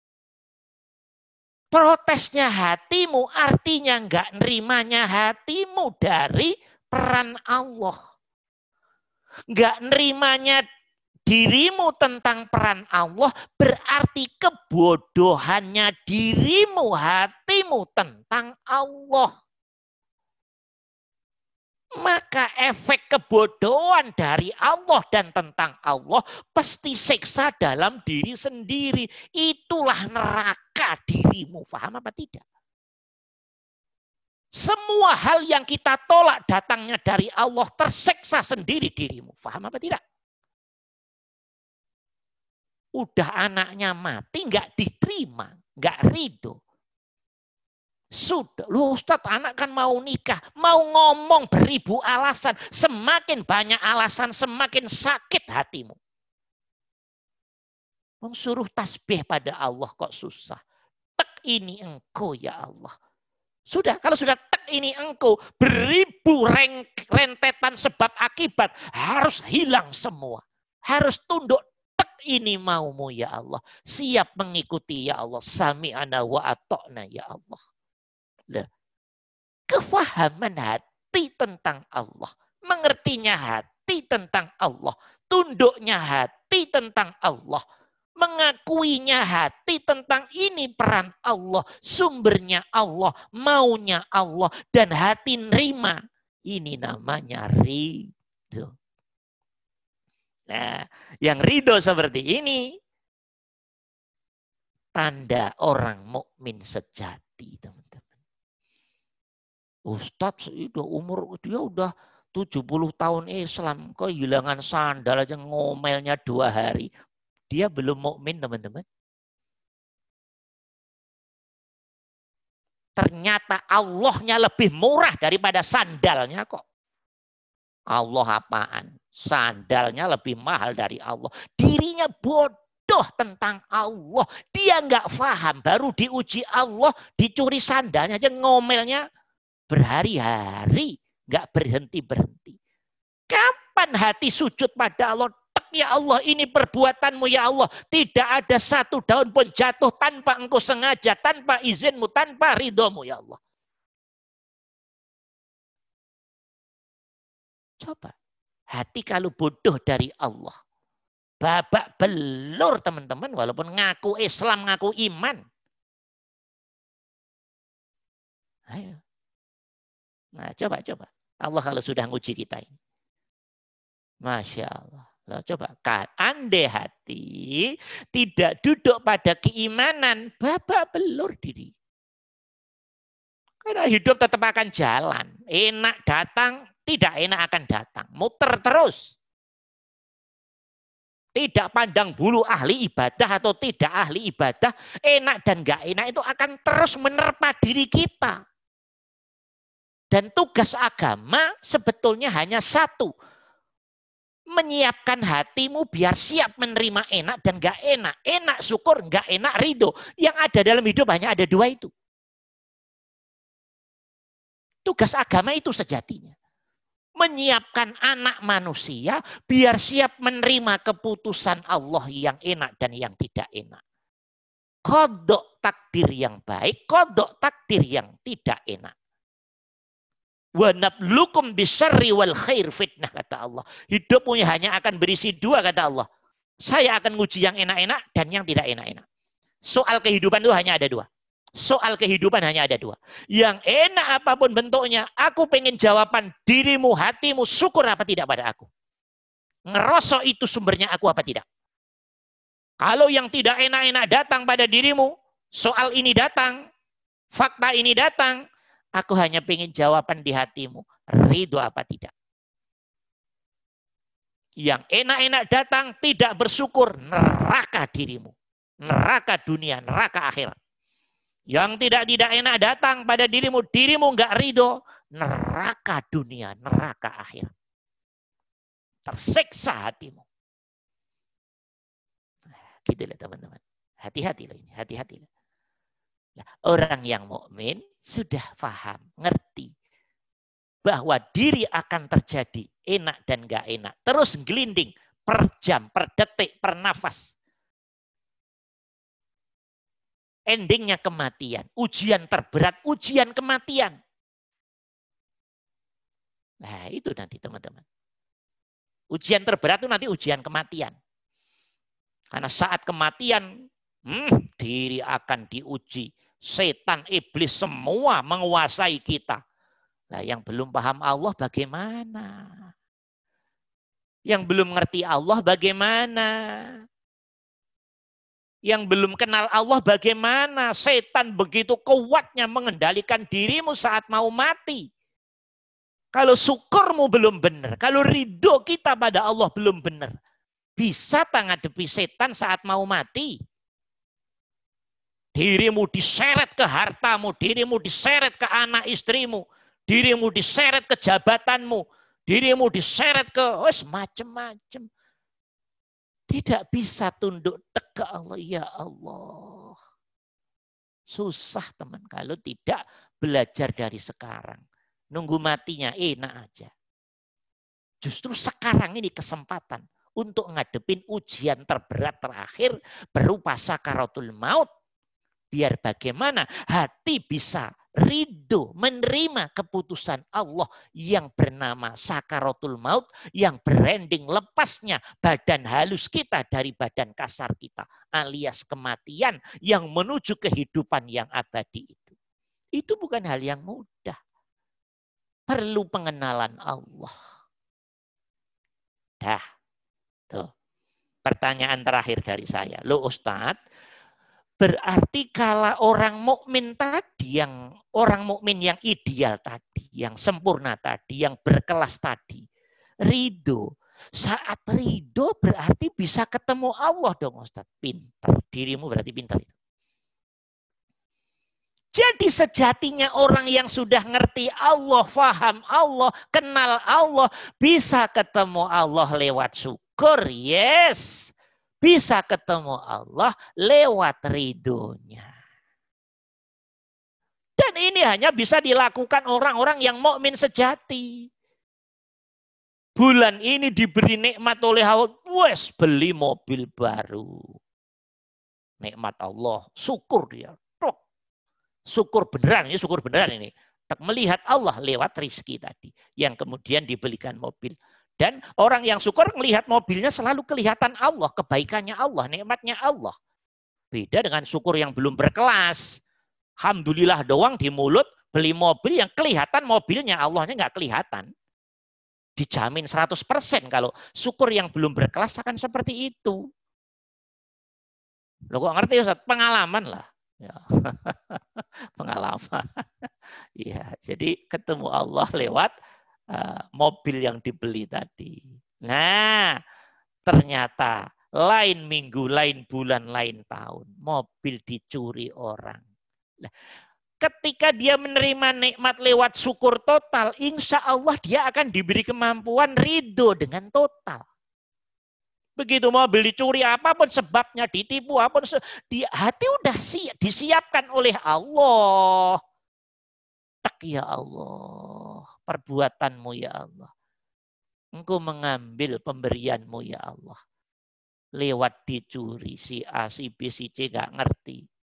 Protesnya hatimu artinya nggak nerimanya hatimu dari peran Allah. Nggak nerimanya dirimu tentang peran Allah berarti kebodohannya dirimu, hatimu tentang Allah. Maka efek kebodohan dari Allah dan tentang Allah pasti siksa dalam diri sendiri. Itulah neraka dirimu. Paham apa tidak? Semua hal yang kita tolak datangnya dari Allah tersiksa sendiri dirimu. Paham apa tidak? Udah anaknya mati, nggak diterima, nggak ridho. Sudah, lu Ustaz, anak kan mau nikah, mau ngomong beribu alasan. Semakin banyak alasan, semakin sakit hatimu. Suruh tasbih pada Allah kok susah. Tek ini engkau ya Allah. Sudah, kalau sudah tek ini engkau, beribu rentetan sebab akibat harus hilang semua. Harus tunduk. Ini maumu ya Allah. Siap mengikuti ya Allah. Sami'ana wa ata'na ya Allah. Nah, kefahaman hati tentang Allah. Mengertinya hati tentang Allah. Tunduknya hati tentang Allah. Mengakuinya hati tentang ini peran Allah. Sumbernya Allah. Maunya Allah. Dan hati nerima. Ini namanya ridho. Nah, yang ridho seperti ini tanda orang mukmin sejati, teman-teman. Ustadz itu umur dia udah tujuh puluh tahun Islam, kehilangan sandal aja ngomelnya dua hari. Dia belum mukmin, teman-teman. Ternyata Allahnya lebih murah daripada sandalnya kok. Allah apaan? Sandalnya lebih mahal dari Allah. Dirinya bodoh tentang Allah. Dia nggak paham. Baru diuji Allah, dicuri sandalnya aja ngomelnya berhari-hari. Nggak berhenti-berhenti. Kapan hati sujud pada Allah? Tek ya Allah, ini perbuatanmu ya Allah. Tidak ada satu daun pun jatuh tanpa engkau sengaja, tanpa izinmu, tanpa ridhomu ya Allah. Coba. Hati kalau bodoh dari Allah. Babak belur teman-teman. Walaupun ngaku Islam, ngaku iman. Ayo. Nah coba-coba. Allah kalau sudah nguji kita ini. Masya Allah. Loh, coba. Andai hati tidak duduk pada keimanan. Babak belur diri. Karena hidup tetap akan jalan. Enak datang. Tidak enak akan datang. Muter terus. Tidak pandang bulu ahli ibadah atau tidak ahli ibadah. Enak dan gak enak itu akan terus menerpa diri kita. Dan tugas agama sebetulnya hanya satu. Menyiapkan hatimu biar siap menerima enak dan gak enak. Enak syukur, gak enak ridho. Yang ada dalam hidup hanya ada dua itu. Tugas agama itu sejatinya. Menyiapkan anak manusia biar siap menerima keputusan Allah yang enak dan yang tidak enak. Qadha takdir yang baik, kodok takdir yang tidak enak. Wa nablukum bisyarri wal khair fitnah, kata Allah. Hidupmu hanya akan berisi dua, kata Allah. Saya akan nguji yang enak-enak dan yang tidak enak-enak. Soal kehidupan itu hanya ada dua. Soal kehidupan hanya ada dua. Yang enak apapun bentuknya, aku pengen jawaban dirimu, hatimu, syukur apa tidak pada aku. Ngerosok itu sumbernya aku apa tidak. Kalau yang tidak enak-enak datang pada dirimu, soal ini datang, fakta ini datang, aku hanya pengen jawaban di hatimu, ridho apa tidak. Yang enak-enak datang, tidak bersyukur, neraka dirimu. Neraka dunia, neraka akhirat. Yang tidak-tidak enak datang pada dirimu, dirimu enggak ridho, neraka dunia, neraka akhirat. Tersiksa hatimu. Gitu lah teman-teman. Hati-hati loh ini, hati-hati. Nah, orang yang mukmin sudah paham, ngerti bahwa diri akan terjadi enak dan enggak enak. Terus gelinding per jam, per detik, per nafas. Endingnya kematian. Ujian terberat, ujian kematian. Nah itu nanti teman-teman. Ujian terberat itu nanti ujian kematian. Karena saat kematian, hmm, diri akan diuji. Setan, iblis semua menguasai kita. Nah, yang belum paham Allah bagaimana? Yang belum ngerti Allah bagaimana? Yang belum kenal Allah bagaimana? Setan begitu kuatnya mengendalikan dirimu saat mau mati. Kalau syukurmu belum benar, kalau ridho kita pada Allah belum benar, bisa tak ngadepi setan saat mau mati? Dirimu diseret ke hartamu, dirimu diseret ke anak istrimu, dirimu diseret ke jabatanmu, dirimu diseret ke wes macem-macem. Tidak bisa tunduk tegak Allah. Ya Allah. Susah teman kalau tidak belajar dari sekarang. Nunggu matinya enak aja. Justru sekarang ini kesempatan untuk ngadepin ujian terberat terakhir berupa sakaratul maut. Biar bagaimana hati bisa ridho menerima keputusan Allah yang bernama sakaratul maut, yang berending lepasnya badan halus kita dari badan kasar kita, alias kematian yang menuju kehidupan yang abadi itu. Itu bukan hal yang mudah. Perlu pengenalan Allah. Dah. Tuh. Pertanyaan terakhir dari saya. Loh Ustadz, berarti kalau orang mukmin tadi, yang orang mukmin yang ideal tadi, yang sempurna tadi, yang berkelas tadi, ridho. Saat ridho berarti bisa ketemu Allah dong Ustaz. Pintar. Dirimu berarti pintar itu. Jadi sejatinya orang yang sudah ngerti Allah, faham Allah, kenal Allah, bisa ketemu Allah lewat syukur. Yes. Bisa ketemu Allah lewat ridhonya. Dan ini hanya bisa dilakukan orang-orang yang mukmin sejati. Bulan ini diberi nikmat oleh Allah, wes beli mobil baru. Nikmat Allah, syukur dia. Tok. Syukur beneran, ini syukur beneran ini. Tak melihat Allah lewat rizki tadi. Yang kemudian dibelikan mobil. Dan orang yang syukur melihat mobilnya selalu kelihatan Allah, kebaikannya Allah, nikmatnya Allah. Beda dengan syukur yang belum berkelas. Alhamdulillah doang di mulut, beli mobil yang kelihatan mobilnya, Allahnya nggak kelihatan. Dijamin seratus persen kalau syukur yang belum berkelas akan seperti itu. Loh kok ngerti Ustaz? Pengalaman lah. Ya. Pengalaman. Ya, jadi ketemu Allah lewat Uh, mobil yang dibeli tadi. Nah, ternyata lain minggu, lain bulan, lain tahun. Mobil dicuri orang. Nah, ketika dia menerima nikmat lewat syukur total, insya Allah dia akan diberi kemampuan ridho dengan total. Begitu mobil dicuri, apapun sebabnya, ditipu, apapun, di hati udah siap, disiapkan oleh Allah. Tak ya Allah, perbuatanmu ya Allah. Engkau mengambil pemberianmu ya Allah. Lewat dicuri, si A, si B, si C gak ngerti.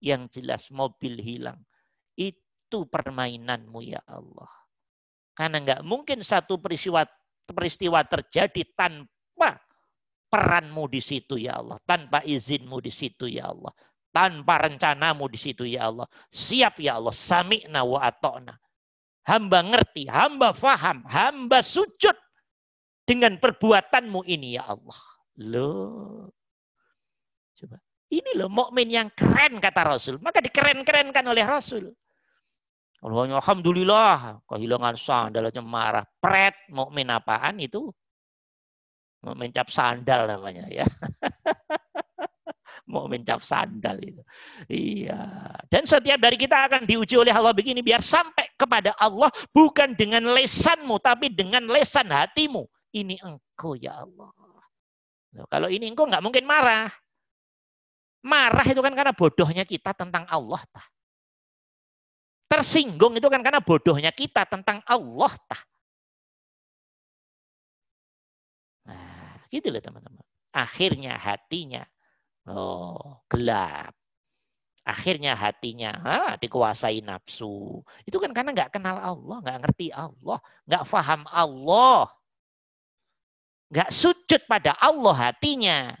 Yang jelas mobil hilang. Itu permainanmu ya Allah. Karena nggak mungkin satu peristiwa peristiwa terjadi tanpa peranmu di situ ya Allah. Tanpa izinmu di situ ya Allah. Tanpa rencanamu di situ ya Allah. Siap ya Allah. Sami'na wa ato'na. Hamba ngerti, hamba faham, hamba sujud dengan perbuatanmu ini ya Allah. Loh. Coba. Ini loh mukmin yang keren kata Rasul. Maka dikeren-kerenkan oleh Rasul. Kalau alhamdulillah kehilangan sandal aja marah. Pret, mukmin apaan itu? Mukmin cap sandal namanya ya. Mukmin cap sandal itu. Iya. Dan setiap dari kita akan diuji oleh Allah begini biar sampai kepada Allah bukan dengan lesanmu tapi dengan lesan hatimu. Ini engkau ya Allah. Loh, kalau ini engkau nggak mungkin marah. Marah itu kan karena bodohnya kita tentang Allah. Tah. Tersinggung itu kan karena bodohnya kita tentang Allah. Tah. Nah, gitu loh teman-teman. Akhirnya hatinya oh, gelap. Akhirnya hatinya ah, dikuasai nafsu. Itu kan karena nggak kenal Allah, nggak ngerti Allah, nggak paham Allah. Nggak sujud pada Allah hatinya.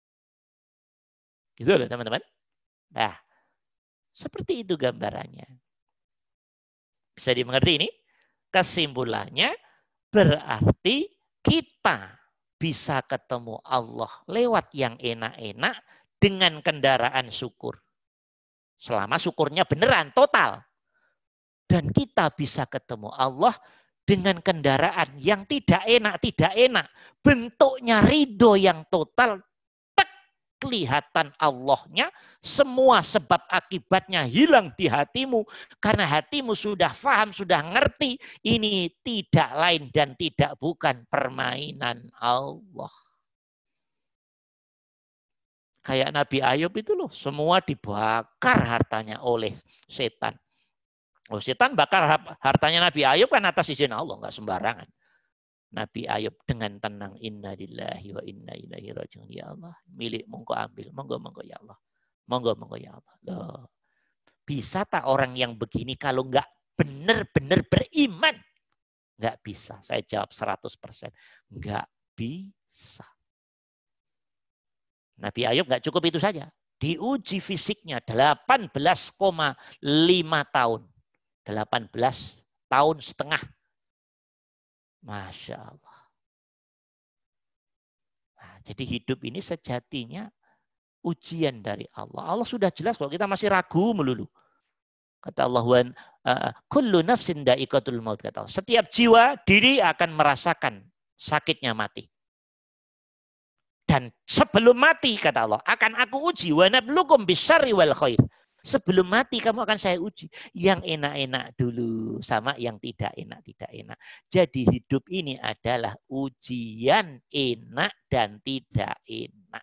Gitu loh teman-teman. Nah, seperti itu gambarannya. Bisa dimengerti ini? Kesimpulannya berarti kita bisa ketemu Allah lewat yang enak-enak dengan kendaraan syukur. Selama syukurnya beneran, total. Dan kita bisa ketemu Allah dengan kendaraan yang tidak enak, tidak enak. Bentuknya ridho yang total. Tek, kelihatan Allahnya. Semua sebab akibatnya hilang di hatimu. Karena hatimu sudah paham, sudah ngerti. Ini tidak lain dan tidak bukan permainan Allah. Kayak Nabi Ayub itu loh. Semua dibakar hartanya oleh setan. Oh, setan bakar hartanya Nabi Ayub kan atas izin Allah, nggak sembarangan. Nabi Ayub dengan tenang, inna lillahi wa inna ilaihi rajiun. Ya Allah, milik monggo ambil, monggo monggo ya Allah, monggo monggo ya Allah. Loh. Bisa tak orang yang begini kalau nggak benar-benar beriman? Nggak bisa. Saya jawab seratus persen. Nggak bisa. Nabi Ayub nggak cukup itu saja. Diuji fisiknya delapan belas koma lima tahun. delapan belas tahun setengah. Masya Allah. Nah, jadi hidup ini sejatinya ujian dari Allah. Allah sudah jelas kalau kita masih ragu melulu. Kata Allah, kullu nafsin da'iqatul maut. Kata Allah, setiap jiwa diri akan merasakan sakitnya mati. Dan sebelum mati, kata Allah, akan aku uji. Wa nablukum bisyarri wal khair. Sebelum mati kamu akan saya uji. Yang enak-enak dulu sama yang tidak enak-tidak enak. Jadi hidup ini adalah ujian enak dan tidak enak.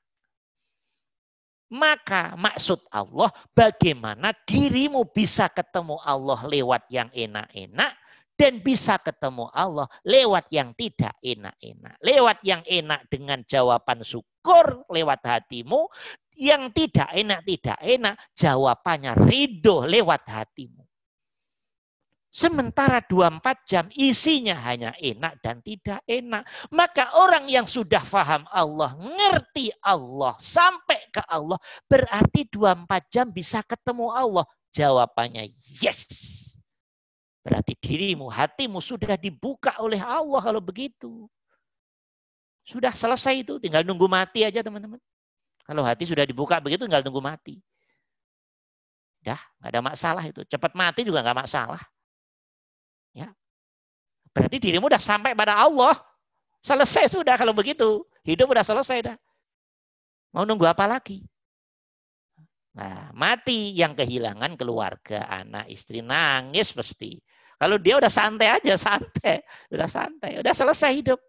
Maka maksud Allah bagaimana dirimu bisa ketemu Allah lewat yang enak-enak. Dan bisa ketemu Allah lewat yang tidak enak-enak. Lewat yang enak dengan jawaban syukur lewat hatimu. Yang tidak enak, tidak enak, jawabannya ridho lewat hatimu. Sementara dua puluh empat jam isinya hanya enak dan tidak enak. Maka orang yang sudah paham Allah, ngerti Allah, sampai ke Allah, berarti dua puluh empat jam bisa ketemu Allah. Jawabannya yes. Berarti dirimu, hatimu sudah dibuka oleh Allah kalau begitu. Sudah selesai itu, tinggal nunggu mati aja teman-teman. Kalau hati sudah dibuka begitu, tinggal tunggu mati. Dah, nggak ada masalah itu. Cepat mati juga nggak masalah. Ya, berarti dirimu udah sampai pada Allah. Selesai sudah kalau begitu. Hidup udah selesai dah. Mau nunggu apa lagi? Nah, mati yang kehilangan keluarga, anak, istri, nangis pasti. Kalau dia udah santai aja, santai. Udah santai, udah selesai hidup.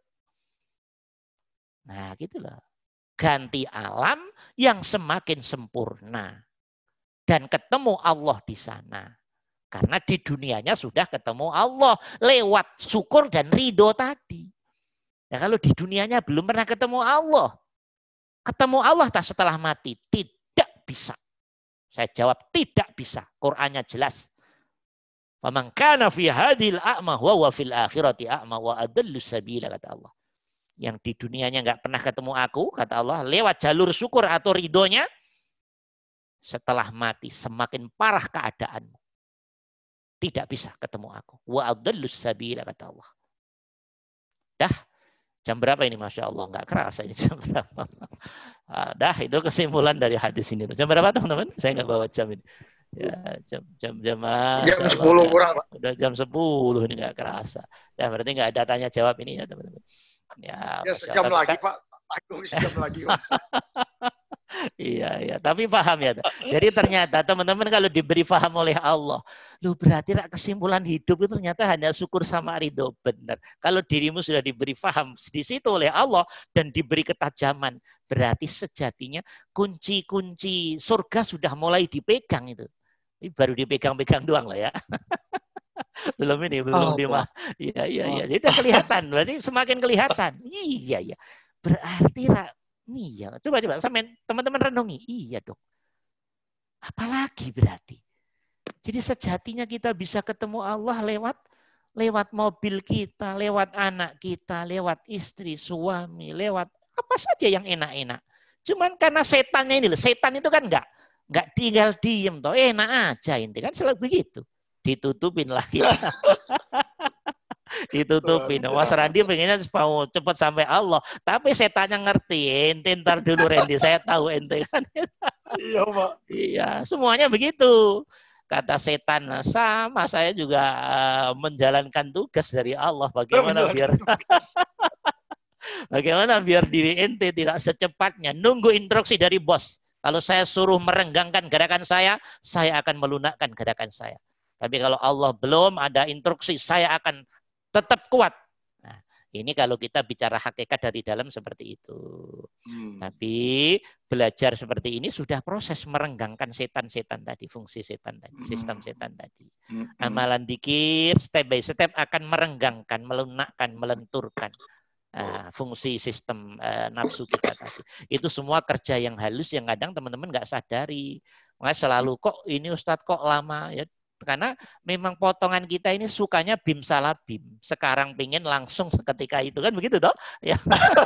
Nah, gitu loh. Ganti alam yang semakin sempurna. Dan ketemu Allah di sana. Karena di dunianya sudah ketemu Allah. Lewat syukur dan ridho tadi. Nah, kalau di dunianya belum pernah ketemu Allah. Ketemu Allah tak setelah mati? Tidak bisa. Saya jawab tidak bisa. Qur'annya jelas. Faman kana fi hadhil a'ma wa fil akhirati a'ma wa adallu sabila, kata Allah. Yang di dunianya nggak pernah ketemu aku, kata Allah, lewat jalur syukur atau ridhonya, setelah mati semakin parah keadaanmu. Tidak bisa ketemu aku. Wa adallu sabila, kata Allah. Dah. Jam berapa ini? Masya Allah. Nggak kerasa ini jam berapa. Ah, dah, itu kesimpulan dari hadis ini. Jam berapa teman-teman? Saya nggak bawa jam ini. Ya, jam jam jam jam sepuluh kurang, Pak. Udah jam sepuluh ini nggak kerasa. Ya, berarti nggak ada tanya jawab ini ya teman-teman. Ya, ya sejam Allah. lagi Pak. Aku sejam lagi. Pak. Iya, iya. Tapi paham ya. Jadi ternyata teman-teman kalau diberi paham oleh Allah, lu berarti kesimpulan hidup itu ternyata hanya syukur sama ridho. Benar. Kalau dirimu sudah diberi paham di situ oleh Allah dan diberi ketajaman, berarti sejatinya kunci-kunci surga sudah mulai dipegang itu. Ini baru dipegang-pegang doang lah ya. Belum ini, belum oh, dimah. Iya, iya, iya. Jadi udah kelihatan. Berarti semakin kelihatan. Iya, iya. Berarti iya, coba coba sampai teman-teman renungi. Iya dong. Apalagi berarti. Jadi sejatinya kita bisa ketemu Allah lewat lewat mobil kita, lewat anak kita, lewat istri, suami, lewat apa saja yang enak-enak. Cuman karena setannya ini loh, setan itu kan enggak enggak tinggal diem toh, enak aja inti kan selalu begitu. Ditutupin lagi. Ditutupin. Mas Randi pengennya mau cepat sampai Allah, tapi setannya ngerti. Ente ntar dulu Randy, saya tahu ente kan. Iya Pak. Iya, semuanya begitu. Kata setan, sama saya juga menjalankan tugas dari Allah. Bagaimana biar bagaimana biar diri ente tidak secepatnya nunggu instruksi dari bos. Kalau saya suruh merenggangkan gerakan saya, saya akan melunakkan gerakan saya. Tapi kalau Allah belum ada instruksi, saya akan tetap kuat. Nah, ini kalau kita bicara hakikat dari dalam seperti itu. Hmm. Tapi belajar seperti ini sudah proses merenggangkan setan-setan tadi, fungsi setan tadi, sistem setan tadi. Hmm. Amalan dzikir step by step akan merenggangkan, melunakkan, melenturkan uh, fungsi sistem uh, nafsu kita tadi. Itu semua kerja yang halus yang kadang teman-teman nggak sadari. Makanya selalu kok ini Ustadz kok lama ya. Karena memang potongan kita ini sukanya bim salah bim. Sekarang pengen langsung seketika itu kan begitu toh? Ya.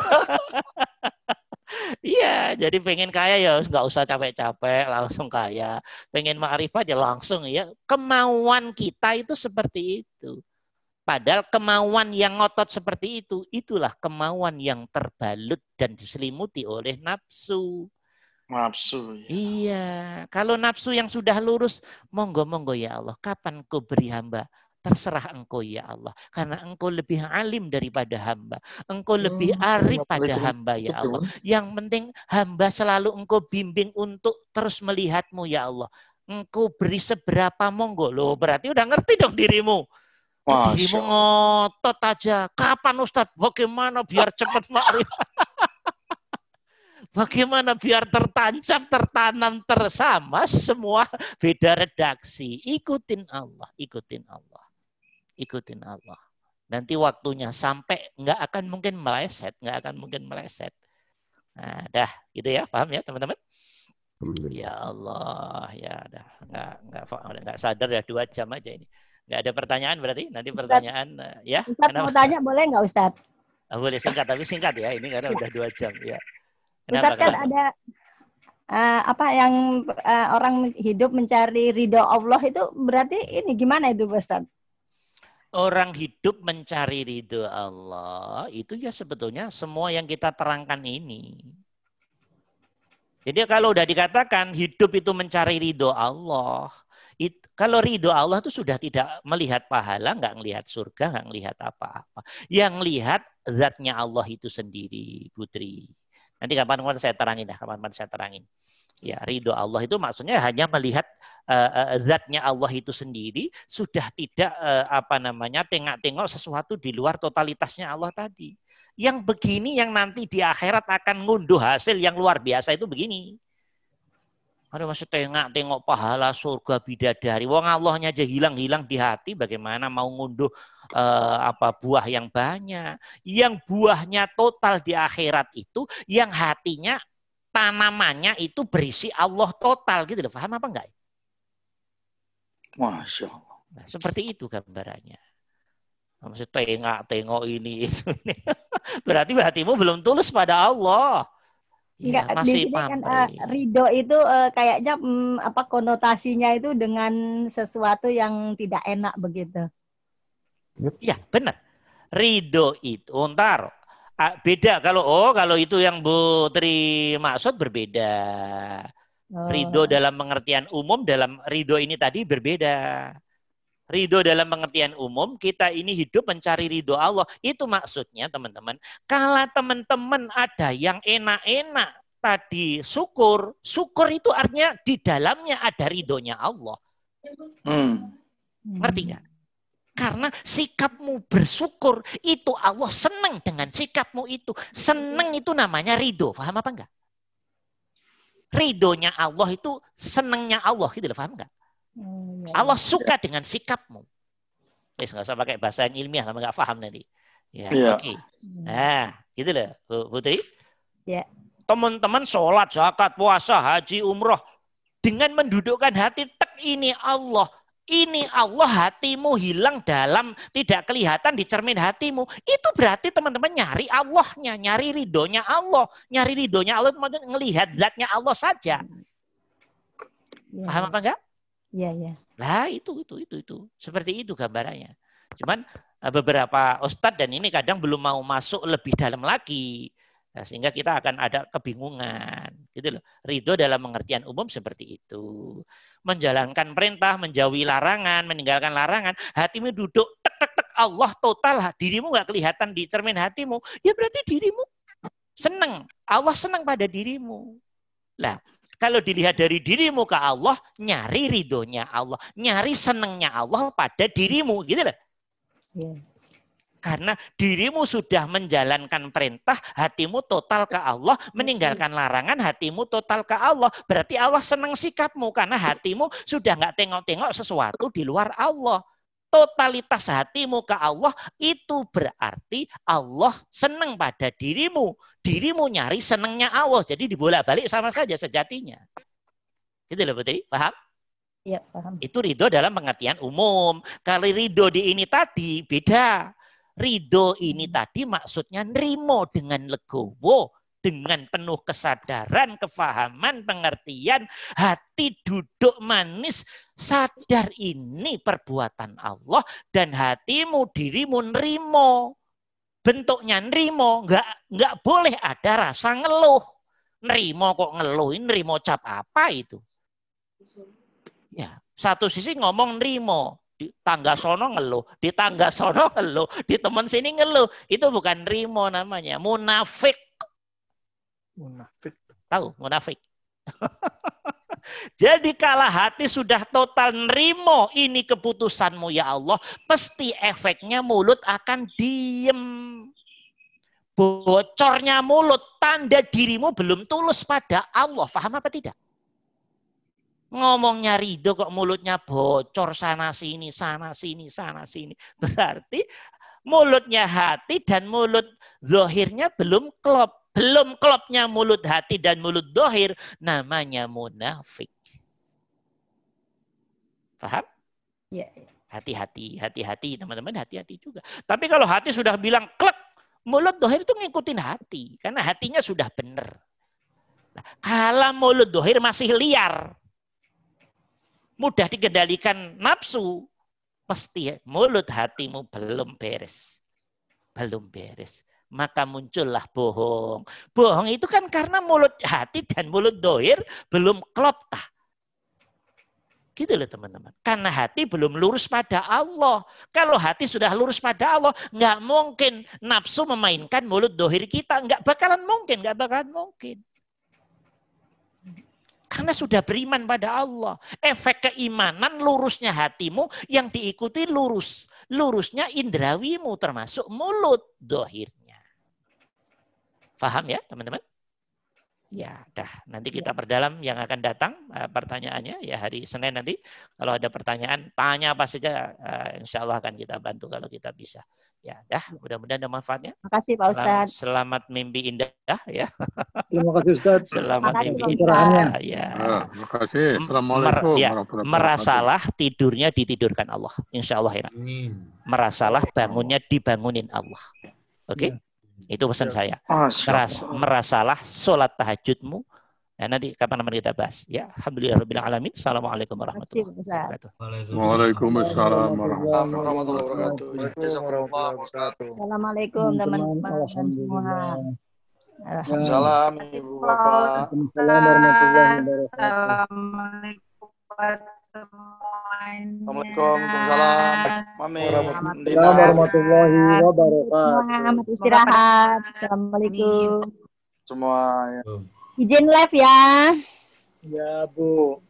Iya, jadi pengen kaya ya nggak usah capek-capek langsung kaya. Pengen ma'rifat ya langsung ya. Kemauan kita itu seperti itu. Padahal kemauan yang ngotot seperti itu, itulah kemauan yang terbalut dan diselimuti oleh nafsu. Nafsu. Ya. Iya, kalau nafsu yang sudah lurus, monggo-monggo ya Allah, kapan kau beri hamba? Terserah engkau ya Allah. Karena engkau lebih alim daripada hamba. Engkau lebih arif pada hamba ya Allah. Yang penting hamba selalu engkau bimbing untuk terus melihatmu ya Allah. Engkau beri seberapa monggo. Loh, berarti udah ngerti dong dirimu. Dirimu ngotot aja. Kapan Ustadz? Bagaimana biar cepat makrifat? Bagaimana biar tertancap, tertanam, tersama semua beda redaksi. Ikutin Allah, ikutin Allah, ikutin Allah. Nanti waktunya sampai nggak akan mungkin meleset, nggak akan mungkin meleset. Nah, dah, gitu ya, paham ya teman-teman? Ya Allah, ya dah, nggak nggak nggak sadar ya dua jam aja ini. Nggak ada pertanyaan berarti? Nanti pertanyaan, Ustaz, ya? Ustaz mau tanya boleh nggak Ustaz? Oh, boleh singkat, tapi singkat ya. Ini karena udah dua jam ya. Ustaz kan ada uh, apa yang uh, orang hidup mencari ridho Allah itu berarti ini gimana itu Ustaz? Orang hidup mencari ridho Allah itu ya sebetulnya semua yang kita terangkan ini. Jadi kalau udah dikatakan hidup itu mencari ridho Allah, it, kalau ridho Allah itu sudah tidak melihat pahala, nggak melihat surga, nggak melihat apa-apa. Yang lihat zatnya Allah itu sendiri, Putri. Nanti kapan-kapan saya terangin dah, kapan-kapan saya terangin. Ya, ridho Allah itu maksudnya hanya melihat uh, uh, zatnya Allah itu sendiri, sudah tidak uh, apa namanya tengok-tengok sesuatu di luar totalitasnya Allah tadi. Yang begini yang nanti di akhirat akan ngunduh hasil yang luar biasa itu begini. Ada maksud tengok-tengok pahala surga bidadari. Wong Allahnya aja hilang-hilang di hati, bagaimana mau ngunduh uh, apa buah yang banyak. Yang buahnya total di akhirat itu, yang hatinya tanamannya itu berisi Allah total gitu loh. Paham apa enggak? Masya Allah. Nah, seperti itu gambarannya. Maksud tengok, tengok ini itu. Berarti hatimu belum tulus pada Allah. Enggak, Ya, di masih sini kan pamrih. uh, ridho itu uh, kayaknya um, apa konotasinya itu dengan sesuatu yang tidak enak begitu. Ya, benar. Ridho itu, oh, ntar beda kalau oh kalau itu yang Bu Tri maksud berbeda. Oh. Ridho dalam pengertian umum, dalam ridho ini tadi berbeda. Ridho dalam pengertian umum, kita ini hidup mencari ridho Allah. Itu maksudnya teman-teman. Kalau teman-teman ada yang enak-enak tadi syukur, syukur itu artinya di dalamnya ada ridhonya Allah. Hmm. Ngerti nggak? Karena sikapmu bersyukur, itu Allah senang dengan sikapmu itu. Senang itu namanya ridho. Paham apa enggak? Ridhonya Allah itu senangnya Allah. Gitu loh, paham enggak? Allah suka dengan sikapmu. Wes nggak usah pakai bahasa yang ilmiah, lama nggak paham nanti. Ya, Iya. oke. Nah, gitu loh, Bu Putri. Ya. Teman-teman sholat, zakat, puasa, haji, umroh. Dengan mendudukkan hati, tek ini Allah. Ini Allah, hatimu hilang dalam, tidak kelihatan di cermin hatimu. Itu berarti teman-teman nyari Allahnya, nyari ridhonya Allah. Nyari ridhonya Allah, ngelihat zatnya Allah saja. Ya. Paham apa enggak? Iya, iya. Lah itu, itu, itu, itu. Seperti itu gambarannya. Cuman beberapa ustadz dan ini kadang belum mau masuk lebih dalam lagi. Nah, sehingga kita akan ada kebingungan. Gitu loh. Ridho dalam pengertian umum seperti itu. Menjalankan perintah, menjauhi larangan, meninggalkan larangan. Hatimu duduk, tek, tek, tek, Allah total. Dirimu nggak kelihatan di cermin hatimu. Ya berarti dirimu senang. Allah senang pada dirimu. Lah, kalau dilihat dari dirimu ke Allah, nyari ridhonya Allah. Nyari senangnya Allah pada dirimu. Gitu loh. Ya. Karena dirimu sudah menjalankan perintah, hatimu total ke Allah, meninggalkan larangan, hatimu total ke Allah. Berarti Allah senang sikapmu, karena hatimu sudah nggak tengok-tengok sesuatu di luar Allah. Totalitas hatimu ke Allah, itu berarti Allah senang pada dirimu. Dirimu nyari senangnya Allah. Jadi dibolak-balik sama saja sejatinya. Gitu loh Putri, paham? Iya, paham. Itu ridho dalam pengertian umum. Kalau ridho di ini tadi, beda. Ridho ini tadi maksudnya nrimo dengan legowo, dengan penuh kesadaran, kefahaman, pengertian, hati duduk manis, sadar ini perbuatan Allah dan hatimu dirimu nrimo. Bentuknya nrimo, nggak nggak boleh ada rasa ngeluh. Nrimo kok ngeluh, nrimo cap apa itu? Ya, satu sisi ngomong nrimo. Di tangga sono ngeluh, di tangga sono ngeluh, di teman sini ngeluh. Itu bukan rimo namanya, munafik. Munafik. Tahu munafik? Jadi kalau hati sudah total nerimo ini keputusanmu ya Allah, pasti efeknya mulut akan diem. Bocornya mulut, tanda dirimu belum tulus pada Allah. Paham apa tidak? Ngomongnya ridho kok mulutnya bocor sana sini, sana sini, sana sini. Berarti mulutnya hati dan mulut zohirnya belum klop. Belum klopnya mulut hati dan mulut zohir, namanya munafik. Paham? Ya. Hati-hati, hati-hati teman-teman, hati-hati juga. Tapi kalau hati sudah bilang klek, mulut zohir itu ngikutin hati. Karena hatinya sudah benar. Nah, kalau mulut zohir masih liar, mudah dikendalikan nafsu, pasti mulut hatimu belum beres. Belum beres. Maka muncullah bohong. Bohong itu kan karena mulut hati dan mulut dohir belum klop tah. Gitu loh teman-teman. Karena hati belum lurus pada Allah. Kalau hati sudah lurus pada Allah, nggak mungkin nafsu memainkan mulut dohir kita. Nggak bakalan mungkin, nggak bakalan mungkin. Karena sudah beriman pada Allah. Efek keimanan lurusnya hatimu yang diikuti lurus. Lurusnya indrawimu termasuk mulut dohirnya. Paham ya teman-teman? Ya, dah. Nanti kita perdalam yang akan datang uh, pertanyaannya ya hari Senin nanti. Kalau ada pertanyaan, tanya apa saja. Uh, insya Allah akan kita bantu kalau kita bisa. Ya, dah. Mudah-mudahan ada manfaatnya. Makasih Pak Ustadz. Selamat, selamat mimpi indah ya. Terima kasih Ustadz. Selamat Makasih, mimpi Pak indah. Ustadz. Ya. Ah, terima kasih. Assalamualaikum Mer, ya, warahmatullahi wabarakatuh. merasalah tidurnya ditidurkan Allah. Insya Allah ya. Merasalah bangunnya dibangunin Allah. Oke? Okay? Itu pesan saya. Meras, merasalah sholat tahajudmu. Nah, nanti kapan-kapan kita bahas. Ya, alhamdulillahirabbil alamin. Assalamualaikum warahmatullahi wabarakatuh. Waalaikumsalam warahmatullahi wabarakatuh. Assalamualaikum teman-teman semua. Salam Ibu Bapak. Assalamualaikum warahmatullahi wabarakatuh. Assalamualaikum, Waalaikumsalam, Mami, Assalamualaikum warahmatullahi wabarakatuh. Selamat istirahat. Assalamualaikum. Semua. Izin live ya. Ya Bu.